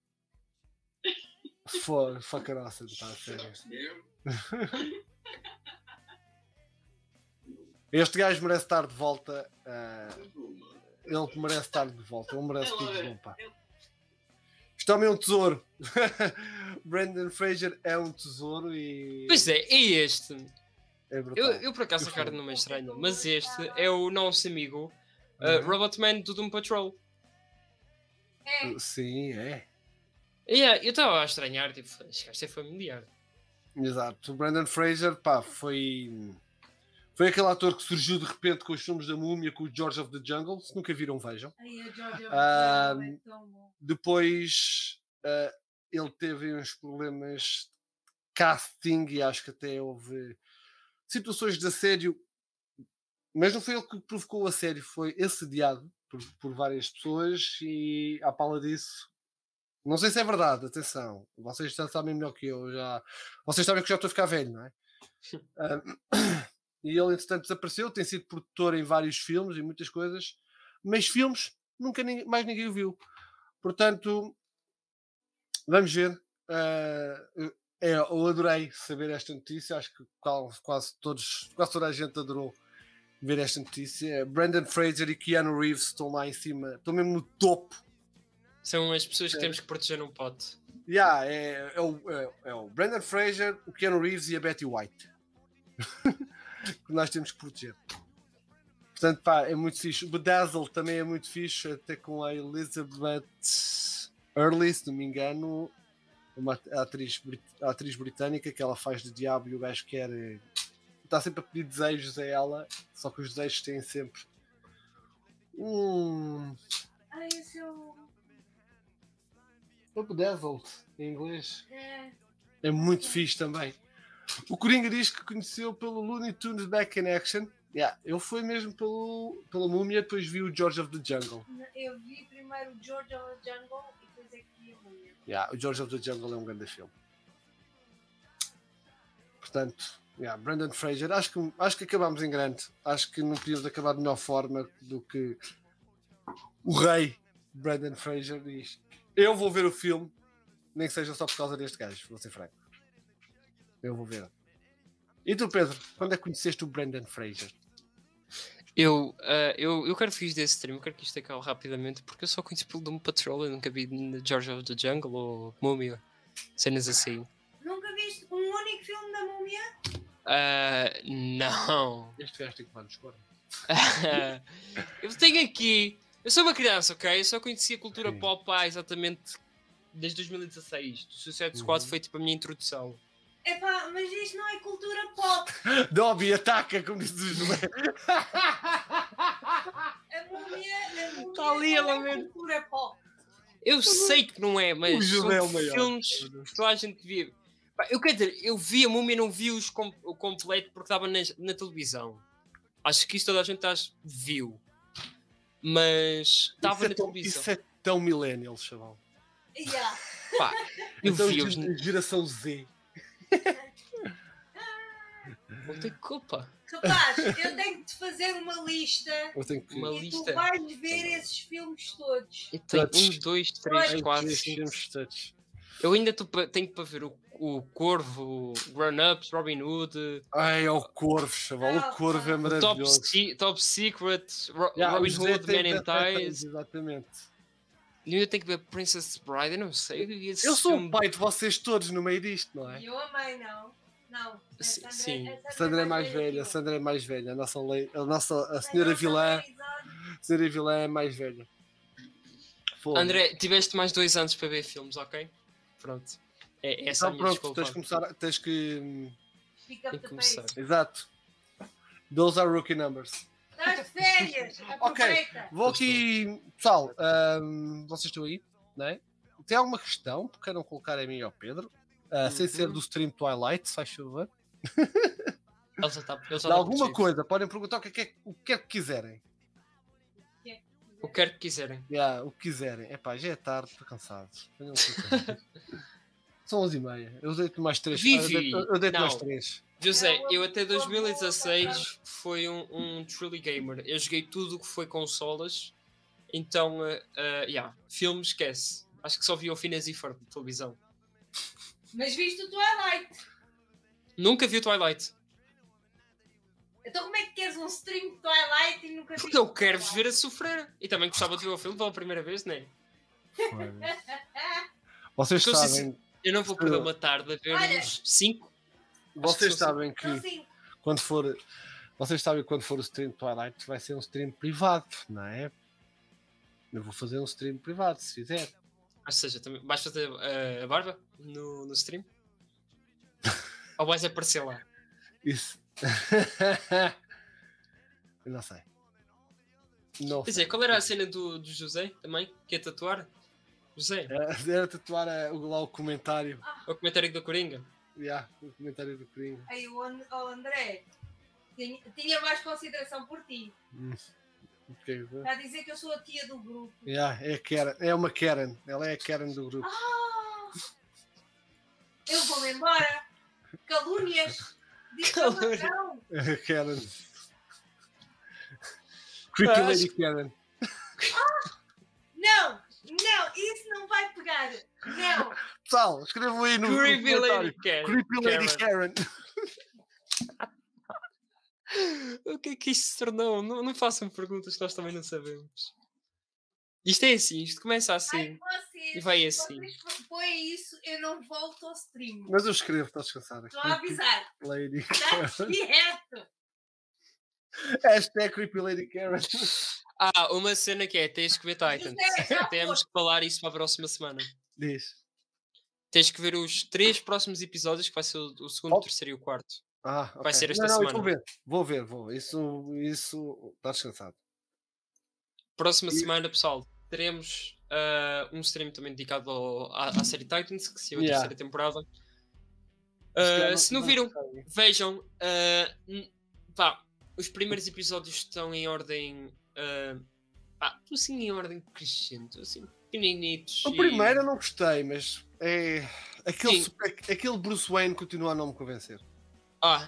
For fucking awesome, tá a sério. Ma'am. Este gajo merece estar de volta. eh, ele merece estar de volta. Ele merece I tudo love de bom, it. pá. Este homem é um tesouro. Brendan Fraser é um tesouro e Pois é, é este. é brutal. Eu, eu por acaso a cara não me é estranho, mas este é o nosso amigo uh, Uhum. Robotman do Doom Patrol. é. Sim, é. Yeah, eu estava a estranhar, tipo, este gajo é familiar. Exato. O Brendan Fraser, pá, foi. Foi aquele ator que surgiu de repente com os filmes da Múmia, com o George of the Jungle. Se nunca viram, vejam. Ai, a Georgia Ah, é tão bom. Depois ah, ele teve uns problemas de casting e acho que até houve situações de assédio, mas não foi ele que provocou o assédio, foi assediado por, por várias pessoas e à pala disso, não sei se é verdade, atenção, vocês já sabem melhor que eu, já, vocês sabem que eu já estou a ficar velho, não é? Ah, e ele entretanto desapareceu, tem sido produtor em vários filmes e muitas coisas, mas filmes nunca ninguém- mais ninguém o viu. Portanto, vamos ver. Uh, é, eu adorei saber esta notícia. Acho que quase, quase todos, quase toda a gente adorou ver esta notícia. Brendan Fraser e Keanu Reeves estão lá em cima, estão mesmo no topo. São as pessoas que É. temos que proteger num pote. Yeah, é, é, o, é, é o Brendan Fraser, o Keanu Reeves e a Betty White que nós temos que proteger. Portanto, pá, é muito fixe. O Bedazzle também é muito fixe, até com a Elizabeth Hurley, se não me engano, uma atriz, brit- a atriz britânica que ela faz de diabo e o gajo quer. eh, Está sempre a pedir desejos a ela, só que os desejos têm sempre. Hum. Ai, esse é o. O Bedazzled, em inglês. É. É muito fixe também. O Coringa diz que conheceu pelo Looney Tunes Back in Action. Yeah, eu fui mesmo pelo, pela Múmia, depois vi o George of the Jungle. Eu vi primeiro o George of the Jungle e depois é que vi a Múmia. Yeah, o George of the Jungle é um grande filme. Portanto, yeah, Brendan Fraser, acho que, acho que acabámos em grande. Acho que não podíamos acabar de melhor forma do que o rei Brendan Fraser diz. Eu vou ver o filme, nem que seja só por causa deste gajo, vou ser franco. Eu vou ver. E tu, Pedro, quando é que conheceste o Brendan Fraser? Eu, ah, eu, eu quero fugir desse stream, eu quero que isto acabe rapidamente, porque eu só conheço pelo Doom Patrol, eu nunca vi George of the Jungle ou Múmia, cenas assim. Nunca viste um único filme da Múmia? Ah, não. Este gajo tem que levar nos cornos. Eu tenho aqui. Eu sou uma criança, ok? Eu só conhecia a cultura Sim. pop há exatamente desde dois mil e dezasseis. O Suicide Squad Uhum. foi tipo a minha introdução. Epá, mas isto não é cultura pop. Dobby, ataca, como diz o José. A Múmia, a Múmia Tá ali não ela é mesmo. cultura pop. Eu sei que não é, O mas José é o são maior. filmes que toda a gente via. Pá, eu quero dizer, eu vi a Múmia e não vi os com- o completo porque estava na, na televisão. Acho que isso toda a gente acho, viu. Mas estava Isso é na tão- televisão. Isso é tão millennial, chaval. Yeah. Pá, eu Então, vi os. ge- geração Z. Não tenho culpa. Rapaz, eu tenho que te fazer uma lista Eu tenho que... Uma e lista. tu vais ver esses filmes todos. Eu tenho Touch. um, dois, três, Ai, quatro, Estes cinco. filmes touch. Eu ainda tô pa- tenho para ver o, o Corvo, o Grown Ups, Robin Hood, Ai, é o Corvo, chaval. Ah, O Corvo é pá. o Top, maravilhoso. Se- Top Secret, Ro- Yeah, o Robin José Hood, tem Man in dezassete anos, Ties. exatamente. E ainda tenho que ver Princess Bride, eu não sei. Esse Eu sou filme- o pai de vocês todos no meio disto, não é? E eu amei, não. Não. a Sim, Sandra- sim. a Sandra é mais que velha, eu. Sandra é mais velha. A nossa, lei, a, nossa a A senhora nossa vilã, Marisol. a senhora vilã é mais velha. Fogo. André, tiveste mais dois anos para ver filmes, ok? Pronto. É, essa é a Então minha pronto, desculpa. tens que começar, tens que... hum, Pick Tem up que the começar. pace. Exato. Those are rookie numbers. Estás de férias. Aproveita. Vou aqui... Pessoal, hum, vocês estão aí, não é? Tem alguma questão que queiram colocar a mim e ao Pedro? Ah, Sem ser Uhum. do stream Twilight, se faz favor. Ele já está. Ele já De tá alguma protegido. coisa, podem perguntar o que, é que, é- o que é que quiserem. O que quer que quiserem. Yeah, o que quiserem. Epá, já é tarde, estou cansado. Venham aqui. São onze e meia. Eu deito mais três. Vivi! Eu deito, eu deito mais Não. três. José, Não, eu até por favor, dois mil e dezasseis fui um, um truly gamer. Eu joguei tudo o que foi consolas. Então, uh, uh, yeah, filmes, esquece. Acho que só vi o Phineas e Ferb de televisão. Mas viste o Twilight. Nunca vi o Twilight. Então como é que queres um stream de Twilight e nunca Porque viste eu o quero vos Twilight? ver a sofrer. E também gostava de ver o filme pela primeira vez, não é? Vocês Porque eu sabem, Eu não vou perder uma tarde a ver Olha. uns cinco. vocês que são sabem que Então, sim. quando for, vocês sabem que quando for o stream Twilight vai ser um stream privado, não é? Eu vou fazer um stream privado, se fizer. Ou seja, também, vais fazer uh, a barba no, no stream? Ou vais aparecer lá? Isso. Eu não sei. Não Quer sei. dizer, qual era a cena do, do José também? Que ia tatuar? José, Era, era tatuar a- o- lá o comentário. o comentário do Coringa. Yeah, o comentário do Coringa. Aí o And- o André tinha, tinha mais consideração por ti. Hum. Ok. Está a dizer que eu sou a tia do grupo. Yeah, é, a Karen. É uma Karen. Ela é a Karen do grupo. Ah! Eu vou-me embora. Calúnias. Difamação. A Karen. Creepy Ah, Lady acho- Karen. Não, não, isso não vai pegar. Não. Pessoal, escrevam aí no, no Creepy comentário. Lady Karen. Creepy Lady Karen. Karen. O que é que isto se tornou? Não, não façam perguntas que nós também não sabemos. Isto é assim, isto começa Ai, assim. vocês, E vai assim. vocês põem isso, eu não volto ao stream. Mas eu escrevo, estou descansado. Estou a avisar. Lady Está Karen. quieto. Hashtag Creepy Lady Karen. Ah, uma cena que é, tens que ver Titans. José, já Temos foste. que falar isso para a próxima semana. Diz. Tens que ver os três próximos episódios, que vai ser o, o segundo, o Oh. terceiro e o quarto. Ah, Vai ok. ser esta não, não, semana. Vou ver, vou ver, vou. Isso, isso está descansado. Próxima E- semana, pessoal, teremos ah, um stream também dedicado ao- à, à série Titans, que saiu a Yeah. terceira temporada. Se Ah, calhar se não não viram, sei. vejam. ah, n- pá, os primeiros episódios estão em ordem. ah, pá, estou assim em ordem crescente. Assim, pequeninitos. O e- primeiro eu não gostei, mas é. Aquele, Sim. super- aquele Bruce Wayne continua a não me convencer. Ah,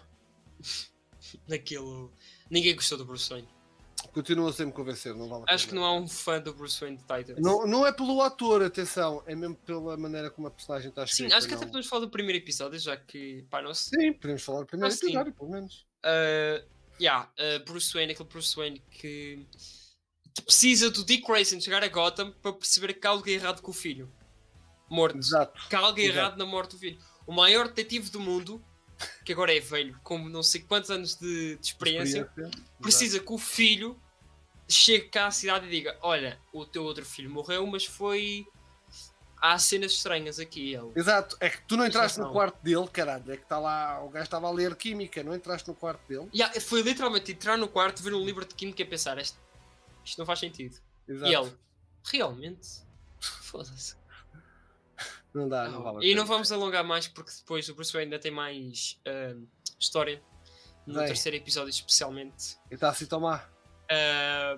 naquilo. Ninguém gostou do Bruce Wayne. Continua sem me convencer, não vale a Acho que pena. não há um fã do Bruce Wayne de Titans. Não, não é pelo ator, atenção, é mesmo pela maneira como a personagem está Sim, escrita. acho que até não. podemos falar do primeiro episódio, já que, pá, não sei. Sim, podemos falar do primeiro Ah, sim. episódio, pelo menos. Uh, yeah, uh, Bruce Wayne, aquele Bruce Wayne que precisa do Dick Grayson chegar a Gotham para perceber que há algo errado com o filho. Morto. Exato. Que há algo Exato. errado na morte do filho. O maior detetive do mundo, que agora é velho, com não sei quantos anos de, de experiência, precisa que o filho chegue cá à cidade e diga: olha, o teu outro filho morreu, mas foi... Há cenas estranhas aqui. Ele. Exato, é que tu não entraste no Não. quarto dele, caralho, é que está lá, o gajo estava a ler química, não entraste no quarto dele. Yeah, foi literalmente entrar no quarto, ver um livro de química e pensar: isto, isto não faz sentido. Exato. E ele, realmente? Foda-se. Não dá, não Oh, vale a e pena. não vamos alongar mais porque depois o Bruce Wayne ainda tem mais ahm, história no Bem. terceiro episódio, especialmente. E está assim tão má. Ah,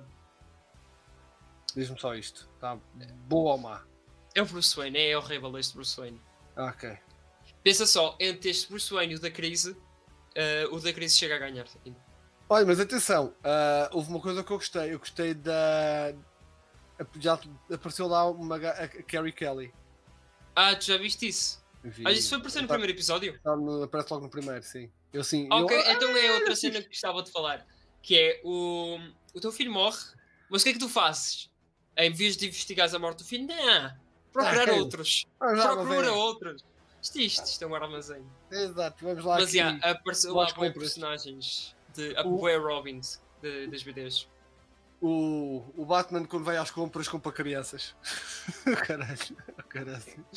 Diz-me só isto. Está boa ou má? é o Bruce Wayne, é horrível este Bruce Wayne. Ah, ok. Pensa só, entre este Bruce Wayne e o da crise, ah, o da crise chega a ganhar. Olha, mas atenção, ah, houve uma coisa que eu gostei. Eu gostei da. Já apareceu lá uma, ga- a Carrie Kelly. Ah, tu já viste isso? Enfim, Ah, isso foi aparecer no tá- primeiro episódio? tá no- aparece logo no primeiro, sim. Eu sim. Ah, eu- ok, então é outra ah, cena que gostava de falar. Que é, o, o teu filho morre, mas o que é que tu fazes? Em vez de investigares a morte do filho, não. Procurar Ah, ok. outros. ah, já, mas Procura é. outros. Isto, isto, isto é um armazém. Exato, vamos lá Mas aqui. já, apareceu lá lá as bué compras. personagens. De, a O- bué Robins de, das B Ds. O, o Batman quando vai às compras compra crianças. Caralho, caralho.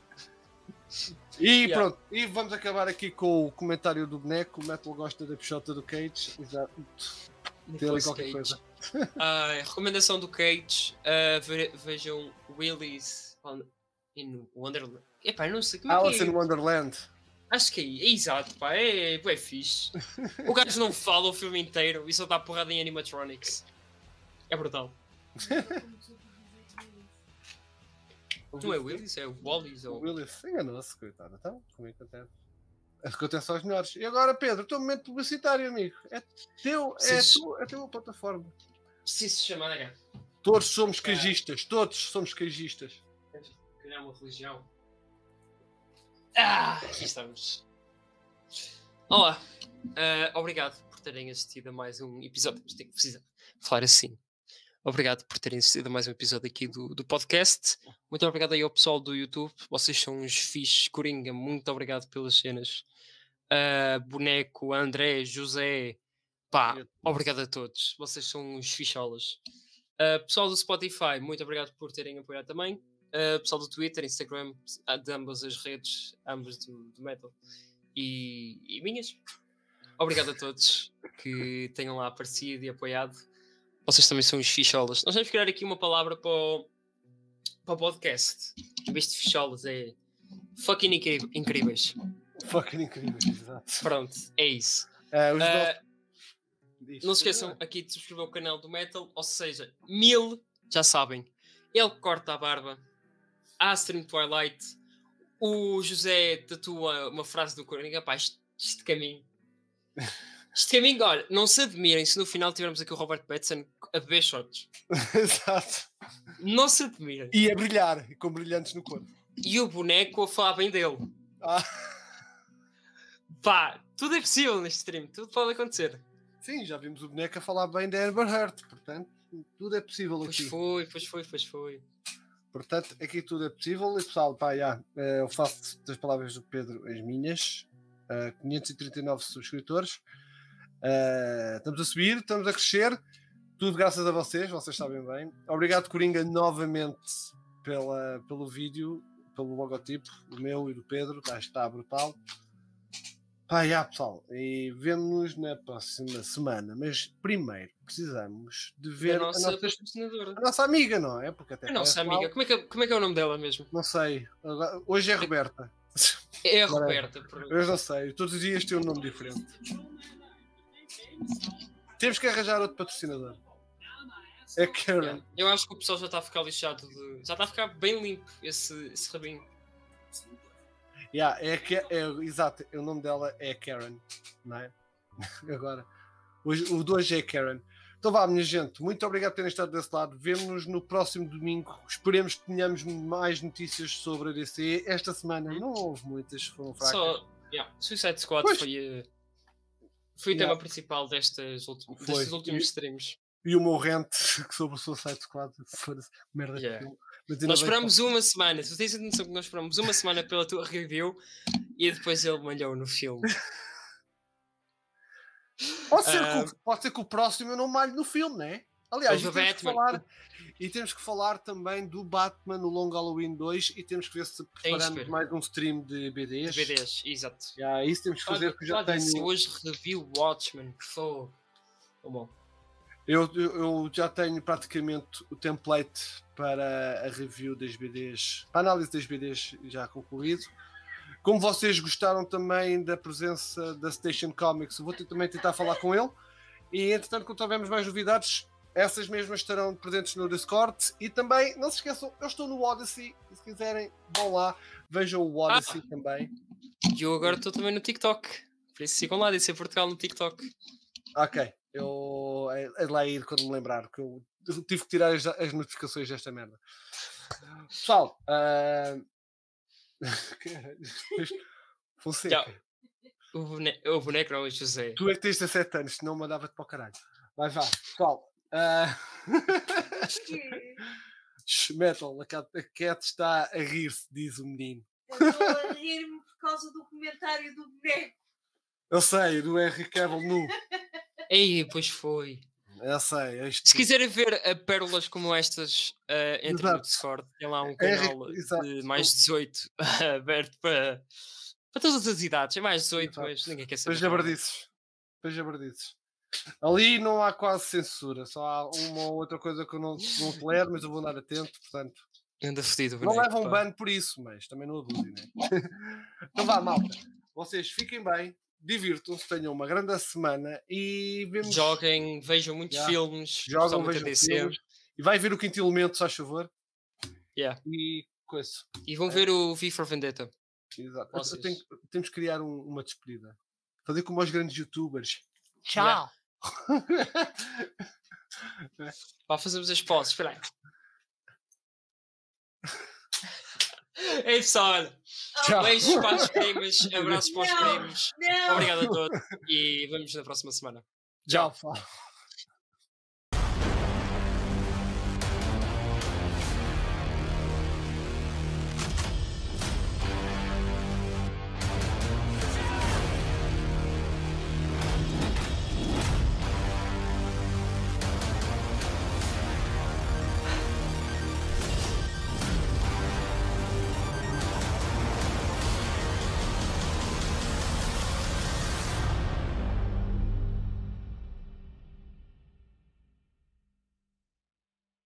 E Yeah. pronto, e vamos acabar aqui com o comentário do boneco. O Metal gosta da pichota do Cage. Já tem ali Nicolas qualquer Cage. coisa. Ah, recomendação do Cage. ah, ve- vejam Willy's on- in Wonderland. Epá, eu não sei como é que Alice é. in Wonderland. Acho que é, é exato, pá, é, é fixe. O gajo não fala o filme inteiro e só dá porrada em animatronics. É brutal. Não é Willis, é o Wallis. O Ou... Willis enganou-se, coitado. Então, comigo acontece. Acontece aos melhores. E agora, Pedro, teu momento publicitário, amigo. É teu, é, Sim. tu, é a tua plataforma. Preciso se chamar a Todos somos cagistas, todos somos cagistas. criar uma religião. Ah, aqui estamos. Olá, ah, obrigado por terem assistido a mais um episódio. Mas tenho que precisar falar assim. Obrigado por terem assistido a mais um episódio aqui do, do podcast. Muito obrigado aí ao pessoal do YouTube. Vocês são uns fixes, Coringa. Muito obrigado pelas cenas. Ah, Boneco, André, José. Pá, obrigado a todos. Vocês são uns ficholas. Ah, pessoal do Spotify, muito obrigado por terem apoiado também. Uh, pessoal do Twitter, Instagram, de ambas as redes, ambas do, do Metal e, e minhas. Obrigado a todos que tenham lá aparecido e apoiado. Vocês também são os ficholas. Nós vamos criar aqui uma palavra para o, para o podcast. Em vez de ficholas, é fucking incri- incríveis. Fucking incrível, exato. Pronto, é isso. Ah, os Uh, nossos- Diz. Não se esqueçam aqui de subscrever o canal do Metal, ou seja, mil, já sabem, ele corta a barba. Astrim Twilight, o José tatua uma frase do Coringa. Pá, este, este caminho, este caminho, olha, não se admirem se no final tivermos aqui o Robert Pattinson a beber shots. Exato. Não se admirem. E a brilhar, e com brilhantes no corpo. E o boneco a falar bem dele. Ah, Pá, tudo é possível neste stream, tudo pode acontecer. sim, já vimos o boneco a falar bem da Amber Heard, portanto, tudo é possível Pois aqui. foi, pois foi, pois foi. Portanto, aqui tudo é possível. E pessoal, pá, já, eh, eu faço das palavras do Pedro as minhas. Eh, quinhentos e trinta e nove subscritores. Eh, estamos a subir, estamos a crescer. Tudo graças a vocês, vocês sabem bem. Obrigado, Coringa, novamente pela, pelo vídeo, pelo logotipo, o meu e do Pedro. Está, está brutal. Pá, já, pessoal. E vemo-nos na próxima semana. Mas primeiro precisamos de ver a nossa a nossa, patrocinadora. a nossa amiga, não é? Porque até A nossa parece mal. amiga, como é, que, é- como é que é o nome dela mesmo? Não sei. Agora- Hoje é Roberta. É a Agora- Roberta. por- Eu não sei. Todos os dias tem um nome diferente. Temos que arranjar outro patrocinador. É Karen. Yeah. Eu acho que o pessoal já está a ficar lixado de. Já está a ficar bem limpo esse, esse rabinho. Yeah, é, que, é, exato, o nome dela é Karen, não é? Agora, hoje, o de hoje é Karen. Então vá, minha gente, muito obrigado por terem estado desse lado. Vemo-nos no próximo domingo. Esperemos que tenhamos mais notícias sobre a D C. Esta semana não houve muitas, foram fracas. Só, yeah, Suicide Squad Pois. foi, uh, foi o Yeah. tema principal destas ulti- Foi. destes últimos E- streams. E o meu rant sobre o Suicide Squad, foda-se, merda de Yeah. filme. Mas ainda Nós bem esperamos uma semana. Tu tens a noção que nós esperamos uma semana pela tua review e depois ele malhou no filme. que- Pode ser, Ah, que, o- pode ser que o próximo eu não malho no filme, não é? Aliás, O e do temos, que Batman. falar, e temos que falar também do Batman no Long Halloween dois e temos que ver se preparamos ver. mais um stream de B Ds. De B Ds, exato. Yeah, isso temos que fazer, que eu já Olha, se tenho. hoje review Watchmen, que foi. Oh, bom. Eu, eu, eu já tenho praticamente o template para a review das B Ds, para a análise das B Ds já concluído. Como vocês gostaram também da presença da Station Comics, eu vou ter- também tentar falar com ele. E entretanto, quando tivermos mais novidades, essas mesmas estarão presentes no Discord. E também, não se esqueçam, eu estou no Odyssey. Se quiserem, vão lá, vejam o Odyssey também. E eu agora estou também no TikTok. Por isso sigam lá, disse Portugal no TikTok. Ok, eu é, é lá ir quando me lembrar, que eu tive que tirar as, as notificações desta merda. Pessoal, ah, Fonseca, Tchau. O, bone... o boneco não é o José. tu é que tens dezessete anos, senão mandava-te para o caralho. Vai, vá, pessoal. ah, Shh, Metal, a Cat, a Cat está a rir-se, diz o menino. Eu estou a rir-me por causa do comentário do boneco. Eu sei, do Henry Cavill nu. Ei, pois foi. Eu sei. é isto- Se quiserem ver uh, pérolas como estas, uh, entre no Exato. Discord. Tem lá um É, canal exato. de mais dezoito aberto para, para todas as idades. É mais dezoito, Exato. mas ninguém quer saber. Depois jabardices. Depois jabardices. Ali não há quase censura, só há uma ou outra coisa que eu não, não tolero, mas eu vou andar atento, portanto. Anda fedido o Não boneco. levam um pá. ban por isso, mas também não abusem, né? Então vá, malta. Vocês fiquem bem, divirtam-se, tenham uma grande semana e vemos. Joguem, vejam muitos Yeah. filmes. Jogam, principalmente a vejam D C. filmes. E vai ver o Quinto Elemento, se faz favor. Yeah. E coisa. E vão ver o V for Vendetta. Exato. Eu- eu Vocês. tenho- temos que criar um- uma despedida. Fazer como os grandes youtubers. Tchau. Vá, fazemos as poses, espera aí. Ei pessoal, olha, Tchau. beijos para os primos, abraços para os Não. primos. Não! Obrigado a todos e vemos na próxima semana. Tchau, pessoal.